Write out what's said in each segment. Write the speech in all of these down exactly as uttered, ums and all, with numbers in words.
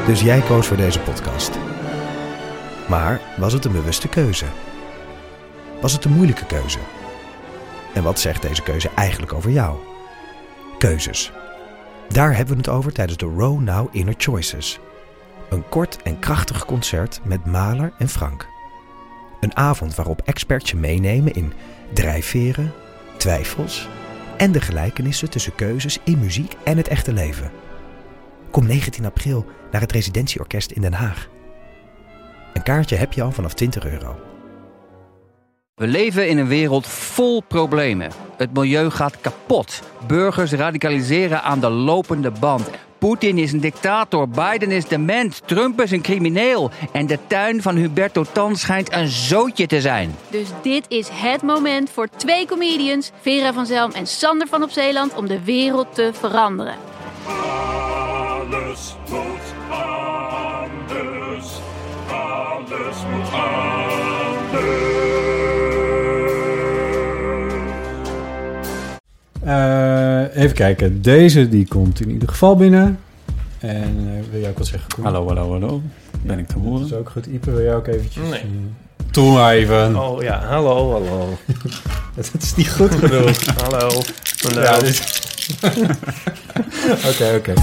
Dus jij koos voor deze podcast. Maar was het een bewuste keuze? Was het een moeilijke keuze? En wat zegt deze keuze eigenlijk over jou? Keuzes. Daar hebben we het over tijdens de Row Now Inner Choices. Een kort en krachtig concert met Mahler en Frank. Een avond waarop experts je meenemen in drijfveren, twijfels en de gelijkenissen tussen keuzes in muziek en het echte leven. Kom negentien april naar het Residentieorkest in Den Haag. Een kaartje heb je al vanaf twintig euro. We leven in een wereld vol problemen. Het milieu gaat kapot. Burgers radicaliseren aan de lopende band. Poetin is een dictator, Biden is dement, Trump is een crimineel. En de tuin van Huberto Tan schijnt een zootje te zijn. Dus dit is het moment voor twee comedians, Vera van Zelm en Sander van op Zeeland, om de wereld te veranderen. Alles moet anders. Alles moet anders. Uh, even kijken. Deze die komt in ieder geval binnen. En uh, wil jij ook wat zeggen? Koen? Hallo, hallo, hallo. Ben ja, ik te horen? Dat is ook goed. Ipe, wil jij ook eventjes? Nee. Uh, Doe maar even. Oh ja, hallo, hallo. Dat is niet goed genoeg. Hallo. hallo. Ja, dit... Oké, oké.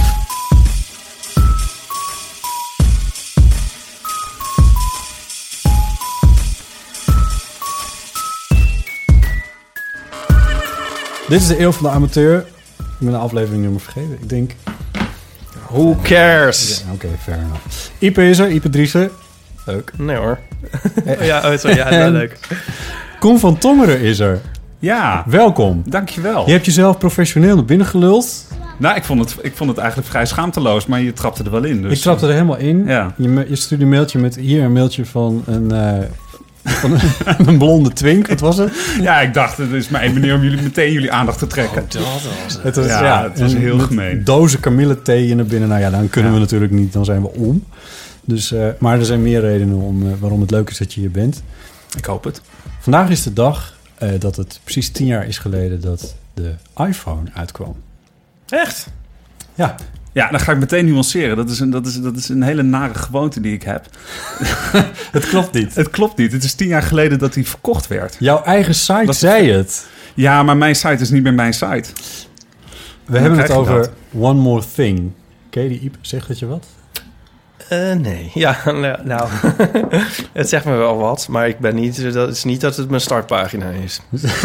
Dit is de eeuw van de amateur. Ik ben de aflevering nummer vergeten. Ik denk... Who cares? Ja, Oké, okay, fair enough. Ipe is er, Ipe Driessen. Leuk. Nee hoor. oh, ja, oh, sorry, ja, wel leuk. Koen van Tongeren is er. Ja. Welkom. Dankjewel. Je hebt jezelf professioneel naar binnen geluld. Nou, ik vond het, ik vond het eigenlijk vrij schaamteloos, maar je trapte er wel in. Dus. Ik trapte er helemaal in. Ja. Je, je stuurde een mailtje met hier een mailtje van een... Uh, Van een, een blonde twink, wat was het? Ja, ik dacht, het is maar één manier om jullie meteen jullie aandacht te trekken. Oh, dat was het. Het was, ja, ja, het was heel gemeen. Dozen kamillethee naar binnen. Nou ja, dan kunnen ja. we natuurlijk niet, dan zijn we om. Dus, uh, maar er zijn meer redenen om, uh, waarom het leuk is dat je hier bent. Ik hoop het. Vandaag is de dag uh, dat het precies tien jaar is geleden dat de iPhone uitkwam. Echt? Ja. Ja, dan ga ik meteen nuanceren. Dat is een, dat is, dat is een hele nare gewoonte die ik heb. Het klopt niet. Het klopt niet. Het is tien jaar geleden dat die verkocht werd. Jouw eigen site dat zei het. Ja, maar mijn site is niet meer mijn site. We dan hebben het over dat. One More Thing. Ken je die, Iep? Zegt dat je wat? Uh, nee. Ja, nou... het zegt me wel wat, maar ik ben niet... Dat is niet dat het mijn startpagina is.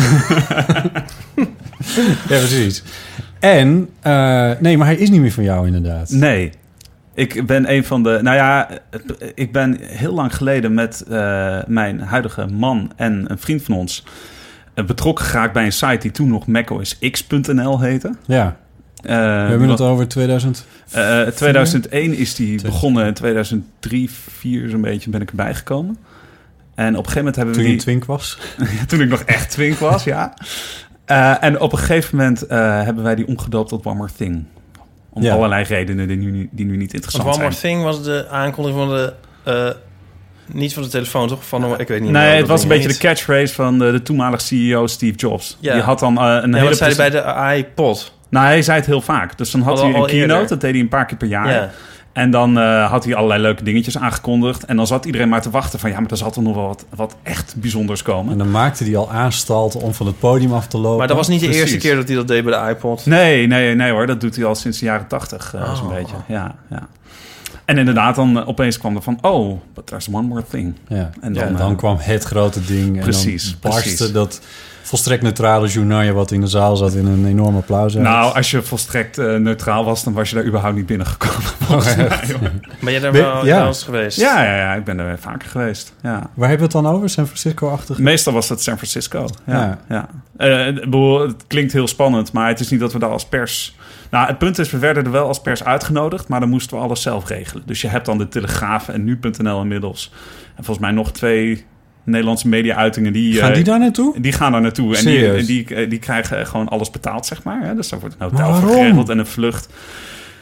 Ja, precies. En, uh, nee, maar hij is niet meer van jou inderdaad. Nee. Ik ben een van de... Nou ja, ik ben heel lang geleden met uh, mijn huidige man en een vriend van ons uh, betrokken geraakt bij een site die toen nog macosx punt n l heette. Ja. Uh, We hebben het over tweeduizend Uh, tweeduizend één is die begonnen. In tweeduizend drie, vier zo'n beetje ben ik erbij gekomen. En op een gegeven moment hebben toen we die... Toen je twink was? Toen ik nog echt twink was, ja. Uh, en op een gegeven moment uh, hebben wij die omgedoopt tot One More Thing. Om ja. allerlei redenen die nu, die nu niet interessant Want zijn. One More Thing was de aankondiging van de... Uh, niet van de telefoon, toch? Van, ik weet niet nee, meer, het was een beetje niet. de catchphrase van de, de toenmalige C E O Steve Jobs. Ja. Die had dan uh, een ja, hele... wat zei hij bij de iPod? Nou, hij zei het heel vaak. Dus dan had al, hij een keynote, eerder. Dat deed hij een paar keer per jaar. Ja. En dan uh, had hij allerlei leuke dingetjes aangekondigd. En dan zat iedereen maar te wachten van... ja, maar er zal toch nog wel wat, wat echt bijzonders komen. En dan maakte hij al aanstalten om van het podium af te lopen. Maar dat was niet de Precies. eerste keer dat hij dat deed bij de iPod? Nee, nee, nee hoor. Dat doet hij al sinds de jaren tachtig uh, oh. zo'n beetje. Ja, ja. En inderdaad, dan uh, opeens kwam er van... oh, but there's one more thing. Ja. En dan, dan, ja, dan uh, kwam het grote ding. Precies, en dan barstte precies. dat... volstrekt neutrale journaal wat in de zaal zat in een enorme applaus. Nou, als je volstrekt uh, neutraal was, dan was je daar überhaupt niet binnengekomen. Oh, mij, ben je daar wel ja. eens geweest? Ja, ja, ja, ik ben er vaker geweest. Ja. Waar hebben we het dan over? San Francisco-achtig? Meestal was het San Francisco. Ja, ja. ja. Uh, het klinkt heel spannend, maar het is niet dat we daar als pers... Nou, het punt is, we werden er wel als pers uitgenodigd, maar dan moesten we alles zelf regelen. Dus je hebt dan de Telegraaf en nu punt n l inmiddels. En volgens mij nog twee... Nederlandse media-uitingen die... Gaan die daar naartoe? Die gaan daar naartoe. En die, die, die krijgen gewoon alles betaald, zeg maar. Hè? Dus daar wordt een hotel voor geregeld en een vlucht.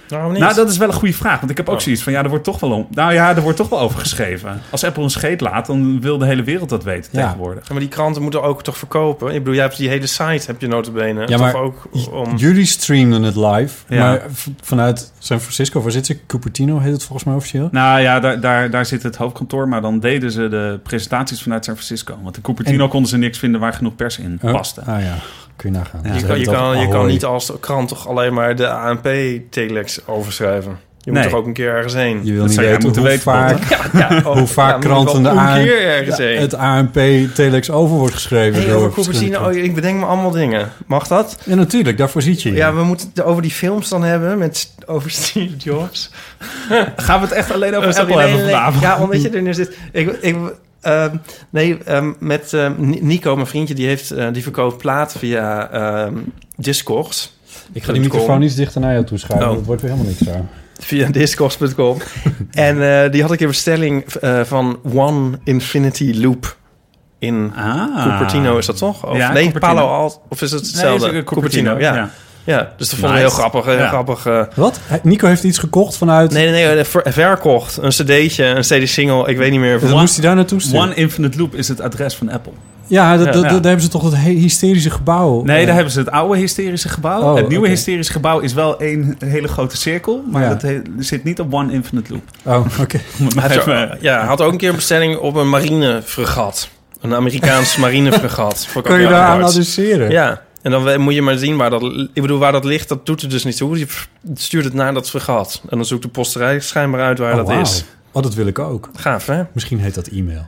Waarom niet? Nou, dat is wel een goede vraag. Want ik heb ook oh. zoiets van, ja, er wordt toch wel om... Nou ja, er wordt toch wel over geschreven. Als Apple een scheet laat, dan wil de hele wereld dat weten ja. tegenwoordig. Ja, maar die kranten moeten ook toch verkopen? Ik bedoel, jij hebt die hele site, heb je nota bene. Ja, maar ook om... jullie streamden het live. Ja. Maar v- vanuit San Francisco, waar zit ze? Cupertino heet het volgens mij officieel? Nou ja, daar, daar, daar zit het hoofdkantoor. Maar dan deden ze de presentaties vanuit San Francisco. Want in Cupertino en... konden ze niks vinden waar genoeg pers in oh. paste. Ah ja, kun je nagaan. Ja. Je, kan, je, kan, je kan niet als krant toch alleen maar de A N P-telex overschrijven. Je moet nee. toch ook een keer ergens heen. Je wil niet weten hoe weten vaak, ja, ja, oh, hoe vaak ja, kranten de A N P, ja, het A N P-telex over wordt geschreven. Hey, over Cupertino, oh, ik bedenk me allemaal dingen. Mag dat? Ja, natuurlijk. Daarvoor ziet je. Ja, we moeten het over die films dan hebben met over Steve Jobs. Gaan we het echt alleen over oh, Apple hebben vanavond? Ja, omdat je er nu zit. Ik... ik Uh, nee, um, met uh, Nico, mijn vriendje, die, heeft, uh, die verkoopt plaat via uh, Discogs. Ik ga die microfoon iets dichter naar jou toe schuiven. Oh. Dat wordt weer helemaal niks zo. Via discogs punt com. En uh, die had ik in bestelling uh, van One Infinity Loop. In ah. Cupertino is dat toch? Of ja, nee, Cupertino. Palo Alto. Of is het hetzelfde? Nee, is Cupertino, Cupertino, ja. ja. Ja, dus dat vond ik nice. Heel grappig. Heel ja. grappig uh... Wat? Nico heeft iets gekocht vanuit... Nee, nee, nee, ver- verkocht. Een cd'tje, een cd-single, ik weet niet meer. Dan moest hij daar naartoe sturen. One Infinite Loop is het adres van Apple. Ja, dat, ja, dat, ja. daar hebben ze toch dat hysterische gebouw. Nee, uh, daar hebben ze het oude hysterische gebouw. Oh, het nieuwe okay. hysterische gebouw is wel één hele grote cirkel, maar ja. dat he- zit niet op One Infinite Loop. Oh, oké. Okay. Hij even... ja, had ook een keer een bestelling op een marinefregat. Een Amerikaans marinefregat. Kun je daar aan adresseren? Ja. En dan moet je maar zien waar dat... Ik bedoel, waar dat ligt, dat doet er dus niet toe. Je stuurt het naar dat fregat. En dan zoekt de posterij schijnbaar uit waar oh, dat wow. is. Oh, dat wil ik ook. Gaaf, hè? Misschien heet dat e-mail.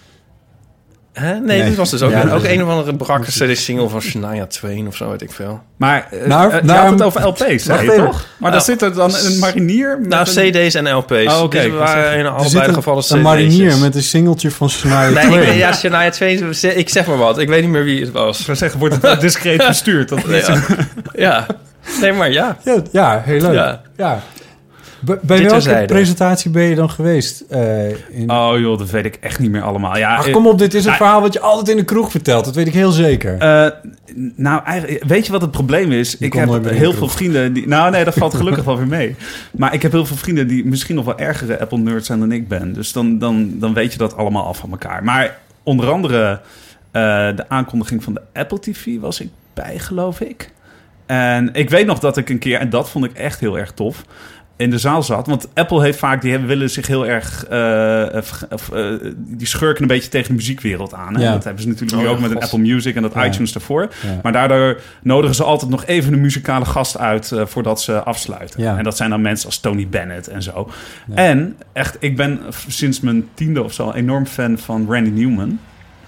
Hè? Nee, nee, dit was dus ook, ja, ook een of andere brakke C D-single van Shania Twain of zo, weet ik veel. Maar uh, nou, uh, je nou, had het over L P's, zei je toch? Maar daar uh, zit er dan een marinier... Met nou, een... C D's en L P's. Oh, okay. Dit waren in allebei de gevallen C D's. Een marinier met een singeltje van Shania Twain. Nee, ik, ja, Shania Twain, ik zeg maar wat. Ik weet niet meer wie het was. Ik zou zeggen, wordt het discreet verstuurd? Dat is ja. ja. Nee, maar ja. Ja, ja heel leuk. Ja. ja. Bij Dit welke terzijde. presentatie ben je dan geweest? Uh, in... Oh joh, dat weet ik echt niet meer allemaal. Ja, Ach, kom op, dit is een uh, verhaal wat je altijd in de kroeg vertelt. Dat weet ik heel zeker. Uh, nou, eigenlijk, weet je wat het probleem is? Je ik heb heel veel vrienden... Die, nou nee, dat valt gelukkig wel weer mee. Maar ik heb heel veel vrienden die misschien nog wel ergere Apple-nerds zijn dan ik ben. Dus dan, dan, dan weet je dat allemaal af van elkaar. Maar onder andere uh, de aankondiging van de Apple T V was ik bij, geloof ik. En ik weet nog dat ik een keer... En dat vond ik echt heel erg tof... in de zaal zat. Want Apple heeft vaak... die hebben, willen zich heel erg... Uh, of, uh, die schurken een beetje tegen de muziekwereld aan. Hè? Ja. Dat hebben ze natuurlijk nu oh, ook met God. een Apple Music... en dat ja. iTunes daarvoor. Ja. Maar daardoor nodigen ze altijd nog even een muzikale gast uit... Uh, voordat ze afsluiten. Ja. En dat zijn dan mensen als Tony Bennett en zo. Ja. En echt, ik ben sinds mijn tiende of zo... enorm fan van Randy Newman...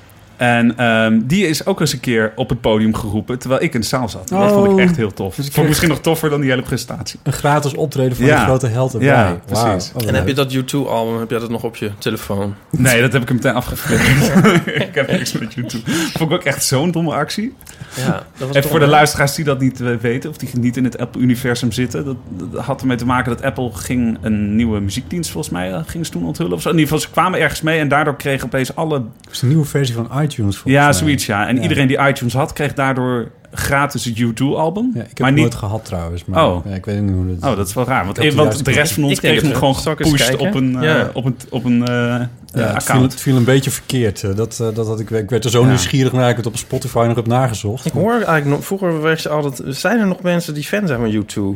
En um, die is ook eens een keer op het podium geroepen... terwijl ik in de zaal zat. Oh, dat vond ik echt heel tof. Dus ik vond misschien nog toffer dan die hele presentatie. Een gratis optreden van ja. een grote held erbij. Ja, precies. Wow. En heb je dat U twee album, heb je dat nog op je telefoon? Nee, dat heb ik hem meteen afgeflikkerd. Ik heb niks met U twee. Vond ik ook echt zo'n domme actie. Ja, dat was en voor de luisteraars die dat niet uh, weten... of die niet in het Apple-universum zitten... Dat, dat had ermee te maken dat Apple ging een nieuwe muziekdienst... volgens mij uh, ging ze toen onthullen of zo. In ieder geval, ze kwamen ergens mee... en daardoor kregen opeens alle... Het is een nieuwe versie van iTunes. Ja, mij. zoiets, ja. En ja. iedereen die iTunes had... kreeg daardoor gratis het U twee album. Ja, ik heb maar het niet... nooit gehad trouwens. Maar oh. ja, ik weet niet hoe dat... Oh, dat is wel raar. Want, de, want de rest van ons kreeg hem gewoon gepusht op een, ja. uh, op een, op een uh, ja, uh, het account. Viel, het viel een beetje verkeerd. Dat, uh, dat had ik, ik werd er zo ja. nieuwsgierig naar dat ik het op Spotify nog heb nagezocht. Ik hoor eigenlijk nog... Vroeger werd ze altijd... Zijn er nog mensen die fan zijn van U twee?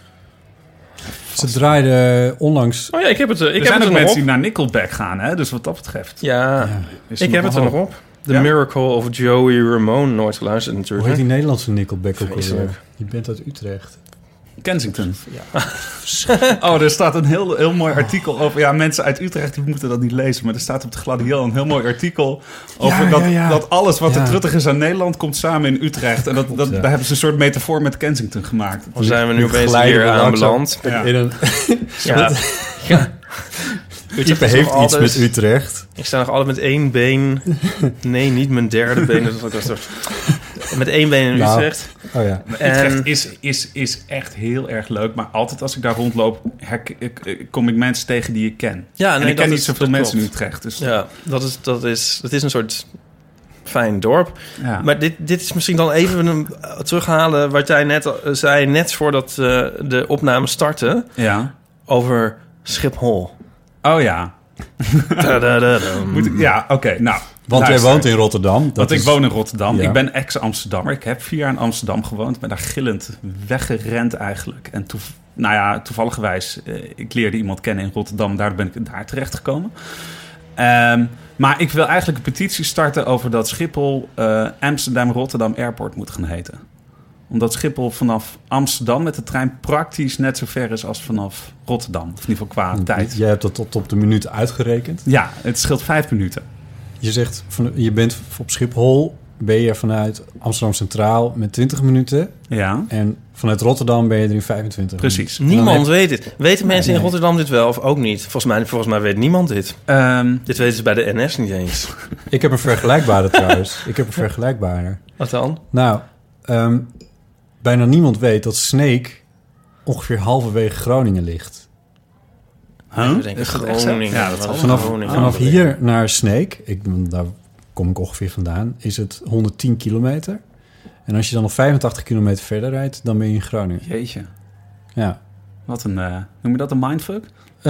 Ze draaiden onlangs... Oh ja, ik heb het, ik er heb zijn het ook er mensen op. die naar Nickelback gaan, hè? Dus wat dat betreft. Ja, ja. ik heb het er nog op. The ja? Miracle of Joey Ramone, nooit geluisterd natuurlijk. Hoe heet die Nederlandse Nickelback ook alweer? Je bent uit Utrecht. Kensington. Ja. Oh, er staat een heel, heel mooi artikel over... Ja, mensen uit Utrecht die moeten dat niet lezen... maar er staat op de Gladiel een heel mooi artikel... over ja, dat, ja, ja. dat alles wat ja. er truttig is aan Nederland... komt samen in Utrecht. En dat, dat, ja. daar hebben ze een soort metafoor met Kensington gemaakt. Dan zijn we nu opeens hier aanbeland. Ja. In een... ja. ja. Ipe heeft iets altijd, met Utrecht. Ik sta nog altijd met één been. Nee, niet mijn derde been. Dat was toch... Met één been in nou, Utrecht. Oh ja. En... Utrecht is, is, is echt heel erg leuk. Maar altijd als ik daar rondloop... Herk, kom ik mensen tegen die ik ken. Ja, nee, en ik ken is, niet zoveel mensen in Utrecht. Dus ja, dat is, dat, is, dat is een soort fijn dorp. Ja. Maar dit, dit is misschien dan even een, terughalen wat jij net al zei, net voordat uh, de opname startte, Ja. over Schiphol. Oh ja. Moet ik, ja, oké. Okay, nou, Want luister. jij woont in Rotterdam. Dat Want is... ik woon in Rotterdam. Ja. Ik ben ex-Amsterdammer. Ik heb vier jaar in Amsterdam gewoond. Ben daar gillend weggerend eigenlijk. En toev- nou ja, toevalligerwijs, uh, ik leerde iemand kennen in Rotterdam. Daar ben ik daar terechtgekomen. Um, maar ik wil eigenlijk een petitie starten over dat Schiphol uh, Amsterdam-Rotterdam Airport moet gaan heten. Omdat Schiphol vanaf Amsterdam met de trein praktisch net zo ver is als vanaf Rotterdam. Of in ieder geval qua tijd. Jij hebt dat tot op de minuut uitgerekend. Ja, het scheelt vijf minuten. Je zegt, van, je bent op Schiphol, ben je vanuit Amsterdam Centraal met twintig minuten. Ja. En vanuit Rotterdam ben je er in vijfentwintig Precies. minuten. Niemand heb... weet dit. Weten mensen nee. in Rotterdam dit wel of ook niet? Volgens mij, volgens mij weet niemand dit. Um, Dit weten ze bij de N S niet eens. Ik heb een vergelijkbare trouwens. Ik heb een vergelijkbare. Wat dan? Nou, um, bijna niemand weet dat Sneek ongeveer halverwege Groningen ligt. huh? Ik denk Is dat echt zo? Groningen. Ja, dat Wat zal is Vanaf, Groningen? vanaf hier naar Sneek, ik, daar kom ik ongeveer vandaan, is het honderdtien kilometer. En als je dan nog vijfentachtig kilometer verder rijdt, dan ben je in Groningen. Jeetje. Ja. Wat een, uh, noem je dat een mindfuck?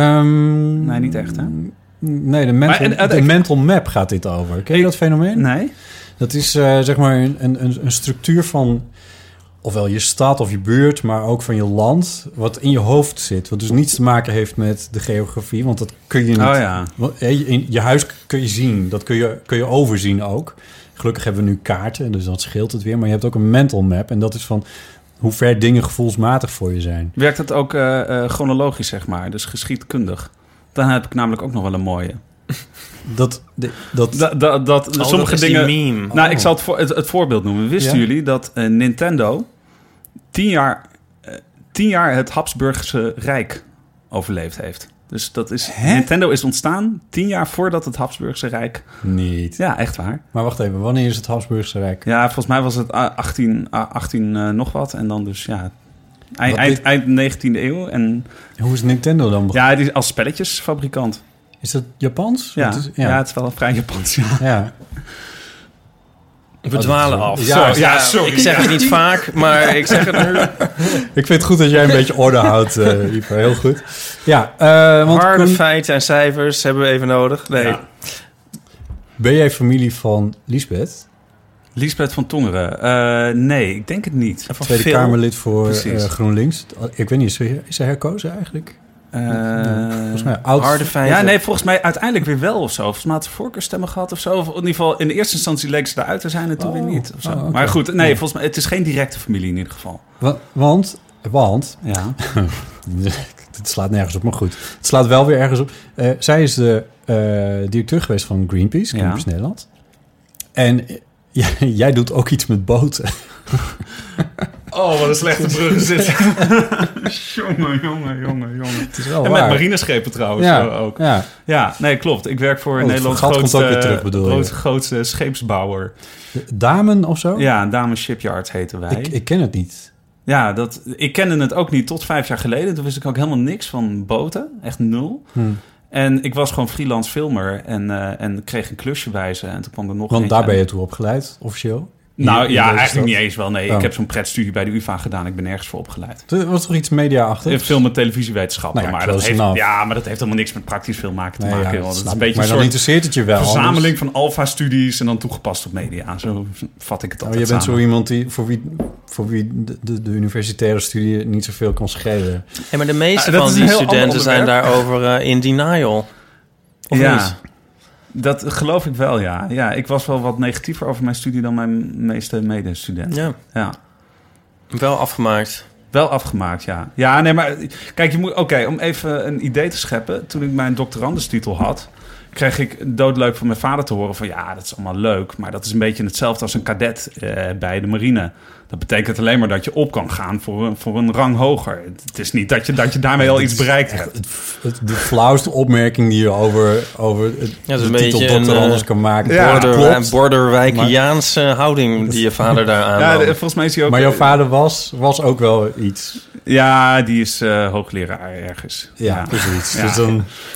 Um, Nee, niet echt, hè? Nee, de mental, Maar, en, en, de ik- mental map gaat dit over. Ken je dat fenomeen? Nee. Dat is uh, zeg maar een, een, een structuur van ofwel je stad of je buurt, maar ook van je land, wat in je hoofd zit. Wat dus niets te maken heeft met de geografie, want dat kun je niet. Oh ja. Want, hè, je- in je huis kun je zien, dat kun je, kun je overzien ook. Gelukkig hebben we nu kaarten, dus dat scheelt het weer. Maar je hebt ook een mental map en dat is van hoe ver dingen gevoelsmatig voor je zijn. Werkt het ook uh, uh, chronologisch, zeg maar? Dus geschiedkundig? Dan heb ik namelijk ook nog wel een mooie. Dat, de, dat, Dat, dat, dat Oh, sommige dat is die dingen... meme. Nou, ik zal het, voor, het, het voorbeeld noemen. Wisten Ja? jullie dat uh, Nintendo tien jaar, uh, tien jaar het Habsburgse Rijk overleefd heeft? Dus dat is... Hè? Nintendo is ontstaan tien jaar voordat het Habsburgse Rijk... niet. Ja, echt waar. Maar wacht even, wanneer is het Habsburgse Rijk? Ja, volgens mij was het uh, achttien, uh, achttien uh, nog wat. En dan dus, ja... Eind, Wat eind, dit- eind negentiende eeuw. En Hoe is Nintendo dan begonnen? ja, het is als spelletjesfabrikant. Is dat Japans? Ja, Het is, ja. het is wel vrij Japans. Ja. ja. We dwalen af. Ja, Sorry. ja, sorry. Ik zeg het niet vaak, maar ik zeg het nu. Ik vind het goed dat jij een beetje orde houdt, uh, Ivo. Heel goed. Ja, uh, want Harde Koen, feiten en cijfers hebben we even nodig. Nee. Ja. ben jij familie van Liesbeth? Liesbeth van Tongeren. Uh, nee, ik denk het niet. En van Tweede Phil. Kamerlid voor Precies. uh, GroenLinks. Ik weet niet, is ze, is ze herkozen eigenlijk? Uh, Ja, volgens mij oud. Harde feiten. ja, nee, volgens mij uiteindelijk weer wel of zo. Volgens mij had ze voorkeurstemmen gehad of zo. Of in ieder geval, in de eerste instantie leek ze eruit te zijn en toen Oh, weer niet. Of zo. oh, oké. Maar goed, nee, Ja. volgens mij, het is geen directe familie in ieder geval. Wa- Want, want, Ja. het slaat nergens op, maar goed. Het slaat wel weer ergens op. Uh, zij is de uh, directeur geweest van Greenpeace, Ja. Greenpeace Nederland. En uh, jij, jij doet ook iets met boten. Oh, wat een slechte brug is dit. jongen, jongen, jongen, jongen. Het is wel En waar. met marineschepen trouwens ja, uh, ook. Ja, Ja, nee, klopt. Ik werk voor Oh, het Nederlands gat komt grootste, ook weer terug, bedoel je? grootste, grootste scheepsbouwer. Damen of zo? Ja, Dames Shipyard heten wij. Ik, ik ken het niet. Ja, dat, ik kende het ook niet tot vijf jaar geleden. Toen wist ik ook helemaal niks van boten. Echt nul. Hm. En ik was gewoon freelance filmer en, uh, en kreeg een klusje bij ze. En toen kwam er nog Want eentje daar ben aan. je toe opgeleid, officieel? Nou Hier in ja, deze eigenlijk stad? niet eens wel. Nee, Oh. ik heb zo'n pretstudie bij de U vA gedaan. Ik ben nergens voor opgeleid. Er was toch iets media-achtig? Film- en televisiewetenschappen. Nou ja, maar dat close heeft, enough. ja, maar dat heeft helemaal niks met praktisch filmmaken te Nee, maken. ja, joh. dat Dat is snap een ik. beetje Maar een dan soort interesseert het je wel. verzameling van alfa-studies en dan toegepast op media. Zo vat ik het Oh, altijd je bent zo samen. iemand die, voor wie, voor wie de, de, de universitaire studie niet zoveel kan schelen. Ja, maar de meeste Ah, dat van is die een heel ander studenten zijn onderwerp. daarover uh, in denial. Of ja, niet? dat geloof ik wel, ja. Ja, ik was wel wat negatiever over mijn studie dan mijn meeste medestudenten. Ja, Ja. wel afgemaakt. Wel afgemaakt, ja. Ja, nee, maar kijk, je moet... Oké, okay, om even een idee te scheppen. Toen ik mijn doctorandenstitel had, kreeg ik doodleuk van mijn vader te horen van... ja, dat is allemaal leuk, maar dat is een beetje hetzelfde als een kadet eh, bij de marine. Dat betekent alleen maar dat je op kan gaan voor een, voor een rang hoger. Het is niet dat je, dat je daarmee al iets bereikt hebt. Het, het, de flauwste opmerking die je over, over het, Ja, dat is de een titel beetje dokter een, anders uh, kan maken. Ja, Border, klopt. Borderwijkiaanse houding die je vader daar Ja, aannam. de- volgens mij is hij ook... Maar jouw vader was, was ook wel iets. Ja, die is uh, hoogleraar ergens. Ja, precies. Ja. Dus dan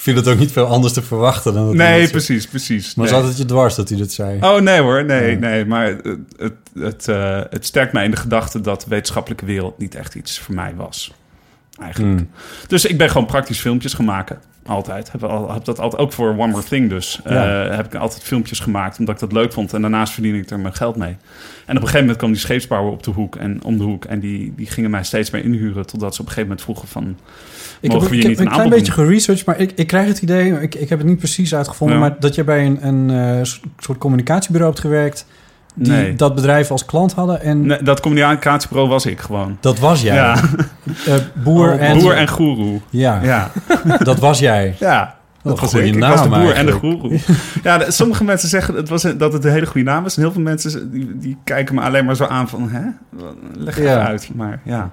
viel het ook niet veel anders te verwachten dan dat Nee, hij dat precies, precies. Maar nee. zat het je dwars dat hij dat zei? Oh, nee hoor, nee, Ja. nee. Maar het, het, het, uh, het sterkt mij in de gedachte dat de wetenschappelijke wereld niet echt iets voor mij was. Eigenlijk. Mm. Dus ik ben gewoon praktisch filmpjes gaan maken. Altijd. Heb, al, heb dat altijd, ook voor One More Thing dus. Ja. Uh, heb ik altijd filmpjes gemaakt omdat ik dat leuk vond. En daarnaast verdien ik er mijn geld mee. En op een gegeven moment kwam die scheepsbouwer op de hoek en om de hoek. En die, die gingen mij steeds meer inhuren. Totdat ze op een gegeven moment vroegen van... Ik mogen heb, we je ik niet heb een een klein aanbod beetje geresearched, maar ik, ik krijg het idee... Ik, ik heb het niet precies uitgevonden... Ja. maar dat je bij een, een uh, soort communicatiebureau hebt gewerkt... die Nee. dat bedrijf als klant hadden. En Nee, dat communicatiebureau was ik gewoon. dat was jij. Ja. Uh, boer, Oh, en, boer en goeroe. Ja, Ja, dat was jij. ja. Dat een was goede ik. naam Ik was de boer en de eigenlijk. goeroe. Ja, de- sommige mensen zeggen het was een, dat het een hele goede naam is. En heel veel mensen die, die kijken me alleen maar zo aan van... Hè? Leg het Ja. uit. Maar ja.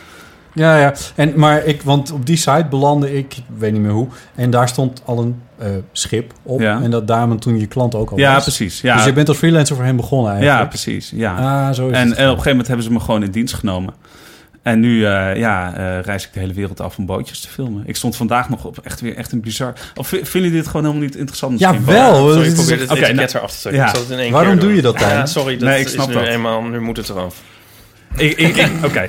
Ja, ja. En, maar ik, want op die site belandde ik, ik weet niet meer hoe... en daar stond al een uh, schip op. Ja. En dat dame toen je klant ook al Ja, was. precies. Ja, Dus je bent als freelancer voor hem begonnen eigenlijk. ja precies. Ja. Ah, zo is En, en op het. een gegeven moment hebben ze me gewoon in dienst genomen. En nu uh, ja, uh, reis ik de hele wereld af om bootjes te filmen. Ik stond vandaag nog op echt weer echt een bizar... Of v- vinden jullie dit gewoon helemaal niet interessant? Ja, misschien? wel. Sorry, Dit ik is probeer echt- het Oké, etiket nou, eraf te trekken. ja. Ik zal het in één Waarom keer doe je doen. dat dan? Ja, sorry, dat Nee, ik is snap nu dat. eenmaal... Nu moet het eraf. Ik, ik, ik, Oké.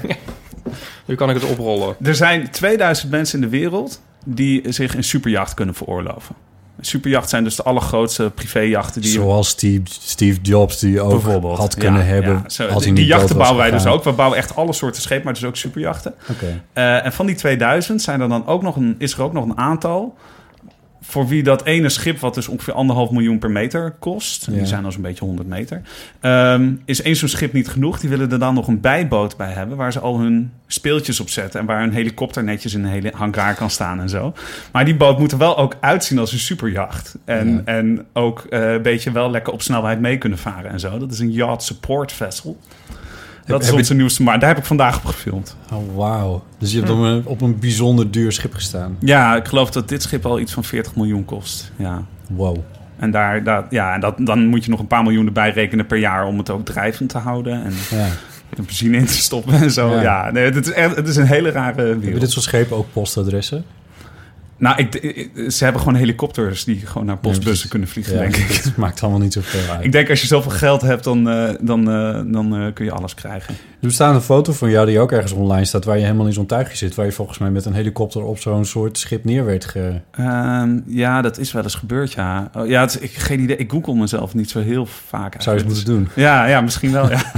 Nu kan ik het oprollen. Er zijn tweeduizend mensen in de wereld die zich een superjacht kunnen veroorloven. Een superjacht zijn dus de allergrootste privéjachten die je Zoals Steve, Steve Jobs die ook bijvoorbeeld had kunnen Ja, hebben... ja. Zo, als hij die niet die jachten dood was bouwen wij dus gegaan. ook. We bouwen echt alle soorten schepen, maar dus ook superjachten. Oké. Uh, en van die tweeduizend zijn er dan ook nog een, is er ook nog een aantal... voor wie dat ene schip, wat dus ongeveer anderhalf miljoen per meter kost... Ja. die zijn dan zo'n beetje honderd meter... Um, is één zo'n schip niet genoeg. Die willen er dan nog een bijboot bij hebben... waar ze al hun speeltjes op zetten... en waar een helikopter netjes in een hele hangar kan staan en zo. Maar die boot moet er wel ook uitzien als een superjacht. En, Ja. en ook uh, een beetje wel lekker op snelheid mee kunnen varen en zo. Dat is een yacht support vessel. Dat is heb onze nieuwste, maar daar heb ik vandaag op gefilmd. Oh, wauw. Dus je hebt op een, op een bijzonder duur schip gestaan. Ja, ik geloof dat dit schip al iets van veertig miljoen kost. Ja. Wow. En daar, daar, ja, en dat, dan moet je nog een paar miljoen erbij rekenen per jaar om het ook drijvend te houden. En Ja. de benzine in te stoppen en zo. Ja. Ja, nee, het is, echt, het is een hele rare wereld. Hebben dit soort schepen ook postadressen? Nou, ik, ik- ze hebben gewoon helikopters die gewoon naar postbussen precies. kunnen vliegen, Ja, denk ik. Het maakt allemaal niet zoveel uit. Ik denk als je zoveel geld hebt, dan, uh, dan, uh, dan uh, kun je alles krijgen. Er bestaat een foto van jou die ook ergens online staat... waar je helemaal in zo'n tuigje zit... waar je volgens mij met een helikopter op zo'n soort schip neer werd ge... Um, ja, dat is wel eens gebeurd, ja. Oh, ja, het, is- ik geen idee. Ik google mezelf niet zo heel vaak. Zou je eens eigenlijk. moeten doen. Ja, ja, misschien wel, ja.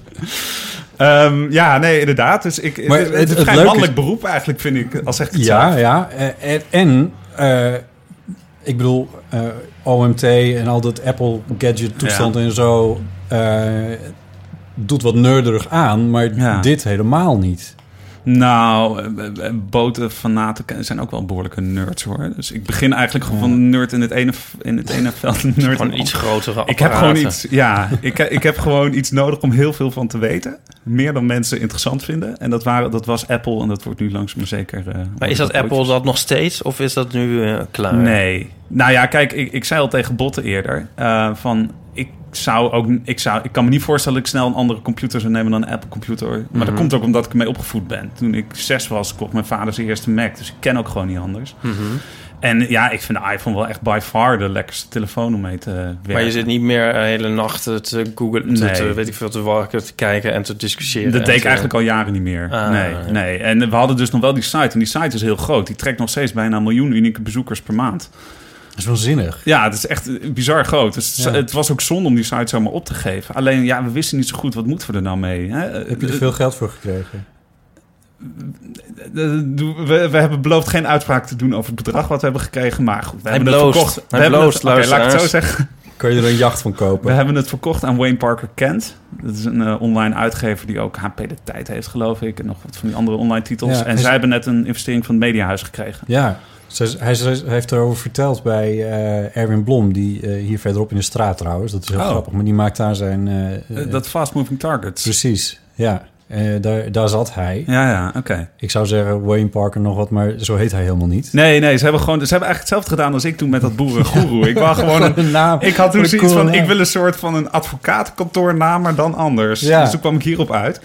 um, ja, nee, inderdaad. Dus ik, Maar het, het- het, het een vrij leuke mannelijk is- beroep eigenlijk, vind ik, als echt het Ja, zelf. ja. Eh, En, en eh, ik bedoel, eh, O M T en al dat Apple gadget toestand en zo... eh, doet wat nerderig aan, maar Ja. dit helemaal niet. Nou, eh, eh, botenfanaten zijn ook wel behoorlijke nerds, hoor. Dus ik begin eigenlijk gewoon Ja. van een nerd in het ene, in het ene veld. Een nerd Gewoon in het iets andere. grotere Ik heb gewoon apparaten. iets, ja, ik, ik heb gewoon iets nodig om heel veel van te weten. Meer dan mensen interessant vinden. En dat, waren, dat was Apple en dat wordt nu langzaam maar zeker... Uh, Maar is dat Apple dat nog steeds of is dat nu uh, klaar? Nee. Nou ja, kijk, ik, ik zei al tegen Botte eerder... Uh, van, ik zou ook... Ik, zou, ik kan me niet voorstellen dat ik snel een andere computer zou nemen dan een Apple-computer. Maar Mhm. dat komt ook omdat ik ermee opgevoed ben. Toen ik zes was, kocht mijn vader zijn eerste Mac. Dus ik ken ook gewoon niet anders. Mhm. En ja, ik vind de iPhone wel echt by far de lekkerste telefoon om mee te werken. Maar je zit niet meer een hele nacht te googlen, te, Nee. te, weet ik veel, te werken, te kijken en te discussiëren. Dat en deed ik te- eigenlijk al jaren niet meer. Ah, nee, ja. nee. En we hadden dus nog wel die site. En die site is heel groot. Die trekt nog steeds bijna een miljoen unieke bezoekers per maand. Dat is waanzinnig. Ja, het is echt bizar groot. Dus Ja. het was ook zonde om die site zomaar op te geven. Alleen, ja, we wisten niet zo goed, wat moeten we er nou mee? Hè? Heb je er veel geld voor gekregen? We, we hebben beloofd geen uitspraak te doen over het bedrag wat we hebben gekregen. Maar goed, we Hij hebben het bloost. verkocht. Hij we hebben bloost, het, oké, laat ik het zo luisteraars. zeggen. Kan je er een jacht van kopen? We hebben het verkocht aan Wayne Parker Kent. Dat is een uh, online uitgever die ook H P de Tijd heeft, geloof ik. En nog wat van die andere online titels. Ja, en is- zij hebben net een investering van het Mediahuis gekregen. Ja, ze, hij, hij heeft erover verteld bij uh, Erwin Blom... die uh, hier verderop in de straat trouwens. Dat is heel Oh. grappig, maar die maakt daar zijn... Uh, Uh, dat Fast Moving Targets. Precies, ja. Uh, daar, daar zat hij. Ja, ja, oké. Okay. Ik zou zeggen Wayne Parker nog wat, maar zo heet hij helemaal niet. Nee, nee, ze hebben gewoon, ze hebben eigenlijk hetzelfde gedaan als ik toen met dat boerengoeroe. Ik wou gewoon een, een naam. ik had toen Een zoiets coole van, naam. ik wil een soort van een advocatenkantoornaam, maar dan anders. Ja. Dus toen kwam ik hierop uit.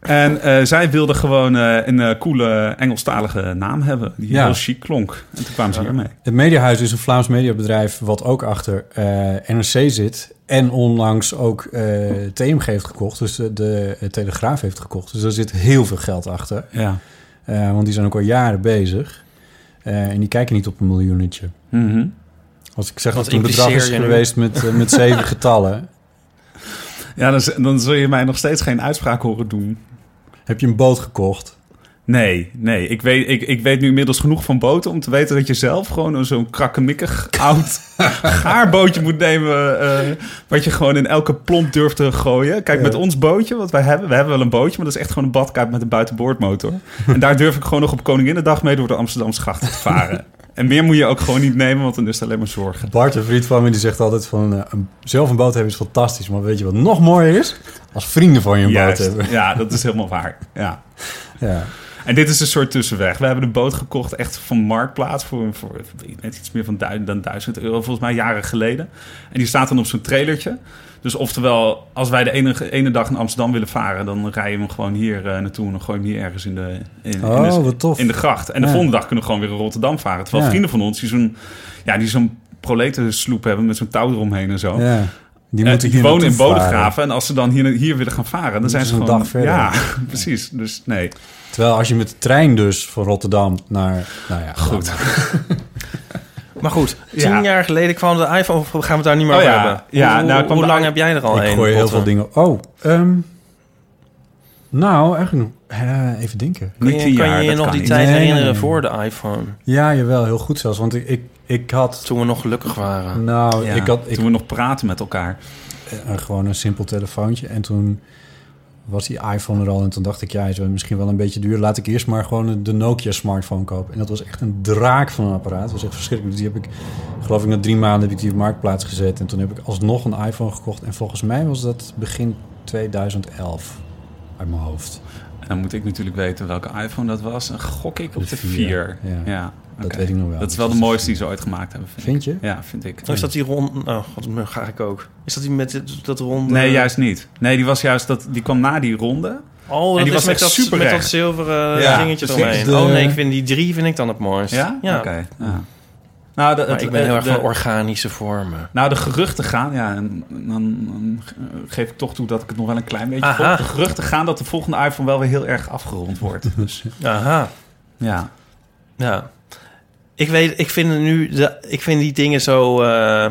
En uh, zij wilden gewoon uh, een uh, coole Engelstalige naam hebben. Die Ja. heel chic klonk. En toen kwamen ze hiermee. Het Mediahuis is een Vlaams mediabedrijf wat ook achter uh, N R C zit. En onlangs ook uh, T M G heeft gekocht. Dus de, de uh, Telegraaf heeft gekocht. Dus er zit heel veel geld achter. Ja. Uh, want die zijn ook al jaren bezig. Uh, en die kijken niet op een miljoenetje. Mm-hmm. Als ik zeg Wat dat het een bedrag is impliceer je nu? geweest met, uh, met zeven getallen. Ja, dan, z- dan zul je mij nog steeds geen uitspraak horen doen. Heb je een boot gekocht? Nee, nee. Ik weet, ik, ik weet nu inmiddels genoeg van boten om te weten dat je zelf gewoon zo'n krakkemikkig oud gaarbootje moet nemen. Uh, wat je gewoon in elke plomp durft te gooien. Kijk, Ja. met ons bootje, wat wij hebben, we hebben wel een bootje, maar dat is echt gewoon een badkuip met een buitenboordmotor. En daar durf ik gewoon nog op Koninginnedag mee door de Amsterdamse grachten te varen. En meer moet je ook gewoon niet nemen, want dan is het alleen maar zorgen. Bart, een vriend van me, die zegt altijd van... Uh, een, zelf een boot hebben is fantastisch. Maar weet je wat nog mooier is? Als vrienden van je een Juist. boot hebben. Ja, dat is helemaal waar. Ja. Ja. En dit is een soort tussenweg. We hebben de boot gekocht echt van Marktplaats voor, voor net iets meer van du- dan duizend euro, volgens mij jaren geleden. En die staat dan op zo'n trailertje. Dus oftewel, als wij de ene, ene dag in Amsterdam willen varen, dan rijden we hem gewoon hier uh, naartoe en dan gooi je hem hier ergens in de, in, Oh, in de, wat tof. in de gracht. En de Ja. volgende dag kunnen we gewoon weer in Rotterdam varen. Terwijl Ja. vrienden van ons die zo'n, ja, die zo'n proletensloep hebben met zo'n touw eromheen en zo. Ja. Die Eh, moeten die hier wonen in naartoe varen. Bodegraven. En als ze dan hier, hier willen gaan varen, dan zijn is ze een gewoon... dag verder. Ja, precies. Dus nee. Terwijl als je met de trein dus van Rotterdam naar... Nou ja, Goed. Maar goed, tien Ja. jaar geleden kwam de iPhone... Of gaan we het daar niet meer Oh over ja. hebben? Ja, hoe nou kwam hoe de lang i- heb jij er al ik een? gooi heel Botte? veel dingen... Oh, ehm, nou, eigenlijk... Uh, even denken. Kun Niet je tien kan jaar, je je dat nog kan die niet. tijd Nee, nee, herinneren nee. voor de iPhone? Ja, jawel, heel goed zelfs. Want ik, ik, ik had... Toen we nog gelukkig waren. Nou, Ja, ik had ik, toen we nog praten met elkaar. uh, gewoon een simpel telefoontje. En toen was die iPhone er al. En toen dacht ik, ja, hij is wel misschien wel een beetje duur. Laat ik eerst maar gewoon de Nokia-smartphone kopen. En dat was echt een draak van een apparaat. Dat was echt verschrikkelijk. Dus die heb ik, geloof ik, na drie maanden heb ik die op Marktplaats gezet. En toen heb ik alsnog een iPhone gekocht. En volgens mij was dat begin tweeduizend elf uit mijn hoofd. En dan moet ik natuurlijk weten welke iPhone dat was. En gok ik op De de vier, vier. ja. Ja, Dat oké. weet ik nog wel. Dat is Dus wel de dat is mooiste de die ze ooit gemaakt hebben, vind, Vind ik. je? Ja, vind ik. Of is dat die rond... Oh, god, dat ga ik ook. Is dat die met dit- dat ronde... Nee, juist niet. Nee, die was juist dat. Die kwam na die ronde. Oh, dat En die is was met echt dat, super met dat recht. zilveren Ja, dingetje precies. eromheen. De- Oh nee, ik vind die drie vind ik dan het mooist. Ja? Ja. Oké. Ja. Nou, de, Maar het- ik ben heel erg de- van organische vormen. Nou, de geruchten gaan, ja, en dan, dan geef ik toch toe dat ik het nog wel een klein beetje Aha. volg. De geruchten gaan dat de volgende iPhone wel weer heel erg afgerond wordt. Dus Aha. ja. Ja. Ik weet, ik vind nu, de, ik vind die dingen zo... eh,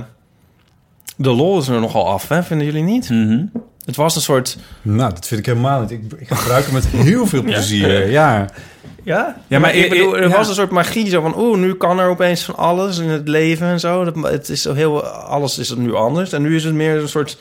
de lol is er nogal af, hè? Vinden jullie niet? Mhm. Het was een soort... Nou, dat vind ik helemaal niet. Ik, ik gebruik hem met heel veel plezier. Ja. Ja, Ja, maar ik bedoel, er ja. was een soort magie zo van... oeh, nu kan er opeens van alles in het leven en zo. Dat, het is zo heel... Alles is er nu anders. En nu is het meer een soort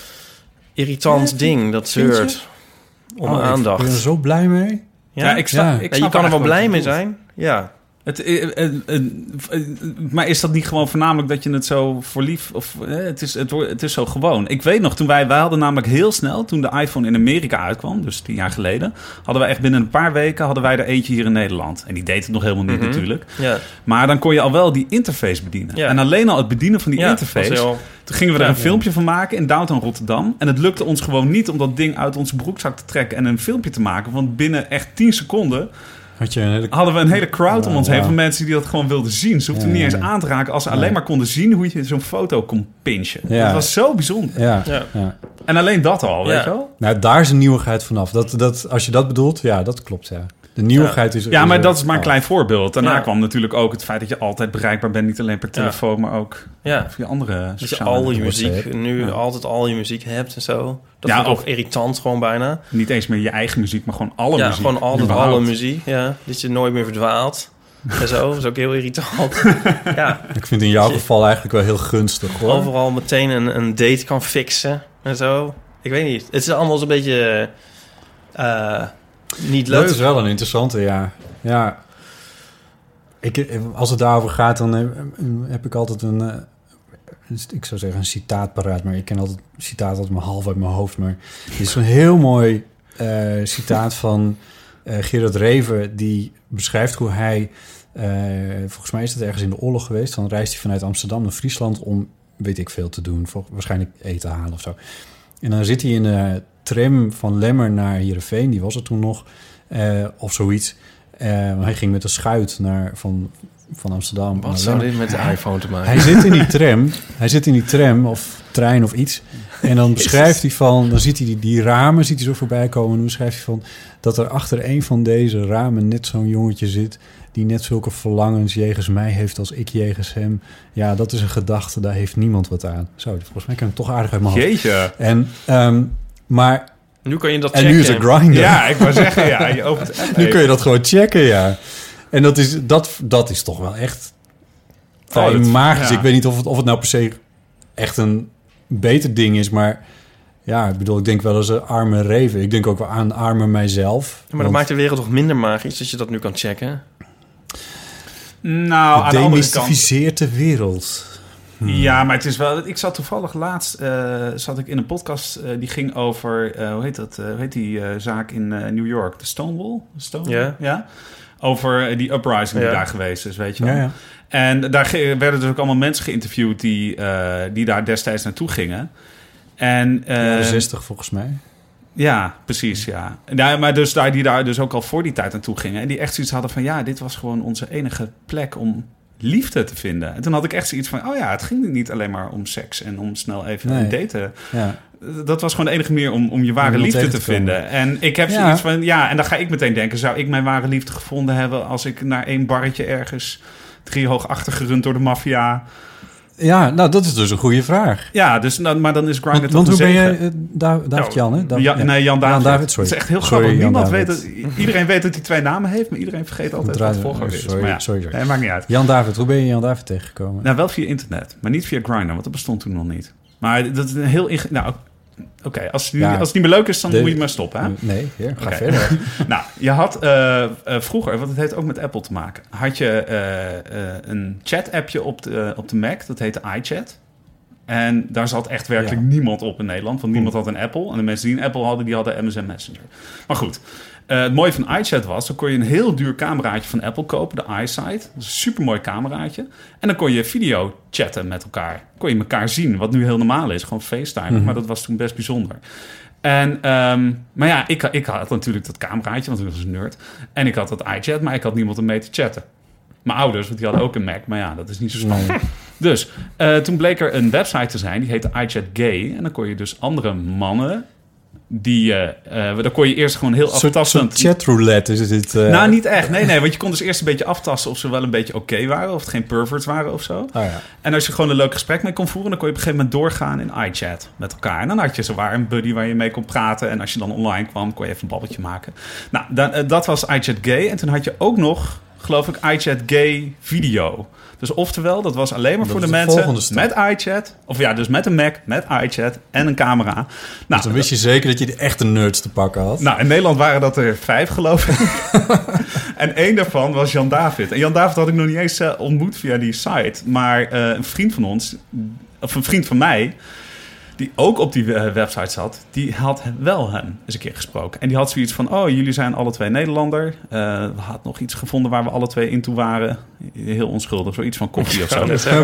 irritant Ja, ding dat vind je? zeurt om Oh, ik aandacht. ben er zo blij mee. Ja, Ja, ik snap, Ja. ik Ja, snap je kan er wel eigenlijk blij wat mee je bedoelt. zijn. Ja. Het, eh, eh, eh, eh, maar is dat niet gewoon voornamelijk dat je het zo voor lief... Of, eh, het, is, het, wordt- het is zo gewoon. Ik weet nog, toen wij, wij hadden namelijk heel snel... toen de iPhone in Amerika uitkwam, dus tien jaar geleden... hadden wij echt binnen een paar weken hadden wij er eentje hier in Nederland. En die deed het nog helemaal niet Mhm. natuurlijk. Ja. Maar dan kon je al wel die interface bedienen. Ja. En alleen al het bedienen van die Ja, interface... was heel- Toen gingen we er Ja. een filmpje van maken in downtown Rotterdam. En het lukte ons gewoon niet om dat ding uit onze broekzak te trekken... en een filmpje te maken. Want binnen echt tien seconden... Had je een hele... hadden we een hele crowd om Oh, ons heen wow. van mensen die dat gewoon wilden zien. Ze hoefden Ja, niet eens ja, ja. aan te raken als ze Nee. alleen maar konden zien hoe je zo'n foto kon pinchen. Ja. Dat was zo bijzonder. Ja, Ja. ja. En alleen dat al, Ja. weet je wel? Nou, daar is een nieuwigheid vanaf. Dat, dat, als je dat bedoelt, ja, dat klopt, ja. De nieuwigheid is... Ja, maar er- dat is maar een oh. klein voorbeeld. Daarna Ja. kwam natuurlijk ook het feit dat je altijd bereikbaar bent. Niet alleen per Ja. telefoon, maar ook Ja. via andere Dat je sociale al je netwerken. muziek, nu Ja. altijd al je muziek hebt en zo. Dat Ja, vind ik of- ook irritant gewoon bijna. Niet eens meer je eigen muziek, maar gewoon alle ja, muziek. gewoon altijd überhaupt. alle muziek. Ja, dat je nooit meer verdwaalt. En zo, dat is ook heel irritant. Ja, Ik vind in jouw Dat je- geval eigenlijk wel heel gunstig, hoor. overal meteen een, een date kan fixen en zo. Ik weet niet. Het is allemaal zo'n beetje eh, niet leuk. Dat is wel een interessante, ja. Ja. Ik, als het daarover gaat, dan heb, heb ik altijd een... eh, ik zou zeggen een citaat paraat, maar ik ken altijd citaat altijd maar half uit mijn hoofd. Maar dit is een heel mooi eh, citaat van eh, Gerard Reven, die beschrijft hoe hij... eh, volgens mij is het ergens in de oorlog geweest. Dan reist hij vanuit Amsterdam naar Friesland om, weet ik veel, te doen. Voor, waarschijnlijk eten halen of zo. En dan zit hij in de tram van Lemmer naar Heerenveen. Die was er toen nog. Uh, of zoiets. Uh, hij ging met de schuit naar, van, van Amsterdam. Wat zou dit met de iPhone te maken? Hij zit in die tram. Hij zit in die tram of trein of iets. En dan beschrijft hij van... Dan ziet hij die, die ramen ziet hij zo voorbij komen. En dan beschrijft hij van... dat er achter een van deze ramen net zo'n jongetje zit... die net zulke verlangens jegens mij heeft als ik jegens hem. Ja, dat is een gedachte. Daar heeft niemand wat aan. Zo, volgens mij kan ik hem toch aardig uit mijn hand. Jeetje. En, um, maar... Nu kan je dat en checken. nu is het Grindr. Ja, ik wou zeggen, ja. Je opent nu kun je dat gewoon checken, ja. En dat is, dat, dat is toch wel echt... Oh, dat, magisch. ja. Ik weet niet of het, of het nou per se echt een beter ding is, maar... Ja, ik bedoel, ik denk wel eens een arme reven. Ik denk ook wel aan arme mijzelf. Ja, maar dat maakt de wereld toch minder magisch... dat je dat nu kan checken? Nou, aan de andere kant... Demystificeert de wereld... Hmm. Ja, maar het is wel... Ik zat toevallig laatst... Uh, zat ik in een podcast... Uh, die ging over... Uh, hoe heet dat? Uh, hoe heet die uh, zaak in uh, New York? De Stonewall? Stonewall? Ja. Ja. Over uh, die uprising ja. die daar geweest is, weet je wel. Ja, ja. En daar ge- werden dus ook allemaal mensen geïnterviewd... die, uh, die daar destijds naartoe gingen. En, uh, ja, zestig volgens mij. Ja, precies, ja. ja. Maar dus daar, die daar dus ook al voor die tijd naartoe gingen... en die echt zoiets hadden van... ja, dit was gewoon onze enige plek om... liefde te vinden. En toen had ik echt zoiets van... oh ja, het ging niet alleen maar om seks... en om snel even nee. een daten. Ja. Dat was gewoon de enige manier om, om je ware om liefde te, te vinden. En ik heb ja. zoiets van... ja, en dan ga ik meteen denken... zou ik mijn ware liefde gevonden hebben... als ik naar één barretje ergens... driehoog achtergerund door de maffia... Ja, nou, dat is dus een goede vraag. Ja, dus, nou, maar dan is Grindr Want, toch want hoe ben zegen. je... Uh, da- David Jan, hè? David, ja, ja. Nee, Jan David. Jan David, sorry. Dat is echt heel sorry, grappig. Jan Niemand David. weet het. Iedereen weet dat hij twee namen heeft... maar iedereen vergeet altijd wat het volgorde is. Sorry, Maar ja, sorry, sorry. Nee, maakt niet uit. Jan David, hoe ben je Jan David tegengekomen? Nou, wel via internet, maar niet via Grindr, want dat bestond toen nog niet. Maar dat is een heel... Inge- nou, oké, okay, als, ja, als het niet meer leuk is, dan de, moet je maar stoppen, hè? Nee, heer, ga okay. verder. Nou, je had uh, uh, vroeger, want het heeft ook met Apple te maken... had je uh, uh, een chat-appje op de, uh, op de Mac, dat heette iChat... En daar zat echt werkelijk ja. niemand op in Nederland. Want niemand had een Apple. En de mensen die een Apple hadden, die hadden M S N Messenger. Maar goed, uh, het mooie van iChat was... dan kon je een heel duur cameraatje van Apple kopen. De iSight. Dat is een supermooi cameraatje. En dan kon je video chatten met elkaar. Kon je elkaar zien, wat nu heel normaal is. Gewoon FaceTime. Mm-hmm. Maar dat was toen best bijzonder. En, um, maar ja, ik, ik had natuurlijk dat cameraatje, want ik was een nerd. En ik had dat iChat, maar ik had niemand om mee te chatten. Mijn ouders, want die hadden ook een Mac. Maar ja, dat is niet zo spannend. Nee. Dus uh, toen bleek er een website te zijn, die heette iChat Gay. En dan kon je dus andere mannen... die, uh, uh, daar kon je eerst gewoon heel soort, aftastend... Soort chatroulette is het? Uh... Nou, niet echt. Nee, nee. Want je kon dus eerst een beetje aftasten... of ze wel een beetje oké okay waren... of het geen perverts waren of zo. Oh, ja. En als je gewoon een leuk gesprek mee kon voeren... dan kon je op een gegeven moment doorgaan in iChat met elkaar. En dan had je zowaar een buddy waar je mee kon praten... en als je dan online kwam, kon je even een babbeltje maken. Nou, dan, uh, dat was iChat Gay. En toen had je ook nog... geloof ik, iChat Gay video. Dus oftewel, dat was alleen maar dat voor de mensen met iChat. Of ja, dus met een Mac, met iChat en een camera. Nou, dus dan wist je zeker dat je de echte nerds te pakken had. Nou, in Nederland waren dat er vijf, geloof ik. En één daarvan was Jan David. En Jan David had ik nog niet eens uh, ontmoet via die site. Maar uh, een vriend van ons, of een vriend van mij... die ook op die uh, website zat, die had wel hem eens een keer gesproken. En die had zoiets van, oh, jullie zijn alle twee Nederlander. Uh, we hadden nog iets gevonden waar we alle twee in toe waren. Heel onschuldig, zoiets van koffie of zo.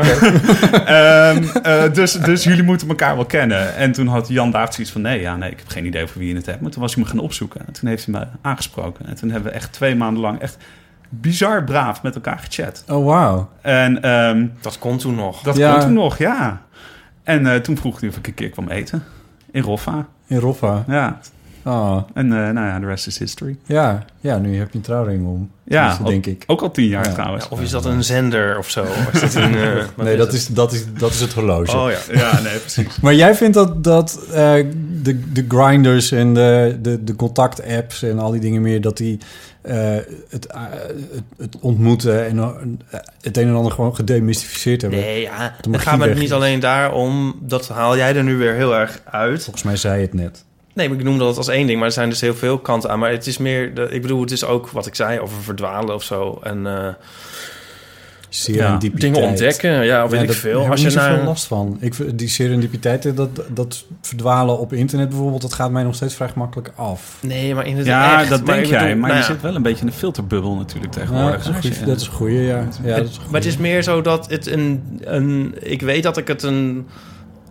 um, uh, dus, dus jullie moeten elkaar wel kennen. En toen had Jan David zoiets van, nee, ja, nee, ik heb geen idee over wie je het hebt. Maar toen was hij me gaan opzoeken. En toen heeft hij me aangesproken. En toen hebben we echt twee maanden lang echt bizar braaf met elkaar gechat. Oh, wauw. En um, dat kon toen nog. Dat ja. kon toen nog, ja. En uh, toen vroeg hij of ik een keer kwam eten. In Roffa. In Roffa? Ja. Oh. En uh, nou ja, the rest is history. Ja, ja, nu heb je een trouwring om. Ja, dus, denk ook, ik. Ook al tien jaar ja. trouwens. Ja, of is dat een zender of zo? Of is dat een, uh, nee, dat is, dat, is, dat is het horloge. Oh ja, ja nee, precies. Maar jij vindt dat, dat uh, de, de grinders en de, de, de contact-apps en al die dingen meer... dat die uh, het, uh, het, het ontmoeten en uh, het een en ander gewoon gedemystificeerd hebben? Nee, ja, het gaat me niet alleen daarom... dat haal jij er nu weer heel erg uit. Volgens mij zei je het net. Nee, maar ik noem dat als één ding. Maar er zijn dus heel veel kanten aan. Maar het is meer... De, ik bedoel, het is ook wat ik zei over verdwalen of zo. En uh, serendipiteit. Ja, dingen ontdekken. Ja, of weet ja, ik veel. Daar als heb je ik niet naar... zoveel last van. Ik, die serendipiteit, dat, dat verdwalen op internet bijvoorbeeld... dat gaat mij nog steeds vrij gemakkelijk af. Nee, maar in het ja, echt. dat maar denk jij. bedoel, maar nou je ja. zit wel een beetje in een filterbubbel natuurlijk tegenwoordig. Ja, dat, is goed, dat is een goeie, ja. ja het, dat is een maar het is meer zo dat het een, een... Ik weet dat ik het een...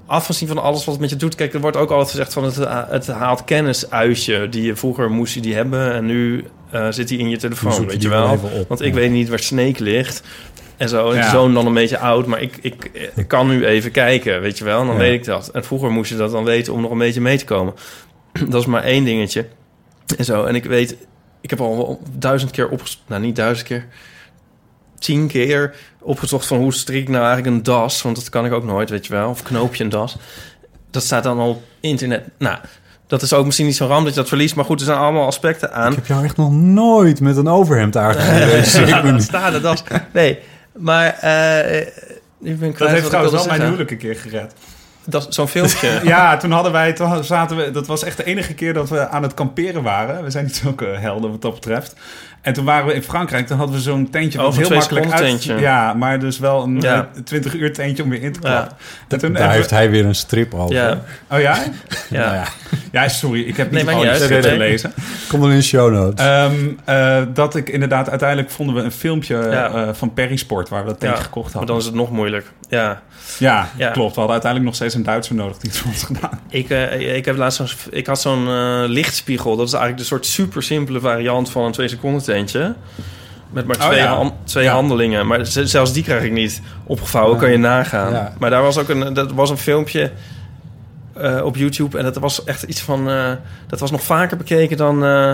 afgezien van alles wat het met je doet. Kijk, er wordt ook altijd gezegd van het, het haalt kennis uit je. Die je vroeger moest je die hebben en nu uh, zit die in je telefoon, weet je wel. Want ik ja. weet niet waar Snake ligt en zo. En ja. de zoon dan een beetje oud, maar ik, ik, ik kan nu even kijken, weet je wel. En dan ja. weet ik dat. En vroeger moest je dat dan weten om nog een beetje mee te komen. Dat is maar één dingetje. En zo. En ik weet, ik heb al duizend keer opgezocht, nou niet duizend keer, tien keer opgezocht van hoe strik ik nou eigenlijk een das, want dat kan ik ook nooit, weet je wel, of knoopje een das. Dat staat dan al op internet. Nou, dat is ook misschien niet zo ramp dat je dat verliest, maar goed, er zijn allemaal aspecten aan. Ik heb jou echt nog nooit met een overhemd aangegeven. Dat staat de das. Nee, maar uh, ik ben kwijt. Dat heeft trouwens wel zeggen. mijn huwelijk een keer gered. Dat, zo'n filmpje. Ja, toen hadden wij, toen zaten we, dat was echt de enige keer dat we aan het kamperen waren. We zijn niet zulke helden wat dat betreft. En toen waren we in Frankrijk, toen hadden we zo'n tentje dat oh, heel makkelijk uit. Tentje. Ja, maar dus wel een ja. twintig uur tentje om weer in te klappen. Ja. Toen Daar heeft we... hij weer een strip over. Ja. Oh ja? Ja. Nou ja. Ja, sorry, ik heb niet nee, alles gelezen. Kom dan in de show notes. Um, uh, dat ik inderdaad, uiteindelijk vonden we een filmpje ja. uh, van Perisport waar we dat tentje ja. gekocht hadden. Maar dan is het nog moeilijk. Ja. Ja, ja, klopt. We hadden uiteindelijk nog steeds een Duitser nodig die het voor ons gedaan. Ik, uh, ik, heb laatst zo'n, ik had zo'n uh, lichtspiegel. Dat is eigenlijk de soort super simpele variant van een twee seconden tentje. Met maar twee, oh, ja. han, twee ja. handelingen. Maar z- zelfs die krijg ik niet opgevouwen. Ja. Kan je nagaan. Ja. Maar daar was ook een, dat was een filmpje uh, op YouTube. En dat was echt iets van... Uh, dat was nog vaker bekeken dan... Uh,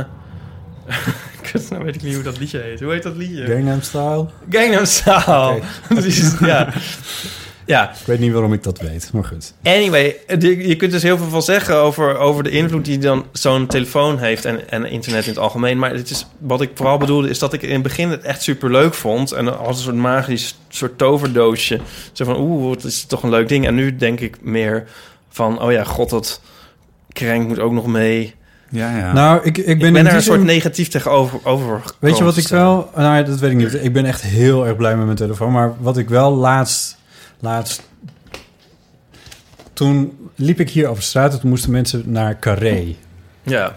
nou weet ik niet hoe dat liedje heet. Hoe heet dat liedje? Gangnam Style? Gangnam Style. Okay. Dus, ja. Ja. Ik weet niet waarom ik dat weet, maar goed. Anyway, je kunt dus heel veel van zeggen over, over de invloed die dan zo'n telefoon heeft en, en internet in het algemeen. Maar het is, wat ik vooral bedoelde is dat ik in het begin het echt super leuk vond. En als een soort magisch soort toverdoosje. Zo van, oeh, het is toch een leuk ding. En nu denk ik meer van, oh ja, god, dat krenk moet ook nog mee. Ja, ja. Nou, ik, ik ben, ik ben er een soort zin... negatief tegenover over. Weet je wat ik wel... Nou, dat weet ik niet. Ik ben echt heel erg blij met mijn telefoon. Maar wat ik wel laatst... Laatst... Toen liep ik hier over straat en toen moesten mensen naar Carré. Ja.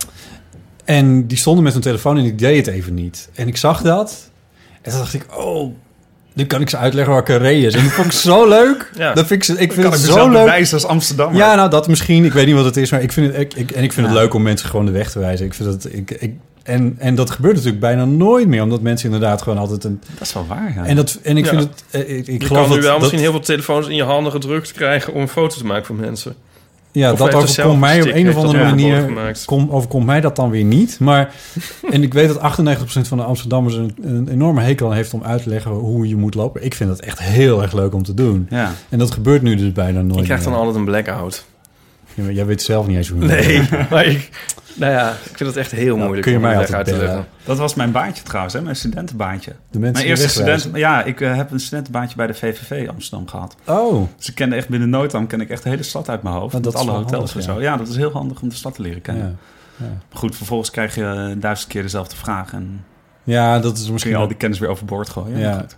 En die stonden met hun telefoon en ik deed het even niet. En ik zag dat. En toen dacht ik, oh... Nu kan ik ze uitleggen waar Carré is. En dat vond ik zo leuk. Ja. Dat vind ik, ik vind kan het ik zo leuk. Bewijzen als Amsterdammer. Ja, nou dat misschien. Ik weet niet wat het is, maar ik vind het, ik, ik, en ik vind ja. het leuk om mensen gewoon de weg te wijzen. Ik vind dat, ik, ik, en, en dat gebeurt natuurlijk bijna nooit meer, omdat mensen inderdaad gewoon altijd een. Dat is wel waar. Ja. En dat en ik ja. vind het. Ik, ik je geloof kan nu wel dat, misschien dat, heel veel telefoons in je handen gedrukt krijgen om een foto te maken van mensen. Ja, of dat overkomt mij op een of andere manier. Kom, overkomt mij dat dan weer niet. Maar en ik weet dat achtennegentig procent van de Amsterdammers een, een enorme hekel aan heeft om uit te leggen hoe je moet lopen. Ik vind dat echt heel erg leuk om te doen. Ja. En dat gebeurt nu dus bijna nooit. Je krijgt meer. dan altijd een blackout. Ja, maar jij weet zelf niet eens hoe. Nee, maar ik, nou ja, ik vind het echt heel moeilijk. Kun je mij altijd uit te leggen. Dat was mijn baantje trouwens, hè, mijn studentenbaantje. De mensen mijn eerste student, ja, ik uh, heb een studentenbaantje bij de V V V Amsterdam gehad. Oh. Dus ik kende echt binnen no time ken ik echt de hele stad uit mijn hoofd. Dat met alle hotels handig, en zo. Ja. ja, dat is heel handig om de stad te leren kennen. Ja. Ja. Maar goed, vervolgens krijg je duizend keer dezelfde vraag en ja, dat is misschien kun je al die kennis weer overboord gooien. Ja. Goed.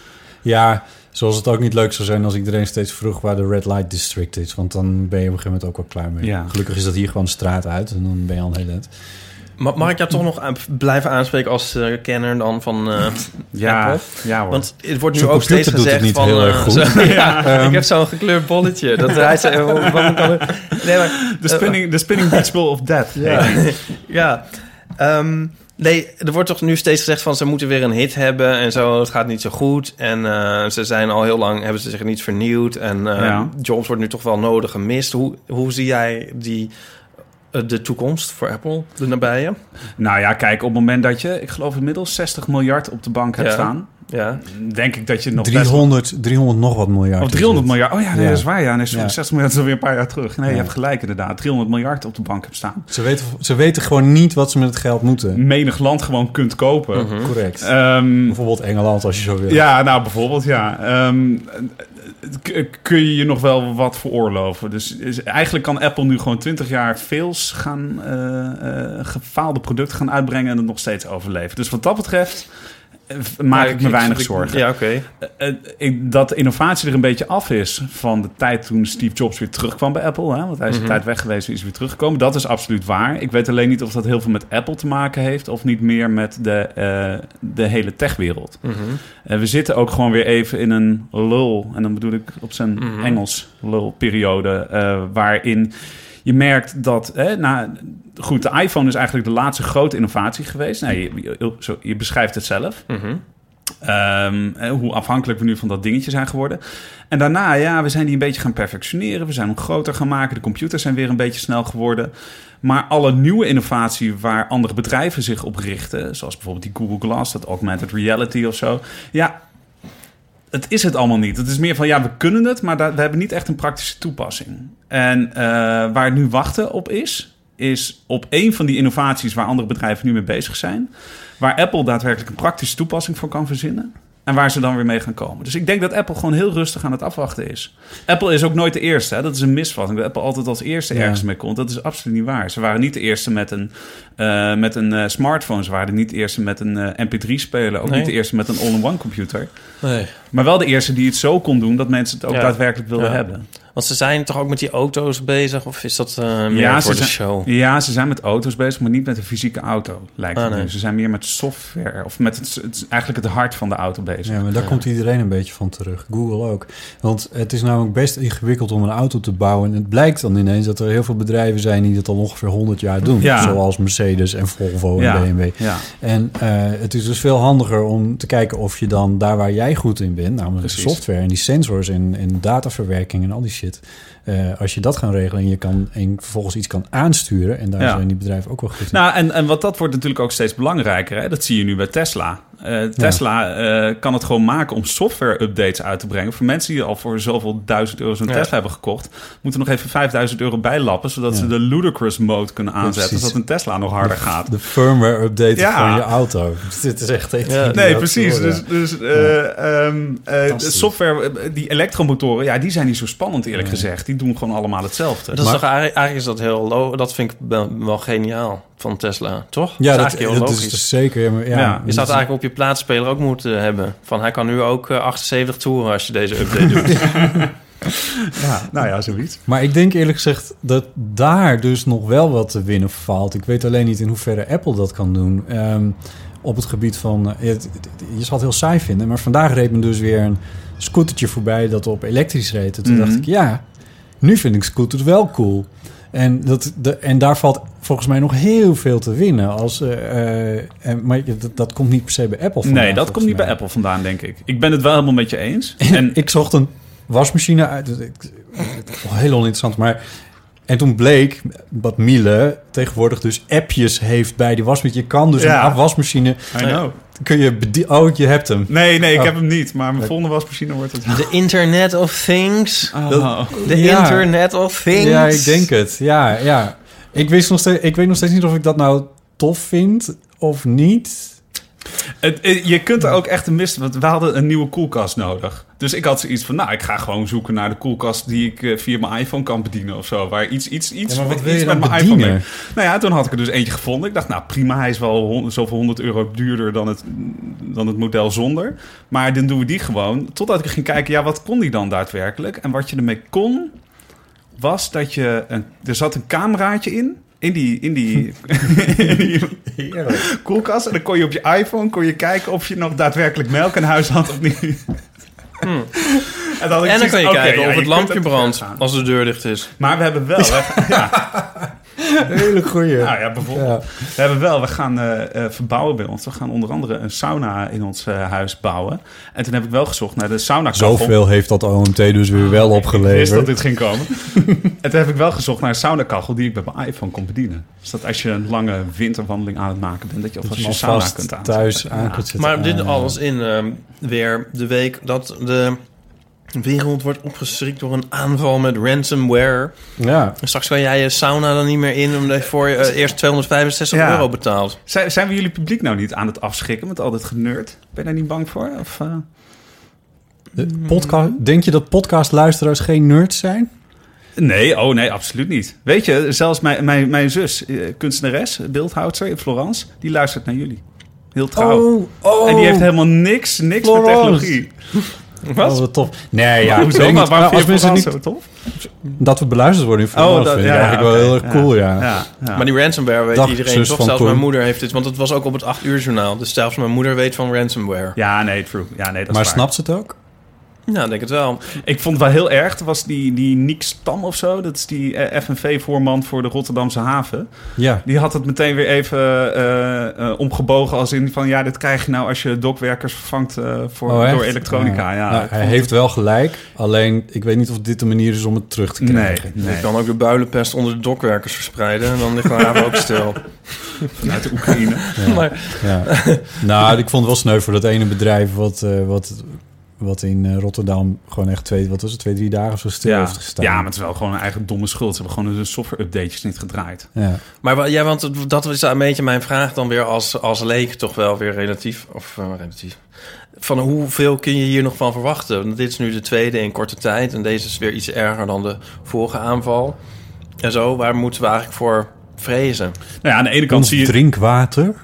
Ja, zoals het ook niet leuk zou zijn als iedereen steeds vroeg waar de Red Light District is. Want dan ben je op een gegeven moment ook wel klaar mee. Ja. Gelukkig is dat hier gewoon de straat uit en dan ben je al een hele tijd. Mag, mag ik jou toch nog aan, blijven aanspreken als uh, kenner dan van uh, ja, Apple? Ja hoor. Want het wordt nu ook steeds gezegd niet van... heel erg goed. Zo, ja, um, ik heb zo'n gekleurd bolletje. Dat hij zei... Wat kan ik, nee, maar, de spinning, uh, spinning beach ball of death. Ja. ja. Um, nee, er wordt toch nu steeds gezegd van... ze moeten weer een hit hebben en zo. Het gaat niet zo goed. En uh, ze zijn al heel lang... hebben ze zich niet vernieuwd. En uh, ja. Jobs wordt nu toch wel nodig gemist. Hoe, hoe zie jij die... de toekomst voor Apple, de nabije? Nou ja, kijk, op het moment dat je... ik geloof inmiddels zestig miljard op de bank hebt ja. staan... Ja. denk ik dat je nog driehonderd, wel... driehonderd nog wat miljard. Of driehonderd miljard. Oh ja, nee, ja. dat is waar. Ja, nee, ja. zestig miljard is alweer een paar jaar terug. Nee, ja. je hebt gelijk inderdaad. driehonderd miljard op de bank hebt staan. Ze weten, ze weten gewoon niet wat ze met het geld moeten. Menig land gewoon kunt kopen. Mm-hmm. Correct. Um, bijvoorbeeld Engeland, als je zo wil. Ja, nou, bijvoorbeeld, ja. Um, kun je je nog wel wat veroorloven. Dus eigenlijk kan Apple nu gewoon twintig jaar fails gaan... Uh, uh, gefaalde producten gaan uitbrengen... en het nog steeds overleven. Dus wat dat betreft... maak Ja, ik me ik- weinig ik- zorgen. Ja, oké. Uh, ik, dat innovatie er een beetje af is van de tijd toen Steve Jobs weer terugkwam bij Apple. Hè? Want hij is Mhm. een tijd weg geweest en is weer teruggekomen. Dat is absoluut waar. Ik weet alleen niet of dat heel veel met Apple te maken heeft of niet meer met de, uh, de hele techwereld. Mhm. Uh, we zitten ook gewoon weer even in een lul, en dan bedoel ik op zijn Mhm. Engels lulperiode, uh, waarin je merkt dat... Hè, nou, goed, de iPhone is eigenlijk de laatste grote innovatie geweest. Nou, je, je, zo, je beschrijft het zelf. Mhm. Um, hoe afhankelijk we nu van dat dingetje zijn geworden. En daarna, ja, we zijn die een beetje gaan perfectioneren. We zijn hem groter gaan maken. De computers zijn weer een beetje snel geworden. Maar alle nieuwe innovatie waar andere bedrijven zich op richten, zoals bijvoorbeeld die Google Glass, dat augmented reality of zo. Ja, het is het allemaal niet. Het is meer van, ja, we kunnen het, maar daar, we hebben niet echt een praktische toepassing. En uh, waar het nu wachten op is, is op één van die innovaties waar andere bedrijven nu mee bezig zijn, waar Apple daadwerkelijk een praktische toepassing voor kan verzinnen. En waar ze dan weer mee gaan komen. Dus ik denk dat Apple gewoon heel rustig aan het afwachten is. Apple is ook nooit de eerste. Hè? Dat is een misvatting. Dat Apple altijd als eerste Ja. ergens mee komt. Dat is absoluut niet waar. Ze waren niet de eerste met een, uh, met een uh, smartphone. Ze waren niet de eerste met een uh, M P drie speler. Ook Nee. niet de eerste met een all-in-one computer. Nee. Maar wel de eerste die het zo kon doen dat mensen het ook Ja. daadwerkelijk wilden Ja. hebben. Want ze zijn toch ook met die auto's bezig? Of is dat uh, meer Ja, voor ze de zijn- show? Ja, ze zijn met auto's bezig, maar niet met een fysieke auto, lijkt Ah, het nee. nu. Ze zijn meer met software, of met het, het, eigenlijk het hart van de auto bezig. Ja, maar daar Ja. komt iedereen een beetje van terug. Google ook. Want het is namelijk best ingewikkeld om een auto te bouwen. En het blijkt dan ineens dat er heel veel bedrijven zijn die dat al ongeveer honderd jaar doen. Ja. Zoals Mercedes en Volvo en Ja. B M W. Ja. En uh, het is dus veel handiger om te kijken of je dan daar waar jij goed in bent, namelijk de Precies. software en die sensors en, en dataverwerking en al die shit. Uh, als je dat gaan regelen en je kan en vervolgens iets kan aansturen, en daar Ja. zijn die bedrijven ook wel goed in. Nou, en, en wat dat wordt natuurlijk ook steeds belangrijker. Hè? Dat zie je nu bij Tesla. Uh, Tesla uh, kan het gewoon maken om software-updates uit te brengen. Voor mensen die al voor zoveel duizend euro zo'n Ja. Tesla hebben gekocht, moeten nog even vijfduizend euro bijlappen, zodat Ja. ze de ludicrous mode kunnen aanzetten, precies. zodat een Tesla nog harder gaat. De firmware-update Ja. van je auto. Dit is echt... echt Ja. Nee, dat precies. soort, ja. Dus, dus uh, um, uh, de Fantastisch. software, uh, die elektromotoren, ja, die zijn niet zo spannend, eerlijk Nee. gezegd. Die doen gewoon allemaal hetzelfde. Dat is Maar- toch eigenlijk, eigenlijk is dat heel lo- dat vind ik wel, wel geniaal van Tesla, toch? Ja, is dat, eigenlijk heel dat logisch. is dus zeker. Ja, maar, ja, Ja. Je zou het eigenlijk op je plaatspeler ook moeten hebben. Van hij kan nu ook uh, achtenzeventig toeren als je deze update doet. Ja, nou ja, zoiets. Maar ik denk eerlijk gezegd dat daar dus nog wel wat te winnen valt. Ik weet alleen niet in hoeverre Apple dat kan doen. Um, op het gebied van... Uh, het, het, je zal het heel saai vinden, maar vandaag reed me dus weer een scootertje voorbij dat op elektrisch reed. En toen Mhm. dacht ik, ja, nu vind ik scooters wel cool. En, dat, de, en daar valt volgens mij nog heel veel te winnen. Als, uh, uh, en, maar dat, dat komt niet per se bij Apple vandaan. Nee, dat volgens komt niet mij. bij Apple vandaan, denk ik. Ik ben het wel helemaal met je eens. En En ik zocht een wasmachine uit. Ik- Heel oninteressant, maar... En toen bleek dat Miele tegenwoordig dus appjes heeft bij die wasmachine. Je kan dus Ja. een wasmachine... I know. Kun je bedie- oh, je hebt hem. Nee, nee, ik Oh. heb hem niet. Maar mijn volgende wasmachine wordt het. The Internet of Things. Oh. The Ja. Internet of Things. Ja, ik denk het. Ja, ja. Ik, wist nog steeds, ik weet nog steeds niet of ik dat nou tof vind of niet. Het, het- je kunt er ook echt een mist... Want we hadden een nieuwe koelkast nodig. Dus ik had zoiets van... Nou, ik ga gewoon zoeken naar de koelkast... die ik uh, via mijn iPhone kan bedienen of zo. Waar iets, iets, iets, Ja, maar wat wil iets je met dan mijn iPhone bedienen? mee. Nou ja, toen had ik er dus eentje gevonden. Ik dacht, nou prima. Hij is wel honderd, zoveel honderd euro duurder dan het, dan het model zonder. Maar dan doen we die gewoon. Totdat ik ging kijken... Ja, wat kon die dan daadwerkelijk? En wat je ermee kon... was dat je... Een, er zat een cameraatje in... In die, in die, in die koelkast. En dan kon je op je iPhone kon je kijken of je nog daadwerkelijk melk in huis had of niet. Hmm. En dan, En dan kan je oké, kijken ja, of je het kunt lampje het brandt gaan. als de deur dicht is. Maar we hebben wel... We, ja, Hele goeie. nou ja, bijvoorbeeld. Ja. We hebben wel... We gaan uh, uh, verbouwen bij ons. We gaan onder andere een sauna in ons uh, huis bouwen. En toen heb ik wel gezocht naar de saunakachel. Zoveel heeft dat O M T dus weer wel Ik wist dat opgeleverd. dit ging komen. En toen heb ik wel gezocht naar een saunakachel die ik met mijn iPhone kon bedienen. Dus dat als je een lange winterwandeling aan het maken bent... dat je Dat alvast je je hem sauna alvast kunt aan. thuis aan kunt zetten. Maar dit Ah, alles in um, weer de week dat de wereld wordt opgeschrikt door een aanval met ransomware. Ja. En straks kan jij je sauna dan niet meer in omdat je voor je uh, eerst tweehonderdvijfenzestig Ja. euro betaalt. Zijn, zijn we jullie publiek nou niet aan het afschrikken met al dit generd? Ben je daar niet bang voor? Of, uh... De podcast, denk je dat podcastluisteraars geen nerds zijn? Nee, oh nee, absoluut niet. Weet je, zelfs mijn, mijn, mijn zus, eh, kunstenares, beeldhoudster in Florence, die luistert naar jullie. Heel trouw. Oh, oh. En die heeft helemaal niks, niks met technologie. Wat? Dat is tof. Nee, ja. Hoezo? Maar waarom vind je het niet zo tof? Dat we beluisterd worden in Florence, oh, dat vind ja, ik eigenlijk okay. wel heel erg cool, ja. ja, ja. Maar die ransomware weet Dag, iedereen toch? Zelfs Koen. mijn moeder heeft het, want het was ook op het acht uur journaal. Dus zelfs mijn moeder weet van ransomware. Ja, nee, true. Ja, nee, dat maar is waar. snapt ze het ook? Nou, denk het wel. Ik vond het wel heel erg. Er was die, die Niek Stam of zo. Dat is die uh, F N V-voorman voor de Rotterdamse haven. Ja. Die had het meteen weer even uh, uh, omgebogen als in van... ja, dit krijg je nou als je dokwerkers vervangt uh, voor, oh, door elektronica. Ja. Ja, nou, hij heeft wel gelijk. Alleen, ik weet niet of dit de manier is om het terug te krijgen. Nee, nee. Je kan ook de builenpest onder de dokwerkers verspreiden. En dan ligt de haven ook stil. Vanuit de Oekraïne. Ja. Maar, ja. Nou, ik vond het wel sneu voor dat ene bedrijf... wat, uh, wat, wat in uh, Rotterdam gewoon echt twee, wat was het, twee, drie dagen of zo stil ja. heeft gestaan. Ja, maar het is wel gewoon een eigen domme schuld. Ze hebben gewoon de software-updates niet gedraaid. Ja. maar ja, want dat is een beetje mijn vraag dan weer als, als leek toch wel weer relatief. Of uh, relatief. Van hoeveel kun je hier nog van verwachten? Want dit is nu de tweede in korte tijd. En deze is weer iets erger dan de vorige aanval. En zo, waar moeten we eigenlijk voor vrezen? Nou ja, aan de ene kant Ons zie je... drinkwater...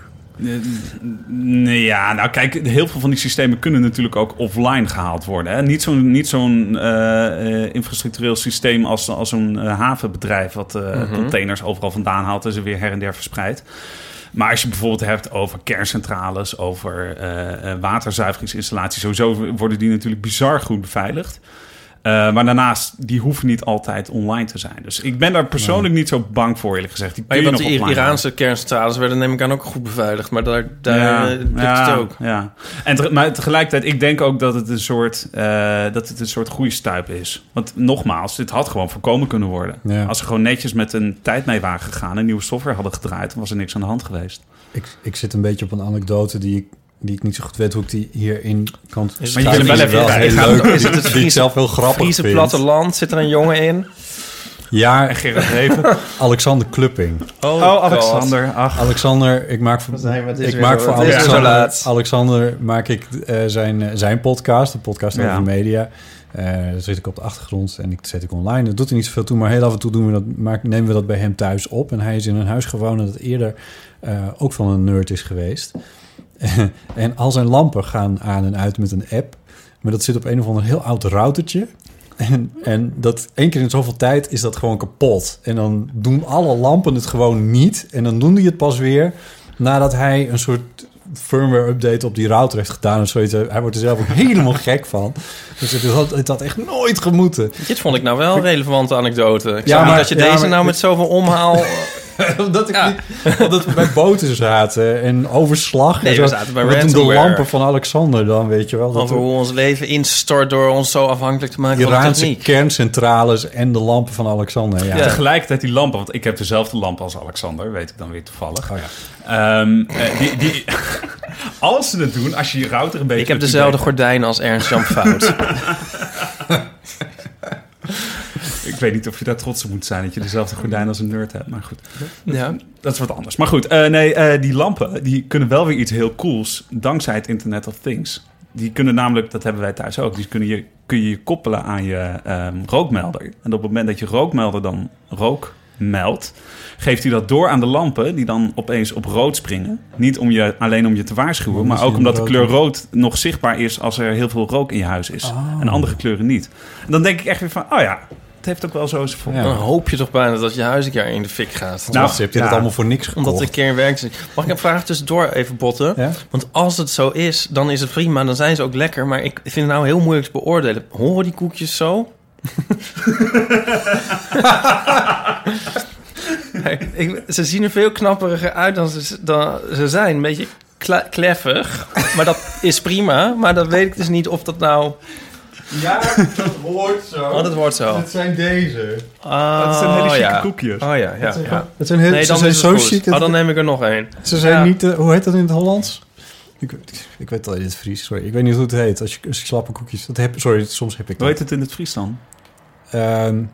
Nee, ja, nou kijk, heel veel van die systemen kunnen natuurlijk ook offline gehaald worden. Hè? Niet zo'n, niet zo'n uh, uh, infrastructureel systeem als, als zo'n uh, havenbedrijf... wat uh, mm-hmm. containers overal vandaan haalt en ze weer her en der verspreidt. Maar als je bijvoorbeeld hebt over kerncentrales... over uh, uh, waterzuiveringsinstallaties... sowieso worden die natuurlijk bizar goed beveiligd. Uh, maar daarnaast, die hoeven niet altijd online te zijn. Dus ik ben daar persoonlijk nee. niet zo bang voor, eerlijk gezegd. Die maar je je want nog de Iraanse houden. kerncentrales werden neem ik aan ook goed beveiligd. Maar daar, daar ja, lukt ja, het ook. Ja. En te, maar tegelijkertijd, ik denk ook dat het een soort, uh, dat het een soort groeistuip is. Want nogmaals, dit had gewoon voorkomen kunnen worden. Ja. Als ze gewoon netjes met een tijd mee waren gegaan... en nieuwe software hadden gedraaid, dan was er niks aan de hand geweest. Ik, ik zit een beetje op een anekdote die ik... die ik niet zo goed weet hoe ik die hierin kan... Is maar je wil wel even wel heel leuk. Is het het Friese, ik zelf heel grappig Friese vind. platteland? Zit er een jongen in? Ja, en Gerard Reven. Alexander Klupping. Oh, oh Alexander. Ach. Alexander, ik maak voor, nee, ik maak voor Alexander, Alexander maak ik uh, zijn, uh, zijn podcast, de podcast over ja. media. Uh, daar zit ik op de achtergrond en ik zet ik online. Dat doet hij niet zoveel toe, maar heel af en toe doen we dat, maak, nemen we dat bij hem thuis op. En hij is in een huis gewoond dat eerder uh, ook van een nerd is geweest. En al zijn lampen gaan aan en uit met een app. Maar dat zit op een of ander heel oud routertje. En, en dat één keer in zoveel tijd is dat gewoon kapot. En dan doen alle lampen het gewoon niet. En dan doen die het pas weer nadat hij een soort firmware-update op die router heeft gedaan. Of zoiets. Hij wordt er zelf ook helemaal gek van. Dus het had, het had echt nooit gemoeten. Dit vond ik nou wel een relevante anekdote. Ik ja, zag maar, niet dat je ja, deze maar, nou met zoveel omhaal... omdat, ik ja. niet, omdat we bij boten zaten en overslag. Nee, en zo. we zaten bij Wat doen de ransomware. lampen van Alexander dan, weet je wel? Dat Over hoe ons leven instort door ons zo afhankelijk te maken Iraanse van de techniek. kerncentrales en de lampen van Alexander. Ja. Ja. Tegelijkertijd die lampen, want ik heb dezelfde lamp als Alexander, weet ik dan weer toevallig. Oh ja. Um, die, die, als ze het doen, als je je router een beetje... Ik heb dezelfde gordijnen als Ernst-Jan Fout. Ik weet niet of je daar trots op moet zijn... dat je dezelfde gordijn als een nerd hebt, maar goed. Ja. Dat is wat anders. Maar goed, uh, nee, uh, die lampen die kunnen wel weer iets heel cools... dankzij het Internet of Things. Die kunnen namelijk, dat hebben wij thuis ook... die kunnen je, kun je je koppelen aan je um, rookmelder. En op het moment dat je rookmelder dan rook meldt... geeft hij dat door aan de lampen... die dan opeens op rood springen. Niet om je, alleen om je te waarschuwen... maar ook omdat de kleur rood nog zichtbaar is... als er heel veel rook in je huis is. Oh. En andere kleuren niet. En dan denk ik echt weer van... oh ja, het heeft ook wel zo eens voor. Ja. Dan hoop je toch bijna dat je huis een keer in de fik gaat. Nou, Wacht, heb je ja. dat allemaal voor niks gekocht? Omdat een keer in werk zit. Mag ik een vraag tussendoor even botten? Ja? Want als het zo is, dan is het prima. Dan zijn ze ook lekker. Maar ik vind het nou heel moeilijk te beoordelen. Horen die koekjes zo? ik, ze zien er veel knapperiger uit dan ze, dan ze zijn. Een beetje kle- kleffig. Maar dat is prima. Maar dan weet ik dus niet of dat nou... Ja, dat hoort zo. Oh, dat wordt zo. Het zijn deze. Oh, dat zijn hele chique ja. koekjes. Oh ja, ja. Het zijn, ja. Het zijn, heel, nee, ze dan zijn is zo het chic. Oh, dan neem ik er nog één. Ze zijn ja. niet... Uh, hoe heet dat in het Hollands? Ik, ik, ik weet al in het Fries. Sorry, ik weet niet hoe het heet. Als je, als je slappe koekjes... Dat heb, sorry, soms heb ik dat. Hoe heet het in het Fries dan? Um,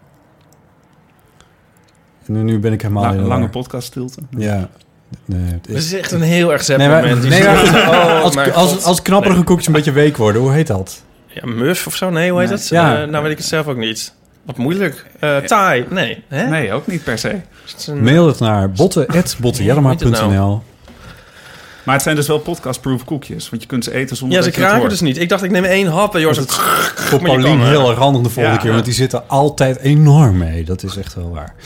en nu ben ik helemaal... La, in lange podcast stilte. Ja. Nee, het is... Het is echt een heel erg zet nee, moment. Nee, maar, oh, als, als, als, als knapperige nee. koekjes een beetje week worden, hoe heet dat? Ja, muf of zo? Nee, hoe heet nee. dat? Ja. Uh, nou weet ik het zelf ook niet. Wat moeilijk. Uh, Thai? Nee. Hè? Nee, ook niet per se. Een... Mail het naar botten at bottenjerma punt n l. Maar het zijn dus wel podcast-proof koekjes. Want je kunt ze eten zonder Ja, dat ze je het kraken hoort. dus niet. Ik dacht, ik neem één hap en Joris... Voor Paulien heel erg handig de volgende Ja. keer. Want die zitten altijd enorm mee. Dat is echt wel waar.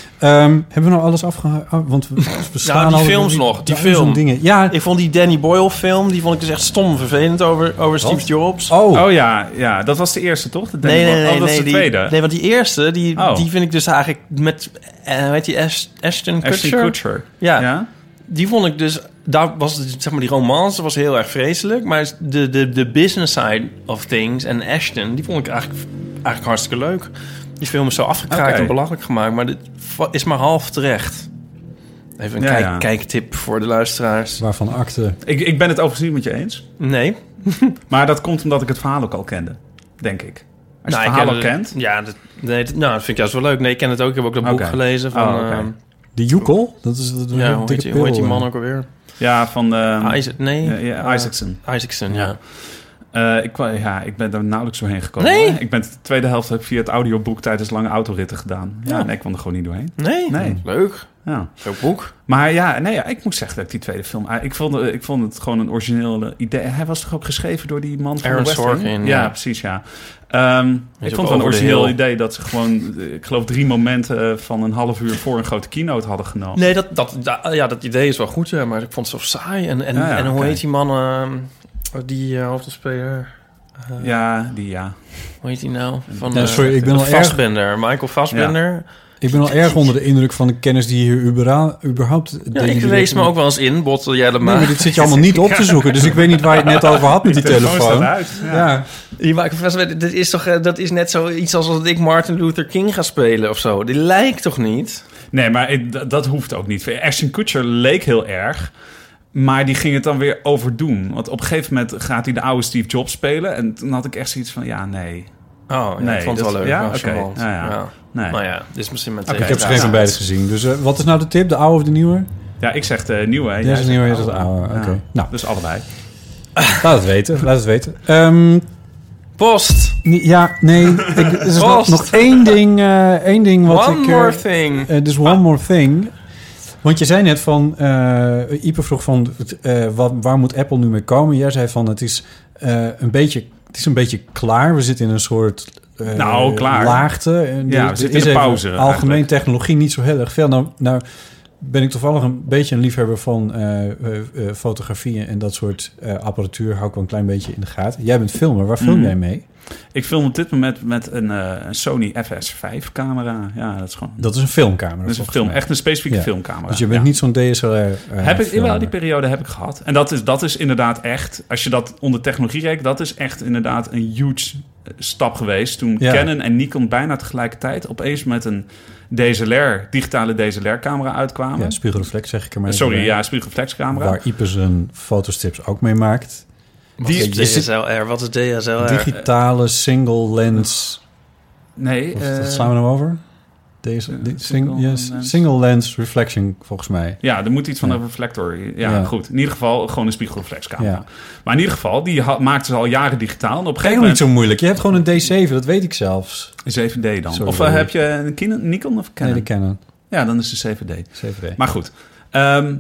Um, hebben we nou alles afgehaald? Want we, we slaan Ja, die al films die, nog. Die duizend film. Dingen. Ja. Ik vond die Danny Boyle film, die vond ik dus echt stom vervelend over, over Steve Jobs. Oh. Oh ja, ja, dat was de eerste, toch? De Nee, nee, nee. Oh, dat was nee, de die, tweede. Nee, want die eerste, die, Oh. die vind ik dus eigenlijk met... Uh, weet je, Ash, Ashton Kutcher? Ashton Kutcher. Ja. ja. Die vond ik dus... Daar was het, zeg maar, die romance was heel erg vreselijk. Maar de, de, de business side of things en Ashton, die vond ik eigenlijk, eigenlijk hartstikke leuk. Die film is zo afgekraakt Okay. en belachelijk gemaakt. Maar dit is maar half terecht. Even een Ja, kijk, ja. kijktip voor de luisteraars. Waarvan akte. Ik, ik ben het overigens met je eens. Nee. Maar dat komt omdat ik het verhaal ook al kende, denk ik. Als je Nou, het verhaal al ik ken kent. het- Ja, dat, nee, dat- nou, dat vind ik juist wel leuk. Nee, ik ken het ook. Ik heb ook dat boek Oké. gelezen van... Oh, oké. ehm, De Joekel? Dat is de, de ja, hoe dikke heet, die, hoe heet die pil, man eh. ook alweer? Ja, van... ehm, Isaac, nee. ja, ja, Eh, Isaacson. Isaacson, ja. Uh, ik, kwa- ja, ik ben daar nauwelijks doorheen gekomen. Nee? Hoor. Ik ben de tweede helft heb ik via het audioboek tijdens lange autoritten gedaan. Ja, Ja. nee, ik kwam er gewoon niet doorheen. Nee? Nee. Leuk. Ja. Zo'n boek. Maar ja, nee, ja, ik moet zeggen dat ik die tweede film... ah, Ik vond, ik vond het gewoon een origineel idee. Hij was toch ook geschreven door die man van Aaron de Western? Sorkin, ja. ja. precies, ja. Um, ik ook vond het een over de origineel hill. idee dat ze gewoon... Ik geloof drie momenten van een half uur voor een grote keynote hadden genomen. Nee, dat, dat, dat, ja, dat idee is wel goed, ja, maar ik vond het zo saai. En, en, Ja, ja, en hoe oké. heet die man, uh, die uh, hoofdrolspeler? Uh, Ja, die ja. Hoe heet die nou? Van, Ja, uh, sorry, ik ben al erg- Fassbender, Michael Fassbender. Ik ben al erg onder de indruk van de kennis die hier übera- überhaupt... Ja, ik lees me ook wel eens in, Botte Jelle Nee, maar. maar dit zit je allemaal niet op te zoeken. Dus ik weet niet waar je het net over had met die telefoon. Uit, ja. Ja. Die Michael Fassbender, dat is toch, uh, dat is net zoiets als dat ik Martin Luther King ga spelen of zo. Die lijkt toch niet? Nee, maar ik- dat, dat hoeft ook niet. Ashton Kutcher leek heel erg... Maar die ging het dan weer overdoen. Want op een gegeven moment gaat hij de oude Steve Jobs spelen. En toen had ik echt zoiets van, ja, nee. Oh, ja, Nee, ik vond het dat- wel leuk. ja? wel Oké. charmant. Ja, ja. Ja. Nee. Nou ja, dit is misschien met Oké. Ik heb ze geen van beide gezien. Dus uh, wat is nou de tip? De oude of de nieuwe? Ja, ik zeg de nieuwe. hè? Deze Jij is zegt nieuwe, de jij zegt de oude. Oké. Ja. Nou. Dus allebei. Laat het weten. Laat het weten. Um, Post. ja, nee. Ik, er is nog, Post. nog één ding, uh, één ding wat One ik... more Uh, thing. uh, dus one more thing. Want je zei net van... Uh, Ipe vroeg van... Uh, wat, waar moet Apple nu mee komen? Jij zei van... Het is, uh, een, beetje, het is een beetje klaar. We zitten in een soort... Uh, Nou, klaar. Laagte. En Ja, er- we zitten er is in de even pauze, Algemeen eigenlijk. technologie niet zo heel erg veel. Nou, nou ben ik toevallig een beetje een liefhebber van uh, uh, uh, fotografie en dat soort uh, apparatuur. Hou ik wel een klein beetje in de gaten. Jij bent filmer. Waar film Mm. jij mee? Ik film op dit moment met een, uh, een Sony F S vijf camera. Ja, dat is gewoon... Dat is een filmcamera. Dat is een volgens film, mij. echt een specifieke Ja. filmcamera. Dus je bent Ja. niet zo'n D S L R. Uh, Heb ik, filmer. jawel, die periode heb ik gehad. En dat is, dat is inderdaad echt... Als je dat onder technologie rekent... dat is echt inderdaad een huge eh, stap geweest. Toen Ja. Canon en Nikon bijna tegelijkertijd... opeens met een D S L R, digitale D S L R-camera uitkwamen. Ja, spiegelreflex zeg ik er maar Uh, even Sorry, bij. ja, spiegelreflexcamera. Waar Ipe zijn fotostrips ook mee maakt. Wat Die- is je zit- D S L R? Wat is D S L R? Digitale single lens. Nee, Wat, eh, wat slaan we nou over? Deze, eh, die- single sing, yes, lens. single lens reflection, volgens mij. ja, er moet iets van Ja. een reflector. Ja, Ja. goed. In ieder geval gewoon een spiegelreflexcamera. Ja. Maar in ieder geval, die ha- maakten ze al jaren digitaal. En op een Kijk gegeven nog niet moment... zo moeilijk. Je hebt gewoon een D zeven, dat weet ik zelfs. Een zeven D dan. Sorry. Of uh, heb je een Canon, Nikon of Canon? Nee, de Canon. Ja, dan is het zeven D. zeven D. Maar goed. Um,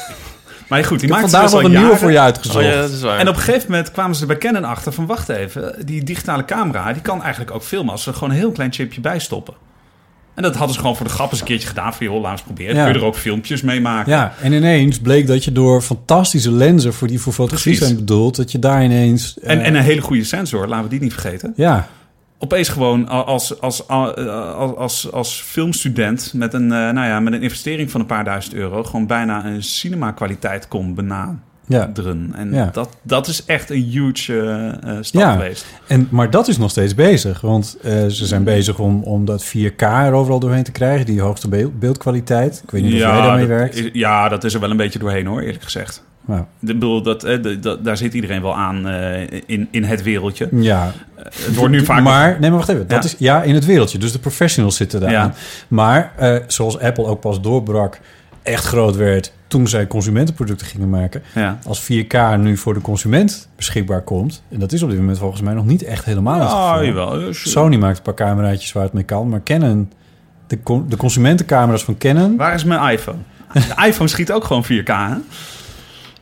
maar goed, die ik heb maakten vandaag ze nog dus een al nieuwe jaren. voor je uitgezocht. Oh ja, dat is waar. En op een gegeven moment kwamen ze er bij Canon achter van... wacht even, die digitale camera... die kan eigenlijk ook filmen als ze er gewoon een heel klein chipje bij stoppen. En dat hadden ze gewoon voor de grap eens een keertje gedaan. Van joh, laten we eens proberen. Ja. Kun je er ook filmpjes mee maken. Ja, en ineens bleek dat je door fantastische lenzen... voor die voor fotografie Precies. zijn bedoeld... dat je daar ineens... En, eh, en een hele goede sensor, laten we die niet vergeten. ja, Opeens gewoon als, als, als, als, als, als filmstudent... Met een, uh, nou ja, met een investering van een paar duizend euro... gewoon bijna een cinema kwaliteit kon benaderen. ja. En Ja. dat, dat is echt een huge uh, uh, stap Ja. geweest. En, maar dat is nog steeds bezig. Want uh, ze zijn bezig om, om dat vier K er overal doorheen te krijgen. Die hoogste beeld, beeldkwaliteit. Ik weet niet of jij daarmee dat werkt. is, ja, dat is er wel een beetje doorheen hoor, eerlijk gezegd. Nou, Ik bedoel, dat, eh, de, dat, daar zit iedereen wel aan uh, in, in het wereldje. ja, Uh, het wordt nu vaak... maar, nee, maar wacht even. Dat Ja. is, ja, in het wereldje. Dus de professionals zitten daar. Ja. Maar uh, zoals Apple ook pas doorbrak, echt groot werd... toen zij consumentenproducten gingen maken. Ja. Als vier K nu voor de consument beschikbaar komt... en dat is op dit moment volgens mij nog niet echt helemaal het Ah, geval. jawel. Dus, Sony maakt een paar cameraatjes waar het mee kan. Maar Canon, de, con- de consumentencamera's van Canon... waar is mijn iPhone? De iPhone schiet ook gewoon vier K, hè?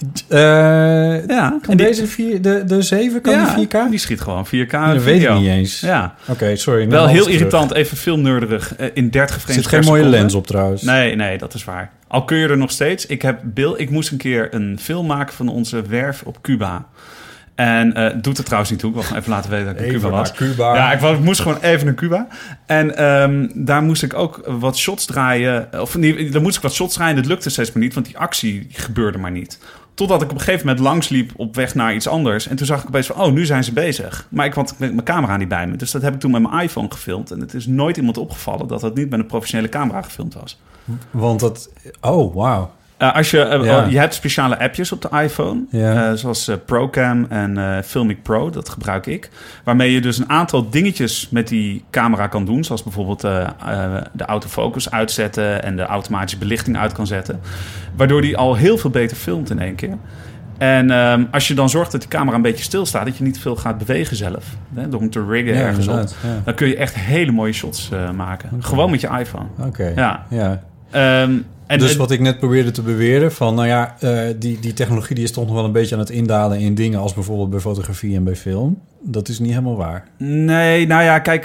Uh, ja. Kan En die, deze vier, de, de zeven, kan ja, die vier K? die schiet gewoon vier K. Ja, dat weet ik niet eens. Ja. Oké, okay, sorry. Wel heel irritant, terug. Even veel nerderig. Uh, in dertig frames er zit geen mooie lens op trouwens. Nee, nee, dat is waar. Al kun je er nog steeds. Ik, heb Bill, ik moest een keer een film maken van onze werf op Cuba. En uh, doet het trouwens niet toe. Ik wil gewoon even laten weten dat ik in Cuba was. Cuba. Ja, ik, was, ik moest gewoon even naar Cuba. En um, daar moest ik ook wat shots draaien. Of nee, daar moest ik wat shots draaien. Dat lukte steeds maar niet, want die actie gebeurde maar niet. Totdat ik op een gegeven moment langsliep op weg naar iets anders. En toen zag ik opeens van, oh, nu zijn ze bezig. Maar ik had mijn camera niet bij me. Dus dat heb ik toen met mijn iPhone gefilmd. En het is nooit iemand opgevallen dat dat niet met een professionele camera gefilmd was. Want dat... Oh, wauw. Uh, als je, uh, ja. je hebt speciale appjes op de iPhone, ja. uh, zoals uh, ProCam en uh, Filmic Pro, dat gebruik ik. Waarmee je dus een aantal dingetjes met die camera kan doen. Zoals bijvoorbeeld uh, uh, de autofocus uitzetten en de automatische belichting uit kan zetten. Waardoor die al heel veel beter filmt in één keer. En um, als je dan zorgt dat die camera een beetje stilstaat, dat je niet veel gaat bewegen zelf, hè, door hem te riggen ja, ergens op, ja. dan kun je echt hele mooie shots uh, maken. Okay. Gewoon met je iPhone. Oké, okay. ja. ja. Um, En, dus wat ik net probeerde te beweren van, nou ja, uh, die, die technologie die is toch nog wel een beetje aan het indalen in dingen als bijvoorbeeld bij fotografie en bij film. Dat is niet helemaal waar. Nee, nou ja, kijk,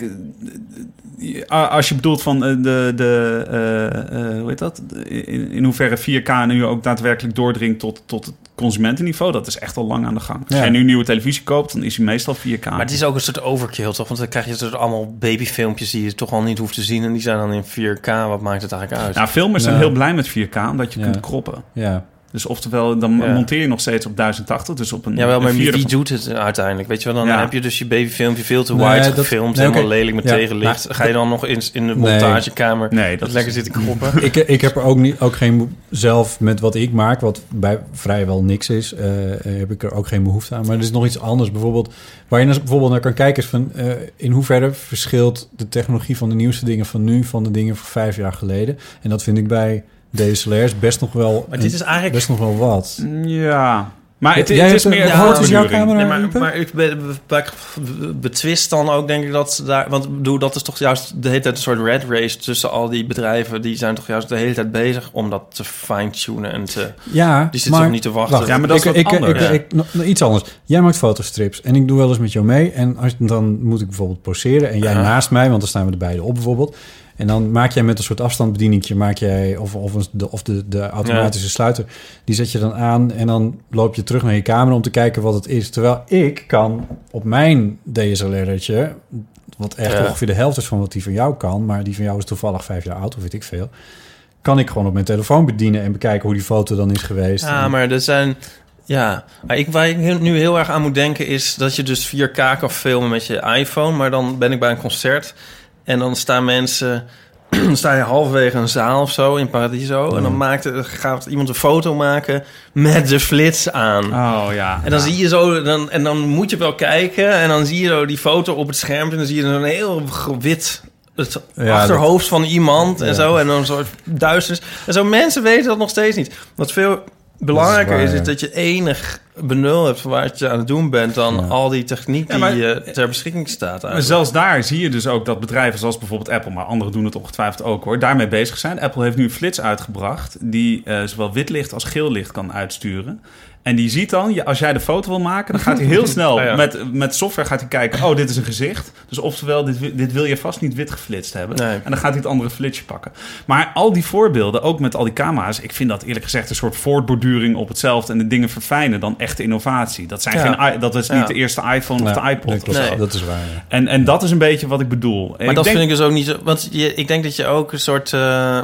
als je bedoelt van de, de uh, uh, hoe heet dat? In, in hoeverre vier K nu ook daadwerkelijk doordringt tot, tot het consumentenniveau, dat is echt al lang aan de gang. Als ja. je nu een nieuwe televisie koopt, dan is hij meestal vier K. Maar het is ook een soort overkill, toch? Want dan krijg je dus allemaal babyfilmpjes die je toch al niet hoeft te zien en die zijn dan in vier K. Wat maakt het eigenlijk uit? Nou, filmers ja. zijn heel blij met vier K, omdat je ja. kunt kroppen. Ja. Dus oftewel, dan ja. monteer je nog steeds op duizend tachtig, dus op een... Ja, wel, maar een wie van... doet het uiteindelijk? Weet je wel, dan ja. heb je dus je babyfilmpje veel te nee, wide dat, gefilmd, nee, okay. helemaal lelijk met ja. tegenlicht. Nou, Ga je dan nog in, in de montagekamer nee, nee, dat lekker is... zitten kroppen? ik, ik heb er ook, niet, ook geen... Zelf met wat ik maak, wat bij vrijwel niks is, uh, heb ik er ook geen behoefte aan. Maar er is nog iets anders. Bijvoorbeeld, waar je bijvoorbeeld naar kan kijken is van... Uh, in hoeverre verschilt de technologie van de nieuwste dingen van nu... van de dingen van vijf jaar geleden. En dat vind ik bij D S L R's best nog wel... Maar dit is eigenlijk... Best nog wel wat. Ja... Maar het, Jij het is meer... Hoe groot is jouw camera? Nee, maar, maar ik be, be, be, betwist dan ook, denk ik, dat daar... Want bedoel, dat is toch juist de hele tijd een soort red race tussen al die bedrijven. Die zijn toch juist de hele tijd bezig om dat te fine-tunen en te... Ja, die zitten toch niet te wachten. Wacht, ja, maar dat ik, is wat ik, anders. Ik, ik, ik, iets anders. Jij maakt fotostrips en ik doe wel eens met jou mee. En als, dan moet ik bijvoorbeeld poseren en jij uh. naast mij, want dan staan we er beide op bijvoorbeeld... En dan maak jij met een soort afstandsbedieningje, maak jij, of, of, de, of de, de automatische ja. sluiter, die zet je dan aan en dan loop je terug naar je camera om te kijken wat het is. Terwijl ik kan op mijn D S L R'tje, wat echt ja. ongeveer de helft is van wat die van jou kan, maar die van jou is toevallig vijf jaar oud, of weet ik veel, kan ik gewoon op mijn telefoon bedienen en bekijken hoe die foto dan is geweest. Ja, en... maar er zijn... Ja, maar ik, waar ik nu heel erg aan moet denken is dat je dus vier K kan filmen met je iPhone, maar dan ben ik bij een concert... En dan staan mensen... dan sta je halverwege een zaal of zo in Paradiso... Ja. En dan maakt, gaat iemand een foto maken met de flits aan. Oh ja. En dan ja. zie je zo... Dan, en dan moet je wel kijken... en dan zie je zo die foto op het scherm... en dan zie je zo'n heel wit... het ja, achterhoofd dat... van iemand en ja. zo... en dan een soort duisternis. En zo, mensen weten dat nog steeds niet. Wat veel belangrijker is, is, is dat je enig benul hebt van waar je aan het doen bent dan ja. al die techniek die ja, maar, uh, ter beschikking staat. Eigenlijk. Maar zelfs daar zie je dus ook dat bedrijven zoals bijvoorbeeld Apple, maar anderen doen het ongetwijfeld ook hoor, daarmee bezig zijn. Apple heeft nu een flits uitgebracht die uh, zowel wit licht als geel licht kan uitsturen. En die ziet dan, als jij de foto wil maken, dan gaat hij heel snel oh ja. met, met software gaat hij kijken, oh, dit is een gezicht. Dus oftewel, dit, dit wil je vast niet wit geflitst hebben. Nee. En dan gaat hij het andere flitsje pakken. Maar al die voorbeelden, ook met al die camera's, ik vind dat eerlijk gezegd een soort voortborduring op hetzelfde en de dingen verfijnen dan echte innovatie. Dat, zijn ja. geen, dat is niet ja. de eerste iPhone ja. of de iPod. Nee, of zo. Dat is waar. Ja. En, en dat is een beetje wat ik bedoel. Maar ik dat denk, vind ik dus ook niet zo, want je, ik denk dat je ook een soort... Uh,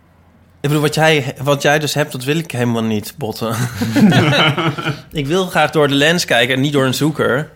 Ik bedoel, wat jij, wat jij dus hebt, dat wil ik helemaal niet, Botten. Ik wil graag door de lens kijken en niet door een zoeker.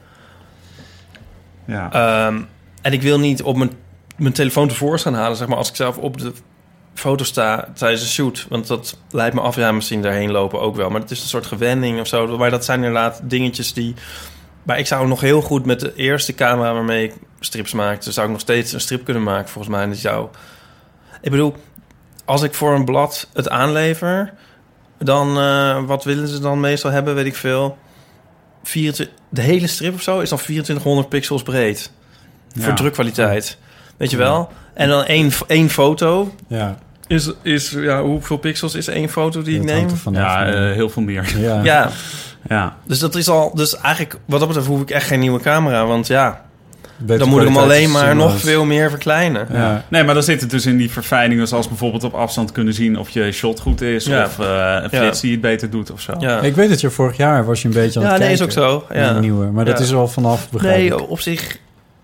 Ja. Um, en ik wil niet op mijn, mijn telefoon tevoorschijn halen, zeg maar, als ik zelf op de foto sta tijdens een shoot. Want dat leidt me af, ja, misschien daarheen lopen ook wel. Maar het is een soort gewenning of zo. Maar dat zijn inderdaad dingetjes die... Maar ik zou nog heel goed met de eerste camera waarmee ik strips maakte... zou ik nog steeds een strip kunnen maken, volgens mij. En dat jou... Ik bedoel... Als ik voor een blad het aanlever, dan... Uh, wat willen ze dan meestal hebben, weet ik veel. vierentwintig, de hele strip of zo is dan vierentwintighonderd pixels breed. Ja. Voor drukkwaliteit. Weet je wel? En dan één, één foto. Ja. Is, is, ja, hoeveel pixels is één foto die ik neem? Ja, uh, heel veel meer. Ja. ja. ja. Dus dat is al... Dus eigenlijk, wat dat betreft, hoef ik echt geen nieuwe camera. Want ja... Beter dan moet ik hem alleen maar nog veel meer verkleinen. Ja. Ja. Nee, maar dan zit het dus in die verfijningen... zoals bijvoorbeeld op afstand kunnen zien... of je shot goed is... Ja. of uh, een flits die het beter doet of zo. Ja. Ik weet dat je vorig jaar was je een beetje aan ja, het nee, kijken. Ja, nee, is ook zo. Ja. Een nieuwe. Maar ja. dat is er al vanaf begrijpelijk. Nee, op zich...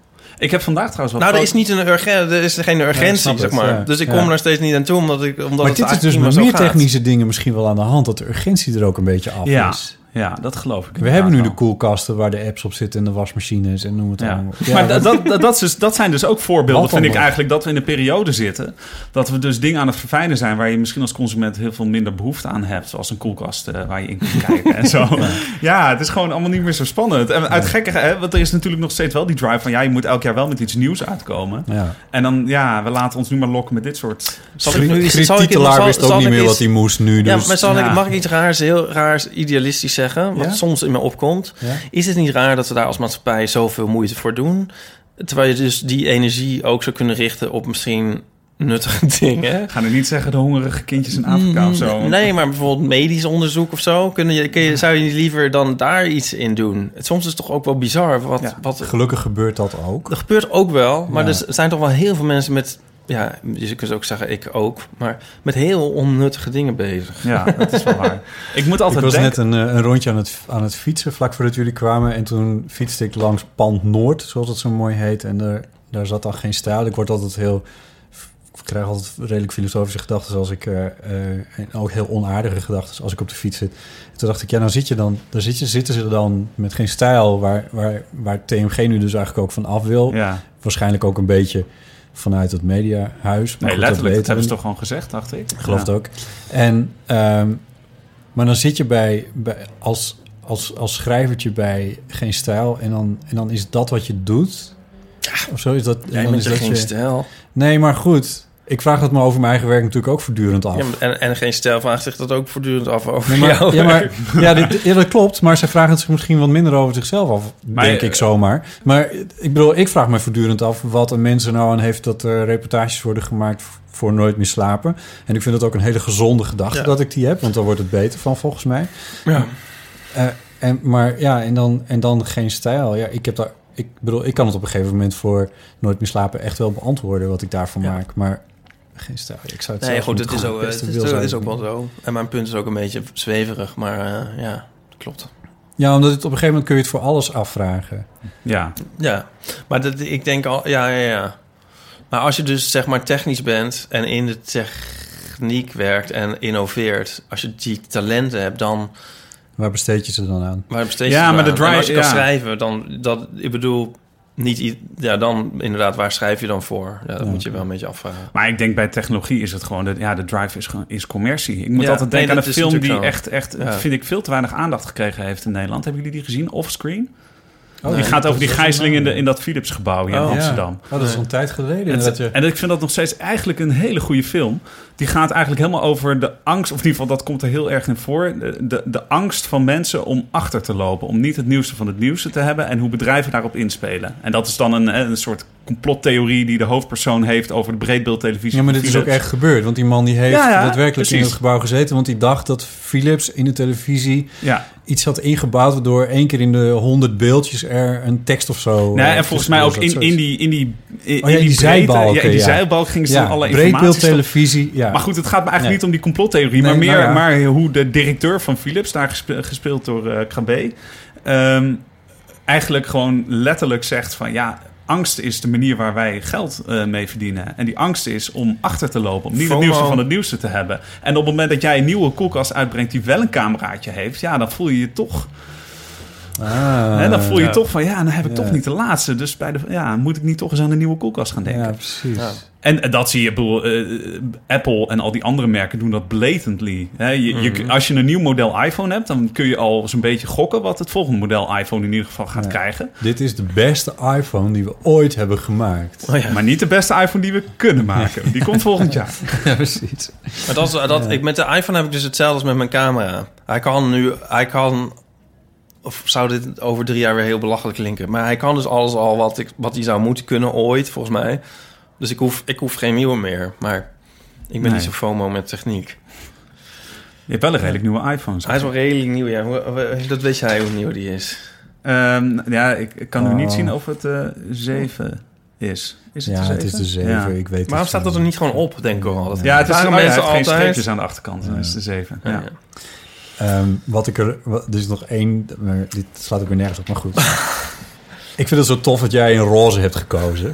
Ik heb vandaag trouwens wat... Nou, er is, niet een urgen- er is geen urgentie, ja, zeg maar. Ja. Dus ik kom ja. er steeds niet aan toe, omdat ik... Omdat maar het dit is dus met meer technische dingen misschien wel aan de hand... dat de urgentie er ook een beetje af ja. is. Ja, dat geloof ik. We hebben nu de koelkasten waar de apps op zitten... en de wasmachines en noem het ja. allemaal. Ja, maar dat, dat, dat, is dus, dat zijn dus ook voorbeelden, vind ik eigenlijk... dat we in een periode zitten... dat we dus dingen aan het verfijnen zijn... waar je misschien als consument heel veel minder behoefte aan hebt... zoals een koelkast uh, waar je in kunt kijken en zo. Ja. ja, het is gewoon allemaal niet meer zo spannend. En uit ja. gekkige, hè, want er is natuurlijk nog steeds wel die drive van... ja, je moet elk jaar wel met iets nieuws uitkomen. Ja. En dan, ja, we laten ons nu maar lokken met dit soort... Zal ik nu Griet Titelaar wist ook niet meer wat hij moest nu. Dus. Ja, maar zal ja. ik, mag ik iets raars, heel raars idealistisch zeggen? Wat ja? soms in me opkomt. Ja? Is het niet raar dat we daar als maatschappij zoveel moeite voor doen? Terwijl je dus die energie ook zou kunnen richten op misschien nuttige dingen. Gaan er niet zeggen de hongerige kindjes in Afrika mm, of zo? Nee, maar bijvoorbeeld medisch onderzoek of zo. Kun je, kun je, zou je niet liever dan daar iets in doen? Het, soms is het toch ook wel bizar. Wat, ja. wat, Gelukkig gebeurt dat ook. Dat gebeurt ook wel. Maar ja. er zijn toch wel heel veel mensen met... Ja, je kunt ook zeggen, ik ook. Maar met heel onnuttige dingen bezig. Ja, dat is wel waar. Ik moet altijd Ik was denken... net een, een rondje aan het, aan het fietsen... vlak voordat jullie kwamen. En toen fietste ik langs Pand Noord, zoals het zo mooi heet. En er, daar zat dan geen stijl. Ik word altijd heel... Ik krijg altijd redelijk filosofische gedachten... als ik... Uh, uh, en ook heel onaardige gedachten als ik op de fiets zit. En toen dacht ik, ja, dan zit je dan... dan zit je, zitten ze dan met geen stijl... waar, waar, waar T M G nu dus eigenlijk ook van af wil. Ja. Waarschijnlijk ook een beetje... vanuit het mediahuis. Nee, goed, letterlijk. Dat, dat hebben ze toch gewoon gezegd, dacht ik. Ik geloof ja. het ook. En, um, maar dan zit je bij, bij als, als, als schrijvertje bij geen stijl... en dan, en dan is dat wat je doet. Ja, of zo is dat. Jij bent er geen je, stijl. Nee, maar goed... Ik vraag het me over mijn eigen werk natuurlijk ook voortdurend af. Ja, en, en geen stijl vraagt zich dat ook voortdurend af over nee, maar, jou. Ja, maar, ja, dit, ja, dat klopt. Maar zij vragen het zich misschien wat minder over zichzelf af. Maar, denk ik zomaar. Maar ik bedoel, ik vraag me voortdurend af... wat een mens er nou aan heeft dat er reportages worden gemaakt... voor Nooit meer slapen. En ik vind het ook een hele gezonde gedachte ja. dat ik die heb. Want daar wordt het beter van, volgens mij. Ja. Uh, en, maar ja, en dan, en dan geen stijl. Ja, ik heb daar... Ik bedoel, ik kan het op een gegeven moment voor Nooit meer slapen... echt wel beantwoorden wat ik daarvan ja. maak. Maar... geen stijl. Ik zou het nee, goed, het is, ook, het, is, het is ook wel zo. En mijn punt is ook een beetje zweverig, maar uh, ja, dat klopt. Ja, omdat het op een gegeven moment kun je het voor alles afvragen. Ja. Ja, maar dat, ik denk al, ja, ja, ja. Maar als je dus zeg maar technisch bent en in de techniek werkt en innoveert, als je die talenten hebt, dan... Waar besteed je ze dan aan? Waar besteed je ja, ze maar aan? de drive, en als je ja. kan schrijven, dan, dat, ik bedoel... Niet, ja, dan inderdaad, waar schrijf je dan voor? Ja, dat ja. moet je wel een beetje afvragen. Maar ik denk bij technologie is het gewoon... De, ja, de drive is, is commercie. Ik moet ja, altijd denken nee, aan een film die zo. echt, echt ja. vind ik, veel te weinig aandacht gekregen heeft in Nederland. Hebben jullie die gezien? Offscreen? Oh, die nee, gaat over die gijzeling in, de, in dat Philips-gebouw hier oh, in Amsterdam. Ja. Oh, dat is al een tijd geleden. En, dat je... en ik vind dat nog steeds eigenlijk een hele goede film. Die gaat eigenlijk helemaal over de angst... of in ieder geval, dat komt er heel erg in voor... de, de, de angst van mensen om achter te lopen. Om niet het nieuwste van het nieuwste te hebben... en hoe bedrijven daarop inspelen. En dat is dan een, een soort complottheorie... die de hoofdpersoon heeft over de breedbeeldtelevisie. Ja, maar dit is ook echt gebeurd. Want die man die heeft ja, ja, daadwerkelijk precies. in het gebouw gezeten... want die dacht dat Philips in de televisie... Ja. iets had ingebouwd... waardoor één keer in de honderd beeldjes er een tekst of zo... Nee, en volgens mij ook in, in die... In die in oh ja, die, die zijbalk. Ja, in die ja. zijbalk gingen ze ja, dan alle informatie... breedbeeldtelevisie, ja. Maar goed, het gaat me eigenlijk nee. niet om die complottheorie... Nee, maar meer nou ja. maar hoe de directeur van Philips... daar gespe- gespeeld door uh, Krabbe... Um, eigenlijk gewoon letterlijk zegt van... ja, angst is de manier waar wij geld uh, mee verdienen. En die angst is om achter te lopen... om niet FOMO. het nieuwste van het nieuwste te hebben. En op het moment dat jij een nieuwe koelkast uitbrengt... die wel een cameraatje heeft... ja, dan voel je je toch... Ah, He, dan voel je ja. toch van, ja, dan heb ik ja. toch niet de laatste. Dus bij de, ja, moet ik niet toch eens aan een nieuwe koelkast gaan denken. Ja, precies. Ja. En dat zie je, bedoel, uh, Apple en al die andere merken doen dat blatantly. He, je, mm-hmm. je, als je een nieuw model iPhone hebt, dan kun je al zo'n beetje gokken... wat het volgende model iPhone in ieder geval gaat ja. krijgen. Dit is de beste iPhone die we ooit hebben gemaakt. Oh ja. Maar niet de beste iPhone die we kunnen maken. Die komt volgend jaar. Ja, precies. Maar dat, dat, ja. ik, met de iPhone heb ik dus hetzelfde als met mijn camera. Hij kan nu... Hij kan... Of zou dit over drie jaar weer heel belachelijk klinken? Maar hij kan dus alles al wat, ik, wat hij zou moeten kunnen ooit, volgens mij. Dus ik hoef, ik hoef geen nieuwe meer. Maar Ik ben Nee. niet zo FOMO met techniek. Je hebt wel een redelijk nieuwe iPhone. Hij is wel redelijk nieuw, ja. Hoe- hoe- Dat weet jij hoe nieuw die is. Um, ja, ik, ik kan nu Oh. niet zien of het uh, zeven is. Is het Ja, de zeven? het is de zeven. Ja. Ik weet Waarom staat dat er niet gewoon op, denk ik al altijd. Ja, het is Waren oh, ja, mensen hij heeft geen altijd... streepjes aan de achterkant. Dan is het de zeven. Ja. Ja, ja. Um, wat ik er... Wat, er is nog één... Maar dit slaat ook weer nergens op, maar goed. Ik vind het zo tof dat jij een roze hebt gekozen.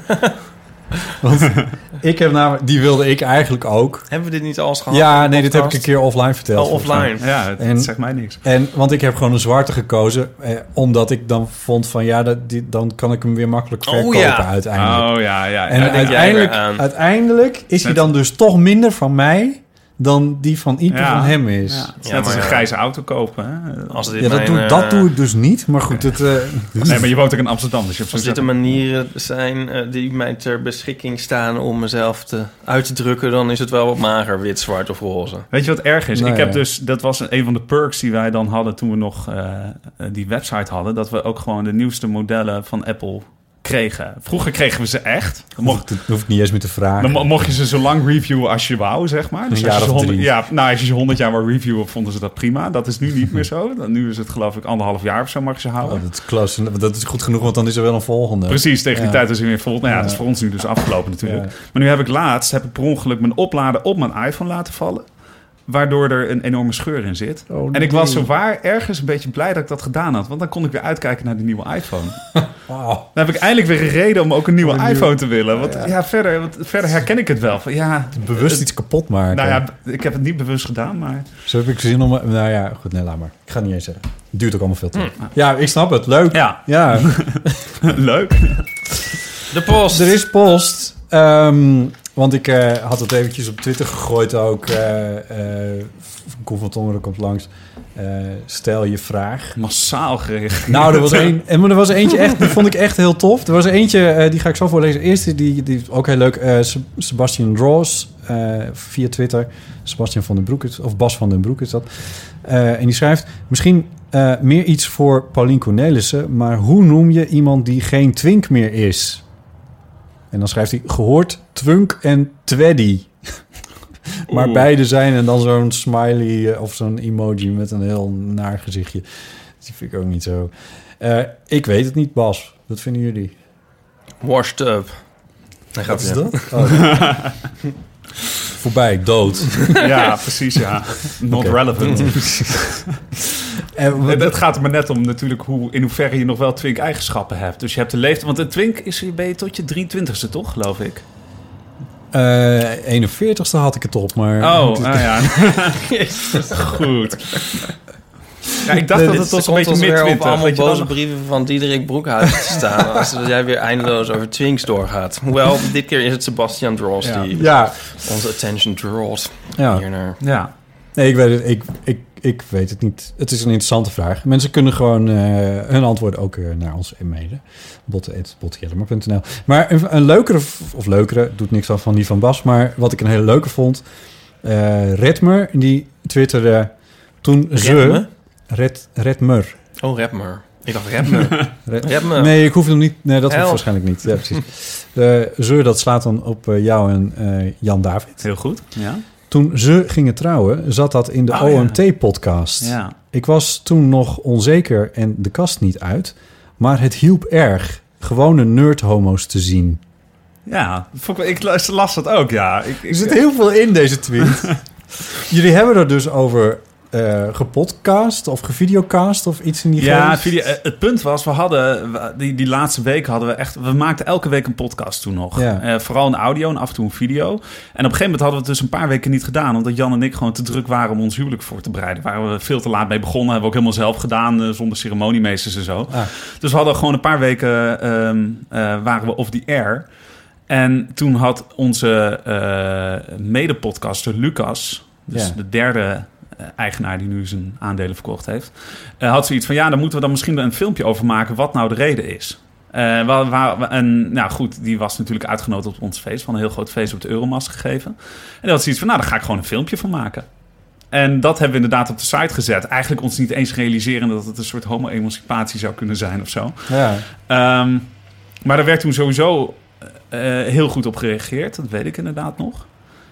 Want ik heb namelijk... Die wilde ik eigenlijk ook. Hebben we dit niet al eens gehad? Ja, in de nee, dit heb ik podcast? een keer offline verteld. Oh, offline. Ja, het, En- het zegt mij niks. En, want ik heb gewoon een zwarte gekozen. Eh, omdat ik dan vond van... Ja, dat, die, dan kan ik hem weer makkelijk Oh, verkopen ja. uiteindelijk. Oh ja, ja. En ja, denk jij uiteindelijk, weer aan. uiteindelijk is hij dan dus toch minder van mij... dan die van Ipe Ja. van hem is. Ja, het is Ja, net als maar een ja. grijze auto kopen. Hè? Als dit Ja, dat, mijn, doe, eh, dat doe ik dus niet. Maar goed, het... eh, Nee, maar je woont ook in Amsterdam, dus je hebt Als zo'n dit de manieren zijn uh, die mij ter beschikking staan om mezelf te, uit te drukken, dan is het wel wat mager, wit, zwart of roze. Weet je wat erg is? Nou, ik heb ja. dus, dat was een van de perks die wij dan hadden toen we nog uh, die website hadden, dat we ook gewoon de nieuwste modellen van Apple kregen. Vroeger kregen we ze echt. Dan mocht, dat hoef ik niet eens meer te vragen. dan mo- mocht je ze zo lang reviewen als je wou, zeg maar. Dus Een als je jaar ze of honderd, drie. ja, nou, als je ze honderd jaar wou reviewen, vonden ze dat prima. Dat is nu niet meer zo. Dan, nu is het geloof ik anderhalf jaar of zo mag je ze houden. Oh, dat, is close, dat is goed genoeg, want dan is er wel een volgende. Precies, tegen die Ja. tijd is hij weer vol. Nou ja, Ja. dat is voor ons nu dus afgelopen natuurlijk. Ja. Maar nu heb ik laatst, heb ik per ongeluk mijn oplader op mijn iPhone laten vallen. Waardoor er een enorme scheur in zit. Oh, En ik was nee. zo waar ergens een beetje blij dat ik dat gedaan had. Want dan kon ik weer uitkijken naar de nieuwe iPhone. Wow. Dan heb ik eindelijk weer een reden om ook een nieuwe Een nieuwe- iPhone te willen. Want ja, Ja. verder, want verder herken ik het wel. Van, ja, Bewust het- iets kapot maken. Nou ja, ik heb het niet bewust gedaan, maar... Zo heb ik zin om... Nou ja, goed, nee, laat maar. Ik ga het niet eens zeggen. Het duurt ook allemaal veel tijd. Ja, ik snap het. Leuk. Ja, Ja, leuk. De post! er is post. Ehm, want ik eh, had het eventjes op Twitter gegooid ook. eh eh Koen van Tongeren komt langs. Eh, stel je vraag. Massaal gereageerd. Nou, er was, een, en er was eentje echt, die vond ik echt heel tof. Er was eentje, uh, die ga ik zo voorlezen. Eerst die, die ook heel leuk, uh, Sebastian Dross, uh, via Twitter. Sebastian van den Broek, is, of Bas van den Broek is dat. Uh, en die schrijft, misschien uh, meer iets voor Paulien Cornelissen, maar hoe noem je iemand die geen twink meer is? En dan schrijft hij, gehoord, twunk en twaddy. Maar Oeh. beide zijn en dan zo'n smiley uh, of zo'n emoji met een heel naar gezichtje. Die vind ik ook niet zo. Uh, ik weet het niet, Bas. Wat vinden jullie? Washed up. Hij gaat Wat is weer. dat? Oh. Voorbij, dood. Ja, precies, ja. Not Oké. relevant. En wat- Het, het gaat er maar net om natuurlijk hoe, in hoeverre je nog wel twink-eigenschappen hebt. Dus je hebt de leeftijd... Want een twink is, ben je tot je drieëntwintigste, toch, geloof ik? Uh, eenenveertigste had ik het op, maar... Oh, het is- ah, ja. Goed. Ja, ik dacht Nee, dat dit het tot Er een komt beetje ons weer op mid-twintig. allemaal weet je boze wel. brieven van Diederik Broekhuis te staan. Als jij weer eindeloos over twinks doorgaat. Hoewel, dit keer is het Sebastian Dross Ja. die Ja, onze attention draws ja. hiernaar. Ja. Nee, ik weet het, ik, ik, ik weet het niet. Het is een interessante vraag. Mensen kunnen gewoon uh, hun antwoorden ook uh, naar ons mailen. botte.bottejellemer punt n l. Maar een, een leukere, of leukere, doet niks af van die van Bas... maar wat ik een hele leuke vond... Uh, Redmer, die twitterde toen ze... Redme? Red, Redmer. Oh, Redmer. Ik dacht Redmer. Red, Redmer. Nee, ik hoef hem niet... Nee, dat hoeft Help. waarschijnlijk niet. Ja, precies. De ze, dat slaat dan op uh, jou en uh, Jan David. Heel goed. Ja. Toen ze gingen trouwen, zat dat in de Oh, O M T-podcast. Ja. Ik was toen nog onzeker en de kast niet uit. Maar het hielp erg gewone nerd-homo's te zien. Ja, vond ik, ik las- las dat ook, ja. Ik, ik, Er zit heel veel in deze tweet. Jullie hebben er dus over uh, gepodcast of gevideocast of iets in die Ja, geest? video, eh, het punt was, we hadden we- die, die laatste week hadden we echt... We maakten elke week een podcast toen nog. Ja. Eh, vooral een audio en af en toe een video. En op een gegeven moment hadden we het dus een paar weken niet gedaan... omdat Jan en ik gewoon te druk waren om ons huwelijk voor te bereiden. Waren we veel te laat mee begonnen. Hebben we ook helemaal zelf gedaan, eh, zonder ceremoniemeesters en zo. Ah. Dus we hadden gewoon een paar weken... ehm, eh, waren we off the air. En toen had onze uh, mede-podcaster Lucas... dus Ja. de derde... Uh, eigenaar die nu zijn aandelen verkocht heeft... Uh, had zoiets van, ja, dan moeten we dan misschien een filmpje over maken... wat nou de reden is. Uh, waar, waar, en nou goed, die was natuurlijk uitgenodigd op ons feest... van een heel groot feest op de Euromast gegeven. En die had zoiets van, nou, daar ga ik gewoon een filmpje van maken. En dat hebben we inderdaad op de site gezet. Eigenlijk ons niet eens realiseren... dat het een soort homo-emancipatie zou kunnen zijn of zo. Ja. Um, maar daar werd toen sowieso uh, heel goed op gereageerd. Dat weet ik inderdaad nog.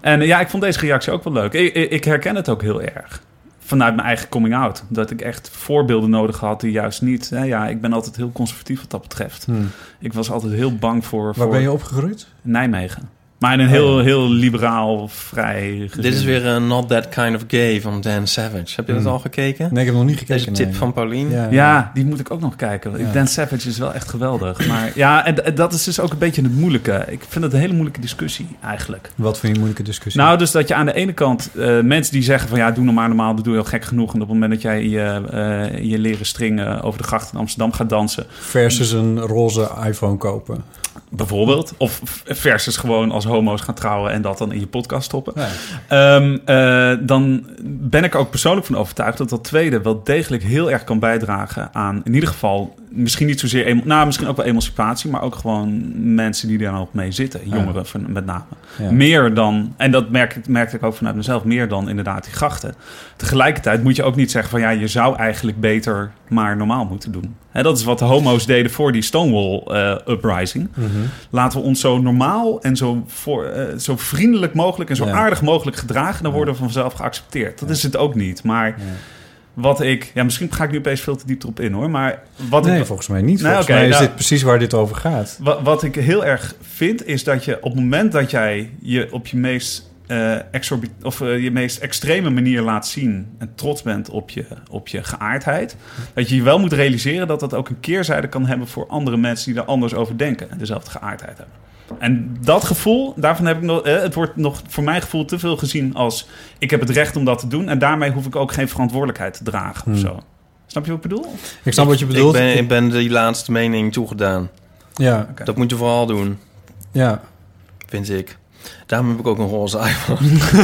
En uh, ja, ik vond deze reactie ook wel leuk. Ik, ik, ik herken het ook heel erg. Vanuit mijn eigen coming-out. Dat ik echt voorbeelden nodig had die juist niet... Hè, ja, ik ben altijd heel conservatief wat dat betreft. Hmm. Ik was altijd heel bang voor... Waar voor ben je opgegroeid? Nijmegen. Maar in een heel, heel liberaal, vrij gezin. Dit is weer een Not That Kind of Gay van Dan Savage. Heb je dat mm. al gekeken? Nee, ik heb nog niet gekeken. Deze tip nee. van Paulien. Ja, ja, die moet ik ook nog kijken. Ja. Dan Savage is wel echt geweldig. Maar ja, en dat is dus ook een beetje het moeilijke. Ik vind het een hele moeilijke discussie eigenlijk. Wat vind je een moeilijke discussie? Nou, dus dat je aan de ene kant uh, mensen die zeggen van... ja, doe normaal normaal, dat doe je al gek genoeg. En op het moment dat jij je, uh, je leren stringen over de gracht in Amsterdam gaat dansen... Versus een roze iPhone kopen. Bijvoorbeeld. Of versus gewoon als homo's gaan trouwen en dat dan in je podcast stoppen. Ja. Um, uh, dan ben ik er ook persoonlijk van overtuigd dat dat tweede wel degelijk heel erg kan bijdragen aan, in ieder geval, misschien niet zozeer, emo- nou misschien ook wel emancipatie, maar ook gewoon mensen die daar nog mee zitten. Jongeren ja. met name. Ja. Meer dan, en dat merk, merkte ik ook vanuit mezelf, meer dan inderdaad die grachten. Tegelijkertijd moet je ook niet zeggen van ja, je zou eigenlijk beter maar normaal moeten doen. He, dat is wat de homo's deden voor die Stonewall uh, uprising. Mm-hmm. Laten we ons zo normaal en zo, voor, uh, zo vriendelijk mogelijk en zo ja. aardig mogelijk gedragen. Dan worden we vanzelf geaccepteerd. Dat ja. is het ook niet. Maar ja. wat ik... Ja, misschien ga ik nu opeens veel te diep erop in hoor. Maar wat nee, ik, volgens mij niet. Nou, volgens okay, mij is nou, dit precies waar dit over gaat. Wat, wat ik heel erg vind is dat je op het moment dat jij je op je meest... Uh, exorbit- of uh, je meest extreme manier laat zien en trots bent op je, op je geaardheid, dat je je wel moet realiseren dat dat ook een keerzijde kan hebben voor andere mensen die er anders over denken en dezelfde geaardheid hebben. En dat gevoel, daarvan heb ik nog, eh, het wordt nog voor mijn gevoel te veel gezien als ik heb het recht om dat te doen en daarmee hoef ik ook geen verantwoordelijkheid te dragen hmm. of zo. Snap je wat ik bedoel? Ik snap wat je bedoelt. Ik ben, ik ben die laatste mening toegedaan. Ja. Okay. Dat moet je vooral doen. Ja. Vind ik. Daarom heb ik ook een roze iPhone.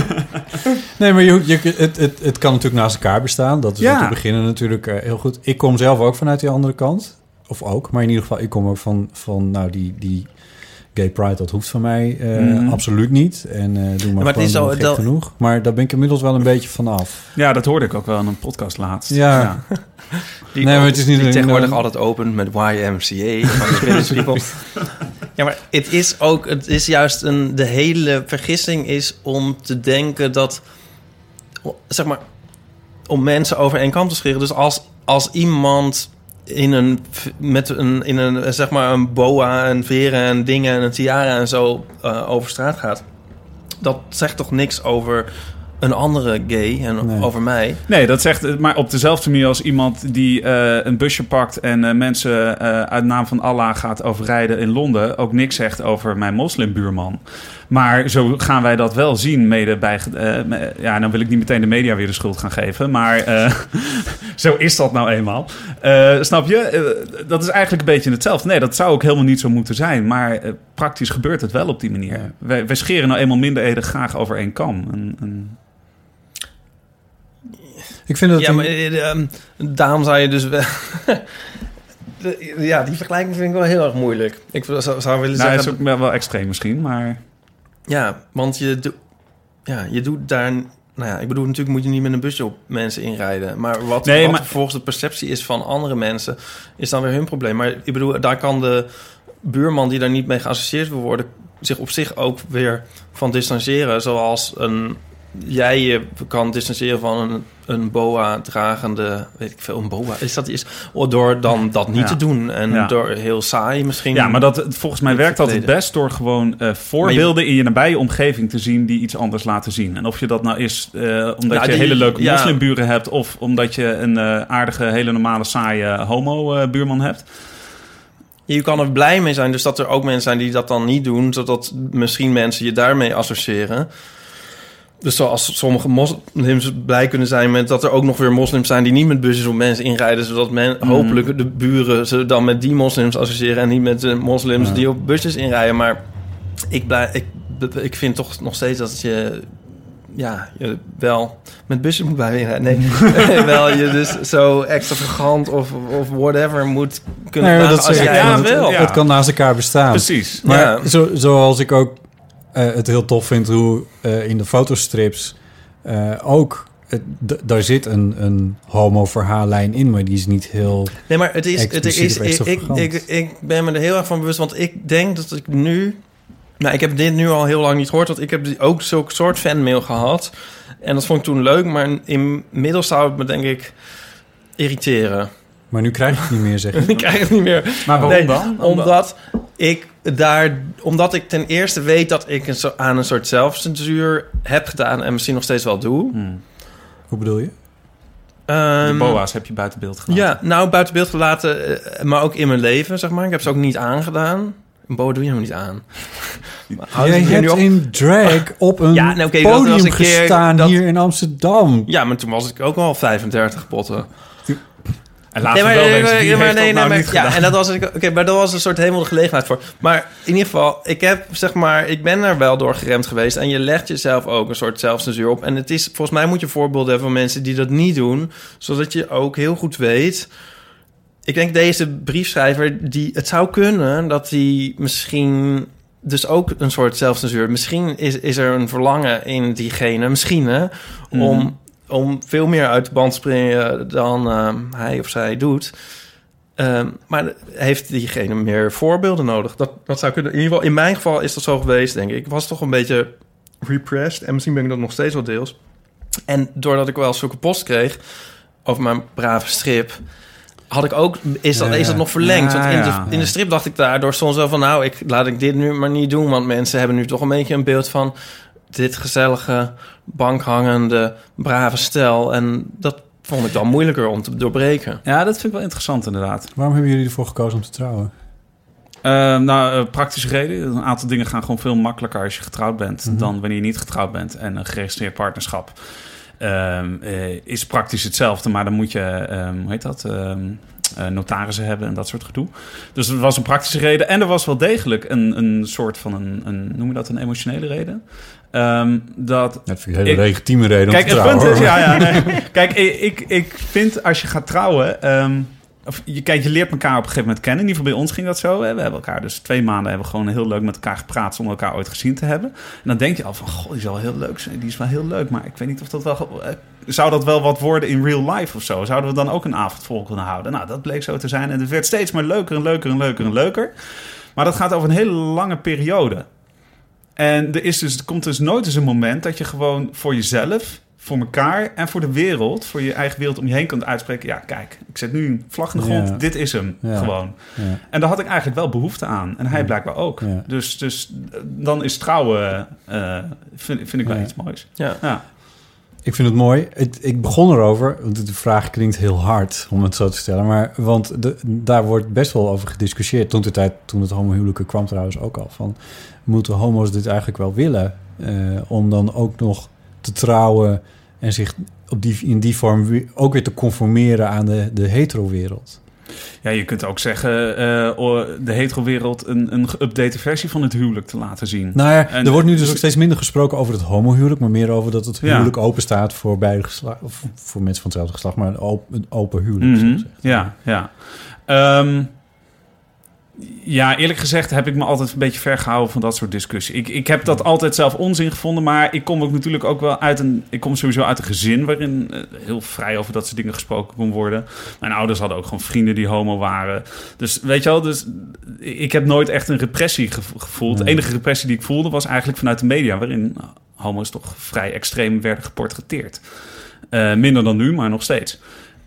Nee, maar je, je, het, het, het kan natuurlijk naast elkaar bestaan. Dat is ja. om te beginnen natuurlijk uh, heel goed. Ik kom zelf ook vanuit die andere kant. Of ook, maar in ieder geval, ik kom ook van, van nou, die, die gay pride, dat hoeft van mij uh, mm. absoluut niet. En uh, doe maar, ja, maar gewoon zo, gek dat... genoeg. Maar daar ben ik inmiddels wel een beetje vanaf. Ja, dat hoorde ik ook wel in een podcast laatst. Ja. ja. Die, nee, maar het is niet die een, tegenwoordig een... altijd opent met Y M C A van de Village People. Ja, maar het is ook, het is juist een, de hele vergissing is om te denken dat, zeg maar, om mensen over één kam te scheren. Dus als, als iemand in een, met een, in een, zeg maar, een boa en veren en dingen en een tiara en zo uh, over straat gaat, dat zegt toch niks over een andere gay en nee. over mij. Nee, dat zegt maar op dezelfde manier als iemand die uh, een busje pakt en uh, mensen uh, uit naam van Allah gaat overrijden in Londen ook niks zegt over mijn moslimbuurman. Maar zo gaan wij dat wel zien mede bij... Uh, ja, dan wil ik niet meteen de media weer de schuld gaan geven. Maar uh, zo is dat nou eenmaal. Uh, snap je? Uh, dat is eigenlijk een beetje hetzelfde. Nee, dat zou ook helemaal niet zo moeten zijn. Maar uh, praktisch gebeurt het wel op die manier. Ja. Wij, wij scheren nou eenmaal minderheden graag over één kam. En, en... Ik vind dat... Ja, maar um, daarom zou je dus wel... ja, die vergelijking vind ik wel heel erg moeilijk. Ik zou, zou willen nou, zeggen... Dat is ook wel, wel extreem misschien, maar... Ja, want je, do- ja, je doet daar... Nou ja, ik bedoel, natuurlijk moet je niet met een busje op mensen inrijden. Maar wat, nee, wat maar... vervolgens de perceptie is van andere mensen... is dan weer hun probleem. Maar ik bedoel, daar kan de buurman die daar niet mee geassocieerd wil worden... zich op zich ook weer van distancieren. Zoals een... jij je kan distancieren van een, een boa-dragende... weet ik veel, een boa... Is dat is door dan dat niet ja. te doen. En ja. door heel saai misschien... Ja, maar dat, volgens mij werkt dat het best... door gewoon uh, voorbeelden je, in je nabije omgeving te zien... die iets anders laten zien. En of je dat nou is uh, omdat ja, je die, hele leuke ja. moslimburen hebt... of omdat je een uh, aardige, hele normale, saaie homo-buurman uh, hebt... Je kan er blij mee zijn, dus dat er ook mensen zijn die dat dan niet doen... zodat misschien mensen je daarmee associëren... Dus zoals sommige moslims blij kunnen zijn met dat er ook nog weer moslims zijn die niet met busjes op mensen inrijden, zodat men mm. hopelijk de buren ze dan met die moslims associëren en niet met de moslims ja. die op busjes inrijden. Maar ik, blij, ik, ik vind toch nog steeds dat je, ja, je wel met busjes moet blijven inrijden. Nee, wel je dus zo extravagant of, of whatever moet kunnen nee, dat als jij ja, dat wil. Het, het kan naast elkaar bestaan. Precies. Maar ja. zo, zoals ik ook Uh, het heel tof vind hoe uh, in de fotostrips uh, ook... Het, d- daar zit een, een homo-verhaallijn in, maar die is niet heel... Nee, maar het is... Het is ik, ik, ik, ik ben me er heel erg van bewust, want ik denk dat ik nu... Nou, ik heb dit nu al heel lang niet gehoord, want ik heb ook zo'n soort fanmail gehad. En dat vond ik toen leuk, maar inmiddels zou het me denk ik irriteren. Maar nu krijg je het niet meer, zeg je? Ik krijg het niet meer. Maar waarom nee, dan? Omdat ik daar, omdat ik ten eerste weet dat ik een so, aan een soort zelfcensuur heb gedaan en misschien nog steeds wel doe. Hmm. Hoe bedoel je? De Um, boa's heb je buiten beeld gelaten. Ja, nou buiten beeld gelaten, maar ook in mijn leven, zeg maar. Ik heb ze ook niet aangedaan. Een boa doe je helemaal niet aan. Jij hebt in drag op een ja, nou, okay, podium dat was een gestaan keer, dat... hier in Amsterdam. Ja, maar toen was ik ook al vijfendertig potten. En laten we wel wezen, die heeft dat nou niet gedaan. Ja, en dat was, oké, okay, maar dat was een soort helemaal de gelegenheid voor. Maar in ieder geval, ik heb, zeg maar, ik ben er wel door geremd geweest. En je legt jezelf ook een soort zelfcensuur op. En het is, volgens mij moet je voorbeelden hebben van mensen die dat niet doen. Zodat je ook heel goed weet. Ik denk deze briefschrijver, die, het zou kunnen dat hij misschien dus ook een soort zelfcensuur. Misschien is, is er een verlangen in diegene, misschien hè, mm. om... om veel meer uit de band te springen dan uh, hij of zij doet. Um, maar heeft diegene meer voorbeelden nodig? Dat, dat zou kunnen. In ieder geval, in mijn geval is dat zo geweest, denk ik. Ik was toch een beetje repressed. En misschien ben ik dat nog steeds wel deels. En doordat ik wel zulke post kreeg over mijn brave strip, had ik ook, is dat, ja, is dat nog verlengd? Ja, want in de, ja, in de strip dacht ik daardoor soms wel van, nou, ik, laat ik dit nu maar niet doen. Want mensen hebben nu toch een beetje een beeld van dit gezellige, bankhangende, brave stel. En dat vond ik dan moeilijker om te doorbreken. Ja, dat vind ik wel interessant inderdaad. Waarom hebben jullie ervoor gekozen om te trouwen? Uh, nou, uh, praktische reden. Een aantal dingen gaan gewoon veel makkelijker als je getrouwd bent mm-hmm. dan wanneer je niet getrouwd bent. En een geregistreerd partnerschap uh, uh, is praktisch hetzelfde, maar dan moet je, um, hoe heet dat, um, uh, notarissen hebben en dat soort gedoe. Dus dat was een praktische reden. En er was wel degelijk een, een soort van een, een, noem je dat, een emotionele reden. Um, dat, dat vind ik een hele ik, legitieme reden om kijk, te trouwen. Kijk, het punt is, ja, ja, nee. Kijk, ik, ik vind als je gaat trouwen, um, of je, kijk, je leert elkaar op een gegeven moment kennen. In ieder geval bij ons ging dat zo. Hè. We hebben elkaar dus twee maanden hebben we gewoon heel leuk met elkaar gepraat zonder elkaar ooit gezien te hebben. En dan denk je al van, goh, die is wel heel leuk zijn. Die is wel heel leuk, maar ik weet niet of dat wel, zou dat wel wat worden in real life of zo? Zouden we dan ook een avond vol kunnen houden? Nou, dat bleek zo te zijn en het werd steeds maar leuker en leuker en leuker en leuker. Maar dat gaat over een hele lange periode. En er, is dus, er komt dus nooit eens een moment dat je gewoon voor jezelf, voor elkaar en voor de wereld, voor je eigen wereld om je heen kunt uitspreken. Ja, kijk, ik zet nu een vlag in de grond. Ja. Dit is hem, ja. gewoon. Ja. En daar had ik eigenlijk wel behoefte aan. En hij ja. blijkbaar ook. Ja. Dus, dus dan is trouwen, uh, vind, vind ik wel ja. iets moois. Ja. ja. Ik vind het mooi. Het, ik begon erover, want de vraag klinkt heel hard om het zo te stellen. Maar, want de, daar wordt best wel over gediscussieerd. Toen, de tijd, toen het homohuwelijken kwam trouwens ook al van, moeten homo's dit eigenlijk wel willen? Uh, om dan ook nog te trouwen en zich op die, in die vorm ook weer te conformeren aan de, de hetero-wereld. Ja, je kunt ook zeggen uh, de hetero-wereld een, een geüpdate versie van het huwelijk te laten zien. Nou ja, en, er wordt nu dus ook steeds minder gesproken over het homohuwelijk, maar meer over dat het huwelijk ja. open staat voor beide geslachten, of voor mensen van hetzelfde geslacht, maar een open, een open huwelijk. Mm-hmm. Ja, ja. Um, Ja, eerlijk gezegd heb ik me altijd een beetje ver gehouden van dat soort discussie. Ik, ik heb dat altijd zelf onzin gevonden, maar ik kom ook natuurlijk ook wel uit een... Ik kom sowieso uit een gezin waarin uh, heel vrij over dat soort dingen gesproken kon worden. Mijn ouders hadden ook gewoon vrienden die homo waren. Dus weet je wel, dus ik heb nooit echt een repressie gevoeld. Nee. De enige repressie die ik voelde was eigenlijk vanuit de media, waarin homo's toch vrij extreem werden geportretteerd. Uh, minder dan nu, maar nog steeds.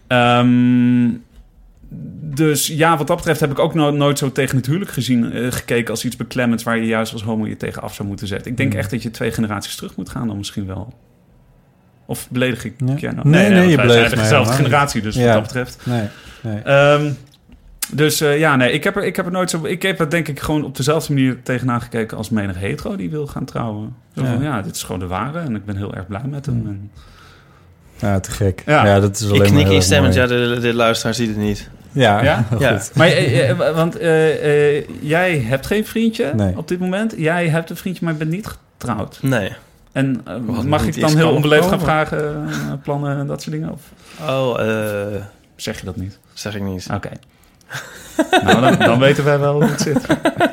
Um, Dus ja, wat dat betreft heb ik ook no- nooit zo tegen het huwelijk gezien, uh, gekeken als iets beklemmends waar je juist als homo je tegen af zou moeten zetten. Ik denk mm. echt dat je twee generaties terug moet gaan dan misschien wel. Of beledig ik ja. ja, nou, nee, nee, nee, je wij zijn dezelfde generatie, dus ja. wat dat betreft. Nee, nee. Um, dus uh, ja, nee, ik heb, er, ik heb er nooit zo... Ik heb er denk ik gewoon op dezelfde manier tegenaan gekeken als menig hetero die wil gaan trouwen. Zo ja. Van, ja, dit is gewoon de ware en ik ben heel erg blij met hem. Mm. En... Ja, te gek. Ja, ja dat is alleen ik maar knik instemmend, ja, de, de luisteraar ziet het niet. Ja, ja? Goed. ja. Maar uh, uh, want uh, uh, jij hebt geen vriendje nee. op dit moment. Jij hebt een vriendje, maar bent niet getrouwd. Nee. En uh, mag ik dan heel onbeleefd gaan vragen, uh, plannen en dat soort dingen? Of? Oh, uh, zeg je dat niet? Zeg ik niet. Oké. Okay. nou, dan, dan weten wij wel hoe het zit.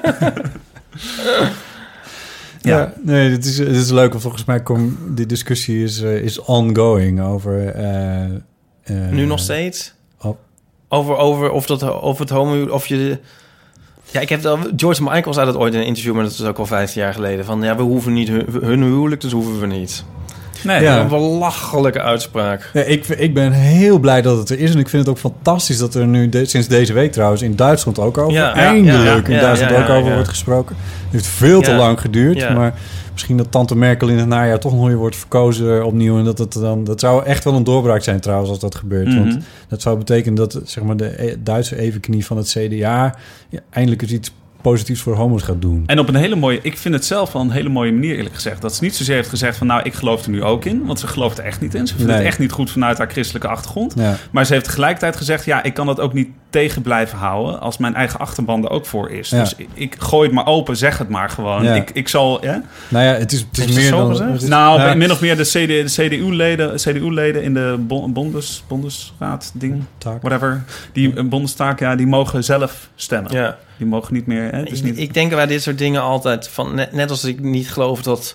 Ja, ja, nee, dit is, dit is leuk. Want volgens mij komt die discussie is, uh, is ongoing over... Uh, uh, nu nog steeds? Oh. Over, over of, dat, of het homo... Of je... Ja, ik heb dat, George Michael zei dat ooit in een interview, maar dat is ook al vijftien jaar geleden. Van ja, we hoeven niet hun, hun huwelijk, dus hoeven we niet. Nee, Ja. Een belachelijke uitspraak. Ja, ik, ik ben heel blij dat het er is. En ik vind het ook fantastisch dat er nu, de, sinds deze week trouwens, in Duitsland ook over, Ja, eindelijk ja, ja, in Duitsland ja, ja, ook over ja. wordt gesproken. Het heeft veel te Ja. lang geduurd. Ja. Maar misschien dat tante Merkel in het najaar toch nog weer wordt verkozen opnieuw. En dat het dan, dat zou echt wel een doorbraak zijn trouwens als dat gebeurt. Mhm. Want dat zou betekenen dat zeg maar, de Duitse evenknie van het C D A ja, eindelijk eens iets positiefs voor homo's gaat doen. En op een hele mooie... Ik vind het zelf wel een hele mooie manier, eerlijk gezegd. Dat ze niet zozeer heeft gezegd van... nou, ik geloof er nu ook in. Want ze gelooft er echt niet in. Ze vindt Nee. het echt niet goed vanuit haar christelijke achtergrond. Ja. Maar ze heeft tegelijkertijd gezegd... ja, ik kan dat ook niet tegen blijven houden... als mijn eigen achterban er ook voor is. Ja. Dus ik, ik gooi het maar open, zeg het maar gewoon. Ja. Ik, ik zal... Ja? Nou ja, het is, het is Heeft ze meer zo dan... gezegd? het is- Nou, ja. min of meer de, C D, de C D U-leden C D U-leden in de bon- bondes, bondesraad ding, Taak. whatever. Die uh, bondestaak, ja, die mogen zelf stemmen. Ja. Die mogen niet meer... Hè? Het is Ik, niet... ik denk bij dit soort dingen altijd van... Net, net als ik niet geloof dat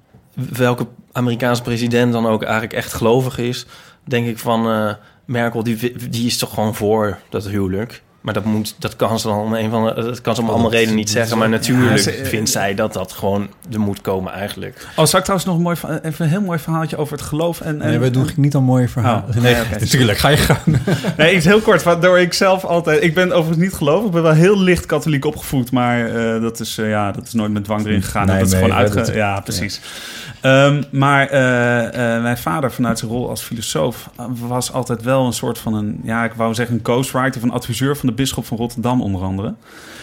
welke Amerikaanse president dan ook eigenlijk echt gelovig is... denk ik van uh, Merkel, die, die is toch gewoon voor dat huwelijk... Maar dat, moet, dat kan ze dan om een van de, dat kan ze om allemaal redenen niet zeggen. Maar natuurlijk Ja, ze- vindt zij dat dat gewoon er moet komen eigenlijk. Oh, zal ik trouwens nog een, mooi, verha- even een heel mooi verhaaltje over het geloof? En, en, Nee, wij doen niet aan mooie verhalen. Oh, nee, nee, oké. natuurlijk. Ga je gang. Nee, iets heel kort. Waardoor ik zelf altijd... Ik ben overigens niet gelovig. Ik ben wel heel licht katholiek opgevoed. Maar uh, dat, is, uh, ja, dat is nooit met dwang erin gegaan. Nee, dat is nee, gewoon hè, uitge... dat- ja, precies. Ja. Um, maar uh, uh, mijn vader vanuit zijn rol als filosoof... was altijd wel een soort van een... Ja, ik wou zeggen een ghostwriter... of een adviseur van de bisschop van Rotterdam onder andere.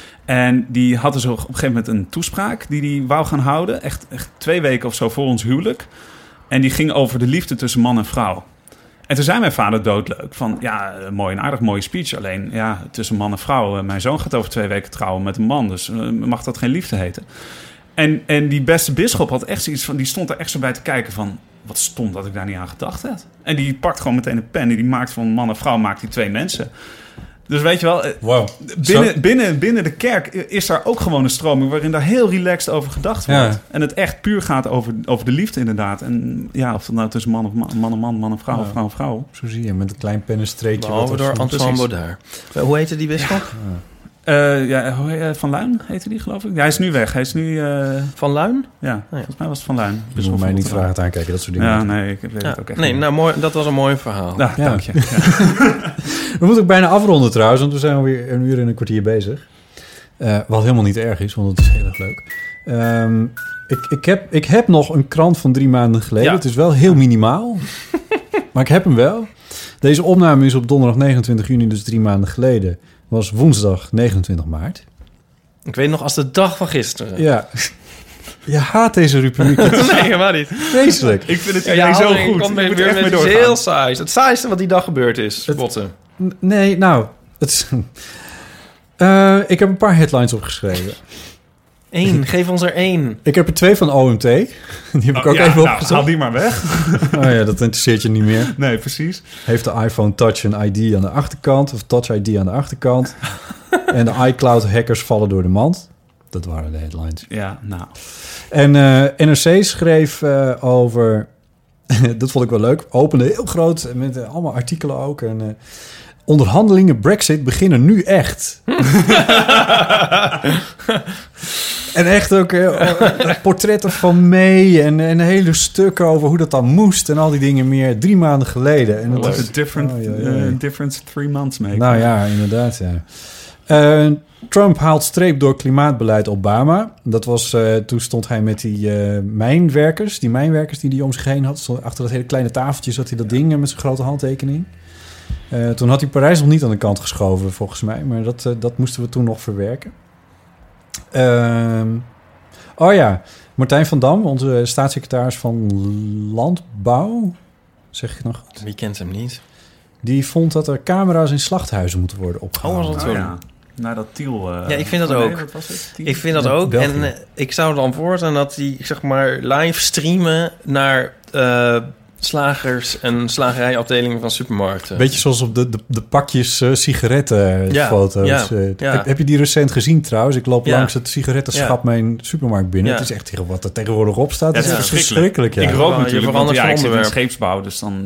En die had dus op een gegeven moment een toespraak... die hij wou gaan houden. Echt, echt twee weken of zo voor ons huwelijk. En die ging over de liefde tussen man en vrouw. En toen zei mijn vader doodleuk van... ja, mooi en aardig, mooie speech. Alleen, ja, tussen man en vrouw... mijn zoon gaat over twee weken trouwen met een man... dus uh, mag dat geen liefde heten. En, en die beste bisschop had echt zoiets van... die stond er echt zo bij te kijken van... wat stom dat ik daar niet aan gedacht had. En die pakt gewoon meteen een pen... en die maakt van man en vrouw maakt die twee mensen... Dus weet je wel, Wow. binnen, binnen, binnen de kerk is daar ook gewoon een stroming... waarin daar heel relaxed over gedacht wordt. Ja. En het echt puur gaat over, over de liefde inderdaad. En ja, of dat nou tussen man of man, man en man, man en vrouw, Ja. of vrouw en vrouw. Zo zie je, met een klein pennenstreekje. Behalve wat er door zo- Antoine precies. Baudard. Hoe heette die bisschop? Uh, ja, hoe heet- uh, Van Luijn heette die, geloof ik. Ja, hij is nu weg. Hij is nu... Uh, Van Luijn? ja, volgens mij was het Van Luijn. Je moet mij niet vragen aankijken, dat soort dingen. Ja, nee, ik weet Ja. het ook echt Nee, niet. nou, mooi, dat was een mooi verhaal. Nou, Ja. dank je. Ja. We moeten ook bijna afronden trouwens, want we zijn alweer een uur en een kwartier bezig. Uh, wat helemaal niet erg is, want het is heel erg leuk. Um, ik, ik, heb, ik heb nog een krant van drie maanden geleden. Ja. Het is wel heel minimaal, maar ik heb hem wel. Deze opname is op donderdag negenentwintig juni, dus drie maanden geleden. Was woensdag negenentwintig maart. Ik weet nog als de dag van gisteren. Ja, je haat deze rubriek. Nee, helemaal niet. Vreselijk. Ik vind het Ja, idee ja, zo ik goed. kom Ik weer moet er echt mee met iets doorgaan. heel saais. Het saaiste wat die dag gebeurd is. Het- Botten. N- Nee, nou, het is... Uh, ik heb een paar headlines opgeschreven. Eén, geef ons er één. Ik heb er twee van O M T. Die heb ik Oh, ook ja, even nou, opgezocht. haal die maar weg. Oh ja, dat interesseert je niet meer. Nee, precies. Heeft de iPhone Touch een I D aan de achterkant? Of Touch I D aan de achterkant? En de iCloud hackers vallen door de mand. Dat waren de headlines. Ja, nou. En uh, N R C schreef uh, over... dat vond ik wel leuk. Opende heel groot, met uh, allemaal artikelen ook. En, uh, onderhandelingen Brexit beginnen nu echt. En echt ook uh, portretten van May en, en hele stukken over hoe dat dan moest en al die dingen meer drie maanden geleden. En dat What was a different, oh, ja, ja. uh, difference three months make. Nou ja, inderdaad, ja. Uh, Trump haalt streep door klimaatbeleid Obama. Dat was, uh, toen stond hij met die uh, mijnwerkers, die mijnwerkers die hij om zich heen had. Stond achter dat hele kleine tafeltje zat hij dat ding uh, met zijn grote handtekening. Uh, toen had hij Parijs nog niet aan de kant geschoven, volgens mij. Maar dat, uh, dat moesten we toen nog verwerken. Uh, oh ja, Martijn van Dam, onze staatssecretaris van Landbouw. Zeg ik het nog goed? Wie kent hem niet? Die vond dat er camera's in slachthuizen moeten worden opgehangen. Oh, was dat Oh, zo? ja. Naar dat Tiel. Uh, Ja, ik vind dat oh, nee, ook. wat was het? Tiel? Ik vind dat Ja, ook. België. En uh, ik zou dan voorstellen dat die, zeg maar, live streamen naar uh, slagers en slagerijafdelingen van supermarkten. Beetje zoals op de, de, de pakjes uh, sigarettenfoto's. Ja, Uh, ja. heb, heb je die recent gezien trouwens? Ik loop Ja. langs het sigarettenschap Ja. mijn supermarkt binnen. Ja. Het is echt tegen wat er tegenwoordig op staat. Ja, het is het is verschrikkelijk. verschrikkelijk. Ja. Ik rook Ja, je natuurlijk, want verandert ja, van ik zit in onderwerp. scheepsbouw, dus dan